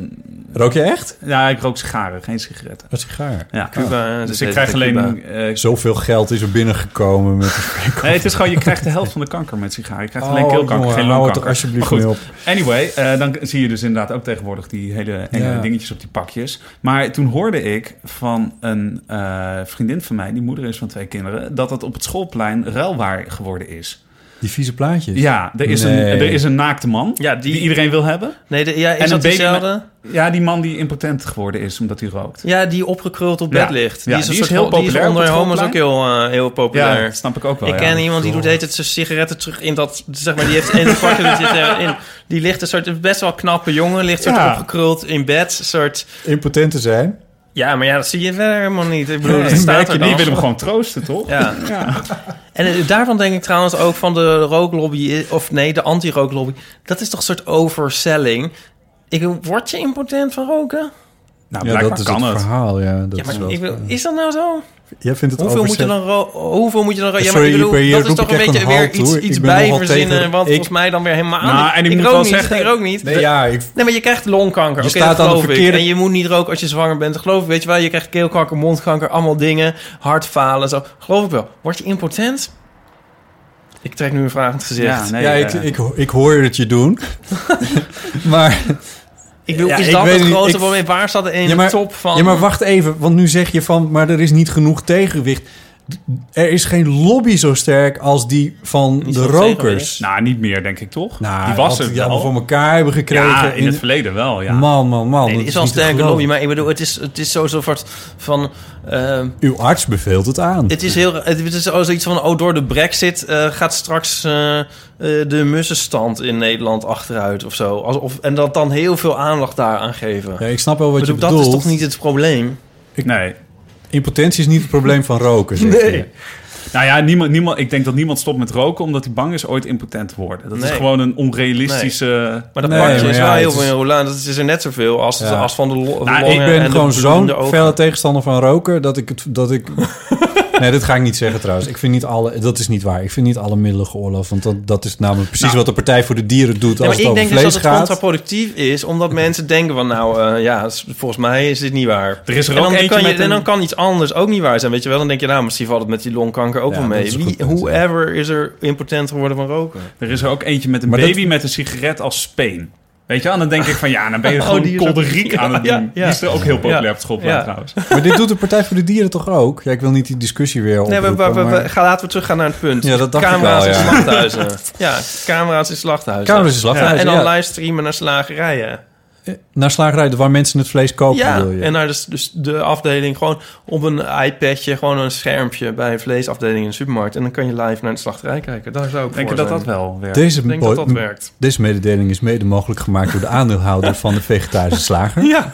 Rook je echt? Ja, ik rook sigaren, geen sigaretten. Een sigaar? Ja. Cuba, dus dus ik krijg alleen... Uh, Zoveel geld is er binnengekomen met de Nee, het is gewoon, je krijgt de helft van de kanker met sigaren. Je krijgt alleen oh, keelkanker, jongen, geen hou longkanker. het alsjeblieft mee op. Anyway, uh, dan zie je dus inderdaad ook tegenwoordig die hele enge ja. dingetjes op die pakjes. Maar toen hoorde ik van een uh, vriendin van mij, die moeder is van twee kinderen, dat het op het schoolplein ruilwaar geworden is. Die vieze plaatjes? Ja, er is, nee. een, er is een naakte man ja, die, die iedereen wil hebben. Nee, de, ja, is en dat diezelfde? Met, ja, die man die impotent geworden is omdat hij rookt. Ja, die opgekruld op bed ja. ligt. Die ja, is, een die soort is heel populair. Die is onder homo's ook heel, uh, heel populair. Ja, dat snap ik ook wel. Ik ken ja. iemand die doet heet het zijn sigaretten terug in dat... Zeg maar, die heeft een pakje, die, zit erin, die ligt een soort best wel knappe jongen, ligt soort ja. opgekruld in bed. Soort... Impotent te zijn? Ja, maar ja, dat zie je verder helemaal niet. Ik bedoel, nee, dat staat er dan. Je wil hem gewoon troosten, toch? Ja. ja. En uh, daarvan denk ik trouwens ook van de rooklobby... of nee, de anti-rooklobby. Dat is toch een soort overselling. Ik, word je impotent van roken? Nou, ja, dat is kan het, het verhaal, ja. Dat ja maar is, wel, ik wil, is dat nou zo? Jij vindt het hoeveel moet je dan ro- Hoeveel moet je dan roken? Ja, Sorry, maar ik bedoel, hier dat is toch een beetje weer halt, iets, iets bij verzinnen... Tegen, want ik, volgens mij dan weer helemaal nou, niet. En ik, ik moet rook wel niet, zeggen, ik rook niet. Nee, ja, ik, nee, maar je krijgt longkanker. Je Oké, staat dat geloof verkeerde... ik. En je moet niet roken als je zwanger bent. Dat geloof ik, weet je wel. Je krijgt keelkanker, mondkanker, allemaal dingen. Hartfalen, zo. Geloof ik wel. Word je impotent? Ik trek nu een vraag in het gezicht. Ja, nee, ja uh, ik, ik, ik hoor het je doen. maar... Ik bedoel, ja, is dat het grootste probleem? Waar staat er in ja, maar, de top van... Ja, maar wacht even. Want nu zeg je van... maar er is niet genoeg tegenwicht. Er is geen lobby zo sterk als die van niet de rokers. Nou, niet meer, denk ik toch? Nou, die was er die allemaal voor elkaar hebben gekregen. Ja, in, in het verleden wel, ja. Man, man, man. Nee, het is wel een sterke lobby. Maar ik bedoel, het is, het is zo soort van... Uh, Uw arts beveelt het aan. Het is, heel, het is zoiets van... oh, door de brexit uh, gaat straks... Uh, uh, de mussenstand in Nederland achteruit of zo. Alsof, en dat dan heel veel aandacht daaraan geven. Ja, ik snap wel wat bedoel, je dat bedoelt. Dat is toch niet het probleem? Ik, nee. Impotentie is niet het probleem van roken, zeg nee. je. Nou ja, niemand, niemand, ik denk dat niemand stopt met roken... omdat hij bang is ooit impotent te worden. Dat nee. is gewoon een onrealistische... Nee. Maar dat nee, pakje is ja, wel heel is... veel in Roland. Dat is er net zoveel als, ja. als van de, lo- nou, longen. Ik ben en gewoon zo'n felle tegenstander van roken... dat ik... Het, dat ik nee, dat ga ik niet zeggen trouwens. Ik vind niet alle... Dat is niet waar. Ik vind niet alle middelen geoorloofd. Want dat, dat is namelijk precies nou, wat de Partij voor de Dieren doet... Ja, als het over vlees gaat. Ik denk dus dat het contraproductief is... omdat mensen denken van... nou, uh, ja, volgens mij is dit niet waar. Er is er en, ook dan eentje kan je, met een... en dan kan iets anders ook niet waar zijn. Weet je wel? Dan denk je, nou, misschien valt het met die longkanker ook ja, wel mee. Wie, whoever is er impotent geworden van roken. Er is er ook eentje met een maar baby dat... met een sigaret als speen. Weet je wel? En dan denk ik van ja, dan ben je oh, gewoon kolderiek aan het doen. Ja, ja. Die is er ook heel populair ja. op het schoolplein ja. trouwens. Maar dit doet de Partij voor de Dieren toch ook? Ja, ik wil niet die discussie weer oproepen. Nee, we, we, we, maar... ga, laten we teruggaan naar het punt. Ja, dat dacht camera's ik wel, ja. in slachthuizen. Ja, camera's in slachthuizen. Camera's in slachthuizen, ja. En dan ja. livestreamen naar slagerijen. Naar slagerijen waar mensen het vlees kopen, ja, wil je? En naar de, dus de afdeling gewoon op een iPadje, gewoon een schermpje bij een vleesafdeling in de supermarkt. En dan kan je live naar de slachterij kijken. Daar zou ik Denk je dat dat wel werkt? Deze, ik denk dat dat werkt. Deze mededeling is mede mogelijk gemaakt door de aandeelhouder van de vegetarische slager. Ja.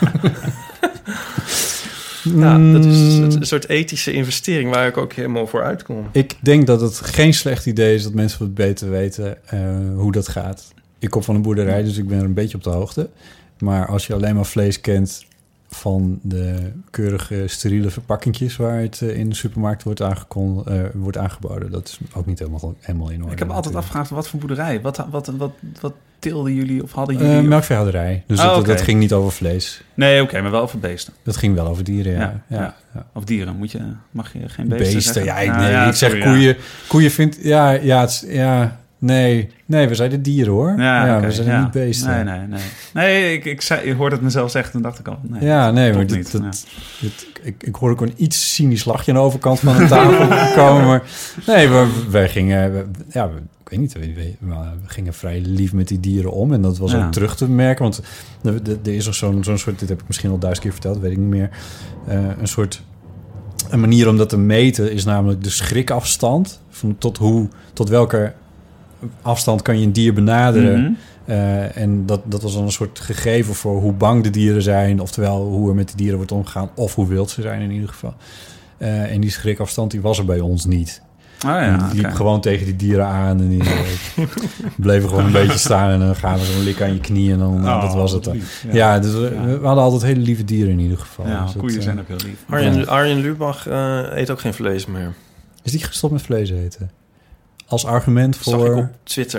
Ja, dat is een soort ethische investering waar ik ook helemaal voor uitkom. Ik denk dat het geen slecht idee is dat mensen wat beter weten uh, hoe dat gaat. Ik kom van een boerderij, dus ik ben er een beetje op de hoogte. Maar als je alleen maar vlees kent van de keurige steriele verpakkingjes waar het uh, in de supermarkt wordt, aangekon, uh, wordt aangeboden, dat is ook niet helemaal, helemaal in orde. Ik heb altijd afgevraagd, wat voor boerderij? Wat, wat, wat, wat teelden jullie of hadden Uh, jullie? melkveehouderij. Dus oh, dat, okay. dat ging niet over vlees. Nee, oké, okay, maar wel over beesten. Dat ging wel over dieren, ja. Ja, ja, ja. ja. Of dieren, moet je, mag je geen beesten, beesten zeggen? ja, ik, nou, nee, ja, ik zeg sorry, koeien. Ja. Koeien vindt... Ja, ja, het, ja, nee. Nee, we zeiden dieren, hoor. Ja, ja okay, we zijn ja. niet beesten. Nee, nee, nee. Nee, ik, ik, zei, ik hoorde het mezelf zeggen, toen dacht ik al... Nee, ja, nee, maar dit, niet, dat, ja. dit, ik, ik hoorde ook een iets cynisch lachje aan de overkant van de tafel komen. Maar nee, we, wij gingen... We, ja, we, ik weet niet, we, we, we gingen vrij lief met die dieren om. En dat was ja. ook terug te merken. Want er is nog zo'n, zo'n soort... Dit heb ik misschien al duizend keer verteld, weet ik niet meer. Uh, een soort... Een manier om dat te meten is namelijk de schrikafstand. Van tot, hoe, tot welke afstand kan je een dier benaderen. Mm-hmm. Uh, en dat, dat was dan een soort gegeven voor hoe bang de dieren zijn. Oftewel hoe er met die dieren wordt omgegaan. Of hoe wild ze zijn in ieder geval. Uh, en die schrikafstand die was er bij ons niet. Oh ja, die liep okay. gewoon tegen die dieren aan. En die uh, bleven gewoon een beetje staan. En dan gaven ze een lik aan je knie. En dan oh, dat was het dan. Lief, ja, ja, dus we, ja, we hadden altijd hele lieve dieren in ieder geval. Ja, dus koeien dat, zijn ook heel lief. Arjen, ja. Arjen Lubach uh, eet ook geen vlees meer. Is die gestopt met vlees eten? Als argument voor... Zag ik op Twitter.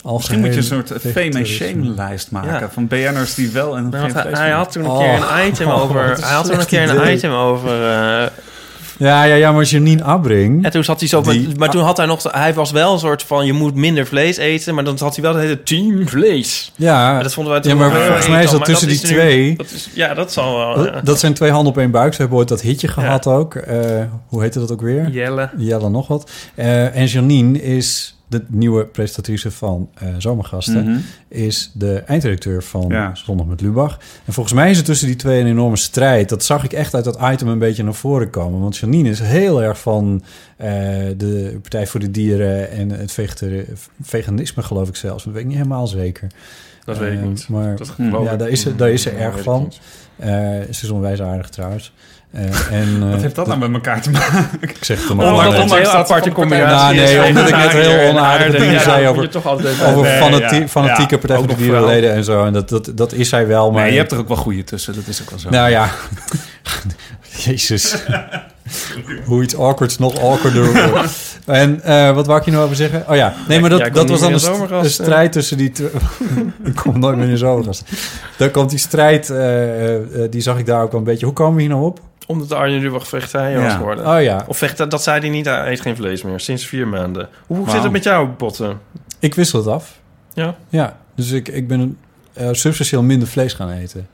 Misschien moet je een soort fame en shame lijst maken ja. van B N'ers die wel en nou, geen hij, vlees hij had toen een keer oh. een item over. Oh, hij had toen een keer een idee. item over. Uh, Ja, ja, ja, maar Janine Abbring... En toen zat hij zo... Die, met, maar toen had hij nog... Hij was wel een soort van... Je moet minder vlees eten. Maar dan had hij wel het hele team vlees. Ja, maar dat vonden wij toen ja, maar volgens mij is dat tussen die twee... Nu, dat is, ja, dat zal wel... Dat, dat zijn twee handen op één buik. Ze hebben ooit dat hitje gehad ja. ook. Uh, hoe heette dat ook weer? Jelle. Jelle nog wat. Uh, en Janine is de nieuwe presentatrice van uh, Zomergasten. Mm-hmm. Is de eindredacteur van ja. Zondag met Lubach. En volgens mij is er tussen die twee een enorme strijd. Dat zag ik echt uit dat item een beetje naar voren komen. Want Janine is heel erg van uh, de Partij voor de Dieren... en het veganisme, geloof ik zelfs. Dat weet ik niet helemaal zeker. Dat uh, weet ik niet. Maar dat ja, daar is, daar is ze ja, erg van. Uh, ze is onwijs aardig trouwens. Uh, en, uh, Wat heeft dat nou met elkaar te maken? Ik zeg het maar. Ondanks dat het een aparte combinatie is. Nee, omdat ik net heel onaardige dingen zei over, over nee, fanati- ja, fanatieke ja, Partij voor de Dierenleden en zo. En dat, dat, dat is zij wel, maar... Nee, je hebt er ook wel goede tussen, dat is ook wel zo. Nou ja. Jezus. Hoe iets awkwards nog awkwarder wordt. En uh, wat wou ik je nou over zeggen? Oh ja, nee, maar dat, ja, dat was dan een, een strijd tussen die twee... Ik kom nooit meer in zomergast. Dan komt die strijd, uh, uh, die zag ik daar ook wel een beetje. Hoe komen we hier nou op? Omdat Arjen Lubach vegetariër was geworden. Oh ja. Of vecht, dat zei hij niet, hij eet geen vlees meer. Sinds vier maanden. Hoe wow. zit het met jou, Botten? Ik wissel het af. Ja? Ja, dus ik, ik ben uh, substantieel minder vlees gaan eten.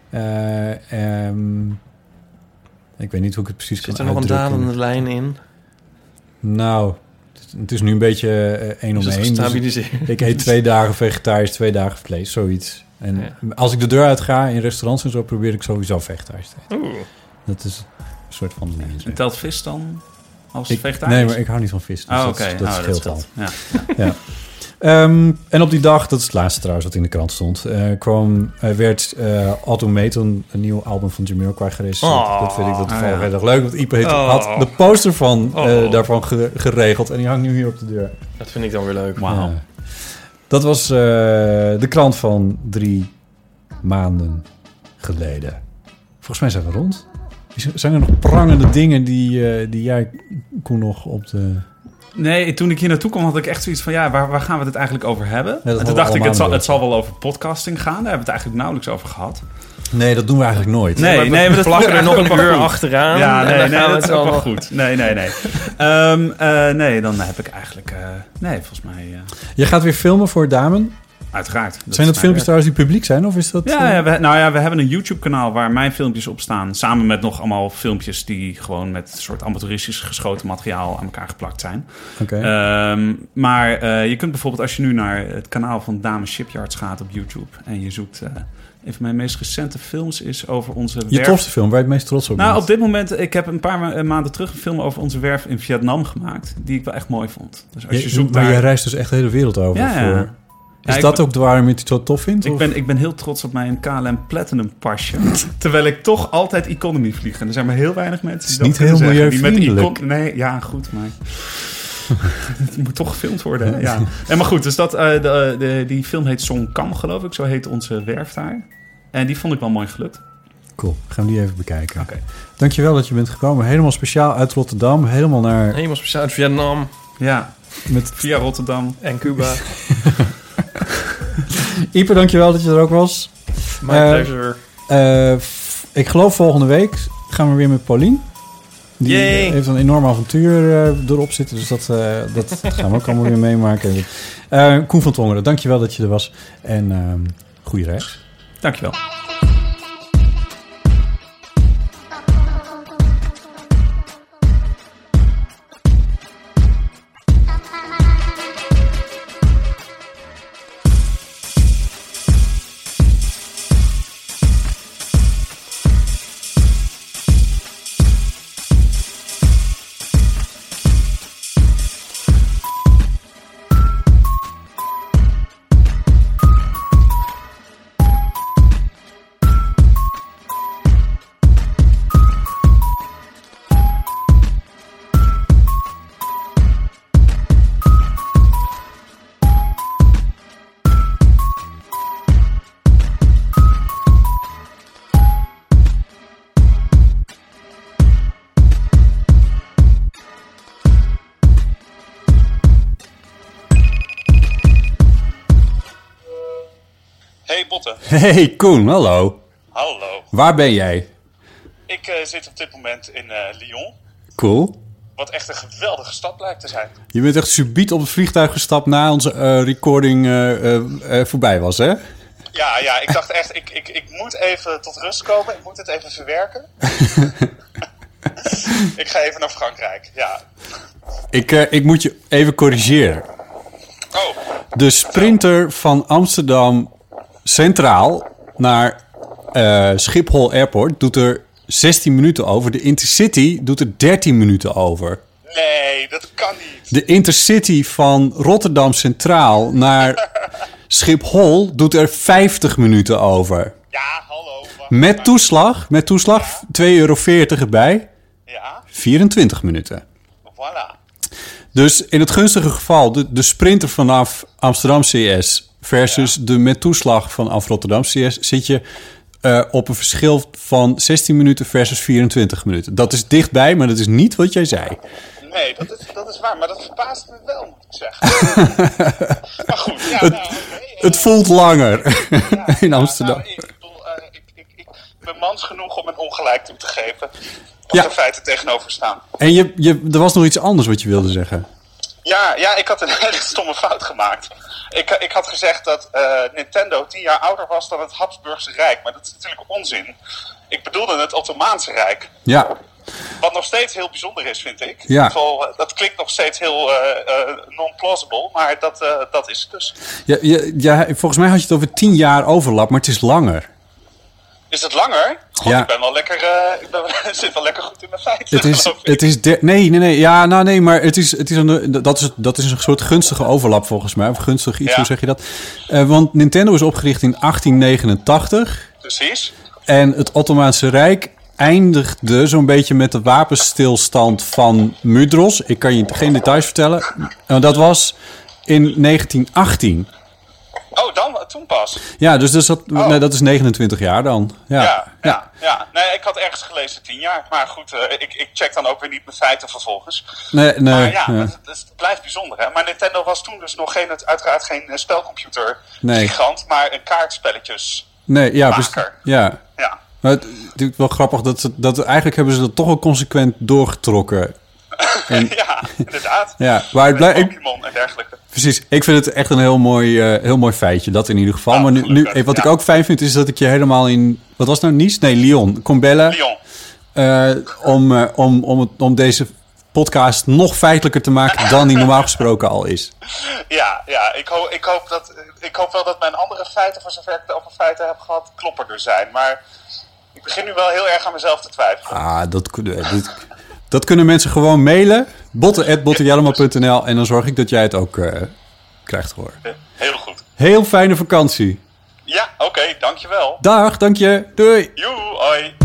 Uh, um, ik weet niet hoe ik het precies zit kan uitdrukken. Zit er nog een dalende lijn in? Nou, het is nu een beetje uh, één om één. Dus ik eet twee dagen vegetarisch, twee dagen vlees, zoiets. En ja. als ik de deur uit ga in restaurants en zo, probeer ik sowieso vegetarisch te eten. Oeh. Dat is een soort van... En telt vis dan als ik, vegetarisch? Nee, maar ik hou niet van vis. Dus oh, dat, okay. dat oh, scheelt dat al. Ja. ja. Um, en op die dag, dat is het laatste trouwens wat in de krant stond... Uh, kwam, uh, werd uh, Automaton, een nieuw album van Jamiroquai gerecenseerd. Oh, dat vind ik dat toevallig oh, ja. heel erg leuk. Want Ipe heeft, oh. had de poster van uh, oh. daarvan ge- geregeld. En die hangt nu hier op de deur. Dat vind ik dan weer leuk. Wow. Uh, dat was uh, de krant van drie maanden geleden. Volgens mij zijn we rond. Zijn er nog prangende dingen die, uh, die jij, Koen, nog op de... Nee, toen ik hier naartoe kwam had ik echt zoiets van... ja, waar, waar gaan we het eigenlijk over hebben? Ja, en toen dacht ik, het zal, het zal wel over podcasting gaan. Daar hebben we het eigenlijk nauwelijks over gehad. Nee, dat doen we eigenlijk nooit. Nee, maar we, nee, maar dat plakken er nog een uur achteraan. Ja, nee, nee, nee dat is ook wel goed. Nee, nee, nee. um, uh, nee, dan heb ik eigenlijk... Uh, nee, volgens mij... Uh... Je gaat weer filmen voor Damen? Uiteraard. Dat zijn dat filmpjes trouwens die publiek zijn? Of is dat, ja, ja we, nou ja, we hebben een YouTube-kanaal waar mijn filmpjes op staan. Samen met nog allemaal filmpjes die gewoon met een soort amateuristisch geschoten materiaal aan elkaar geplakt zijn. Oké. Okay. Um, maar uh, je kunt bijvoorbeeld als je nu naar het kanaal van Dames Shipyards gaat op YouTube en je zoekt... Uh, een van mijn meest recente films is over onze werf... Je tofste film, waar je het meest trots op bent? Nou, op dit moment... Ik heb een paar ma- maanden terug een film over onze werf in Vietnam gemaakt... die ik wel echt mooi vond. Dus als je, je zoekt maar daar... je reist dus echt de hele wereld over ja, voor... Ja. Is ja, dat ben, ook waarom je het zo tof vindt? Ik ben, ik ben heel trots op mijn K L M Platinum pasje. Terwijl ik toch altijd economy vlieg. En er zijn maar heel weinig mensen die dat dat niet heel milieuvriendelijk. Econ- nee, ja, goed, maar... Het moet toch gefilmd worden, hè? Ja. En maar goed, dus dat, uh, de, de, die film heet Song Kam, geloof ik. Zo heet onze werf daar. En die vond ik wel mooi gelukt. Cool, gaan we die even bekijken. Okay. Dankjewel dat je bent gekomen. Helemaal speciaal uit Rotterdam. Helemaal naar... Helemaal speciaal uit Vietnam. Ja, met... via Rotterdam. En Cuba. Ipe, dankjewel dat je er ook was. My uh, pleasure. Uh, f- ik geloof volgende week gaan we weer met Paulien. Die Yay. heeft een enorm avontuur uh, erop zitten. Dus dat, uh, dat gaan we ook allemaal weer meemaken. Uh, Koen van Tongeren, dankjewel dat je er was. En uh, goeie reis. Dankjewel. Botte. Hey Koen, hallo. Hallo. Waar ben jij? Ik uh, zit op dit moment in uh, Lyon. Cool. Wat echt een geweldige stad blijkt te zijn. Je bent echt subiet op het vliegtuig gestapt na onze uh, recording uh, uh, uh, voorbij was, hè? Ja, ja, ik dacht echt, ik, ik, ik moet even tot rust komen. Ik moet het even verwerken. Ik ga even naar Frankrijk, ja. Ik, uh, ik moet je even corrigeren. Oh. De sprinter van Amsterdam Centraal naar uh, Schiphol Airport doet er zestien minuten over. De Intercity doet er dertien minuten over. Nee, dat kan niet. De Intercity van Rotterdam Centraal naar Schiphol doet er vijftig minuten over. Ja, hallo. Wacht, met maar... toeslag, met toeslag ja? twee euro veertig erbij. Ja. vierentwintig minuten. Voilà. Dus in het gunstige geval, de, de sprinter vanaf Amsterdam C S versus ja. de met toeslag vanaf Rotterdam C S, zit je uh, op een verschil van zestien minuten versus vierentwintig minuten. Dat is dichtbij, maar dat is niet wat jij zei. Nee, dat is, dat is waar, maar dat verbaast me wel, moet ik zeggen. Maar goed, ja, het, nou, okay, uh, het voelt langer ja, in Amsterdam. Ja, nou, ik, bedoel, uh, ik, ik, ik ben mans genoeg om een ongelijk toe te geven. Als ja. er feiten tegenover staan. En je, je, er was nog iets anders wat je wilde zeggen. Ja, ja, ik had een hele stomme fout gemaakt. Ik, ik had gezegd dat uh, Nintendo tien jaar ouder was dan het Habsburgse Rijk. Maar dat is natuurlijk onzin. Ik bedoelde het Ottomaanse Rijk. Ja. Wat nog steeds heel bijzonder is, vind ik. Ja. Geval, dat klinkt nog steeds heel uh, uh, non-plausible, maar dat, uh, dat is het dus. Ja, ja, ja, volgens mij had je het over tien jaar overlap, maar het is langer. Is het langer? God, ja. ik ben wel lekker, uh, ik ben, zit wel lekker goed in mijn feiten. Het is, het is de, nee, nee, nee, ja, nou nee, maar het is, het is een, dat, is, dat is een soort gunstige overlap volgens mij. Of gunstig iets, ja. Hoe zeg je dat? Uh, want Nintendo is opgericht in achttien negenentachtig. Precies. En het Ottomaanse Rijk eindigde zo'n beetje met de wapenstilstand van Mudros. Ik kan je geen details vertellen. Uh, dat was in negentien achttien. Oh, dan, toen pas? Ja, dus, dus dat, oh. nee, dat is negenentwintig jaar dan. Ja, ja, ja. ja, ja. Nee, ik had ergens gelezen tien jaar. Maar goed, uh, ik, ik check dan ook weer niet mijn feiten vervolgens. Nee, nee. Maar ja, ja. Het, het blijft bijzonder, hè. Maar Nintendo was toen dus nog geen, uiteraard geen spelcomputer nee. gigant, maar een kaartspelletjes Nee, ja, maker. Best, ja. ja. Maar het is natuurlijk wel grappig dat, ze, dat eigenlijk hebben ze dat toch wel consequent doorgetrokken. En, ja, inderdaad. Ja, maar het blijft... Pokémon en dergelijke. Precies, ik vind het echt een heel mooi, uh, heel mooi feitje, dat in ieder geval. Ja, maar nu, nu, wat ja. ik ook fijn vind, is dat ik je helemaal in... Wat was het nou, Nice? Nee, Lyon. Kom bellen. Lyon. Uh, om, uh, om, om, het, om deze podcast nog feitelijker te maken dan die normaal gesproken al is. Ja, ja ik, ho- ik, hoop dat, ik hoop wel dat mijn andere feiten, voor zover ik het over feiten heb gehad, klopperder zijn. Maar ik begin nu wel heel erg aan mezelf te twijfelen. Ah, dat, dat, dat kunnen mensen gewoon mailen. botten at bottenjellema punt n l en dan zorg ik dat jij het ook uh, krijgt hoor. Heel goed. Heel fijne vakantie. Ja, oké, okay, dankjewel. Dag, dank je. Doei. Joe, hoi.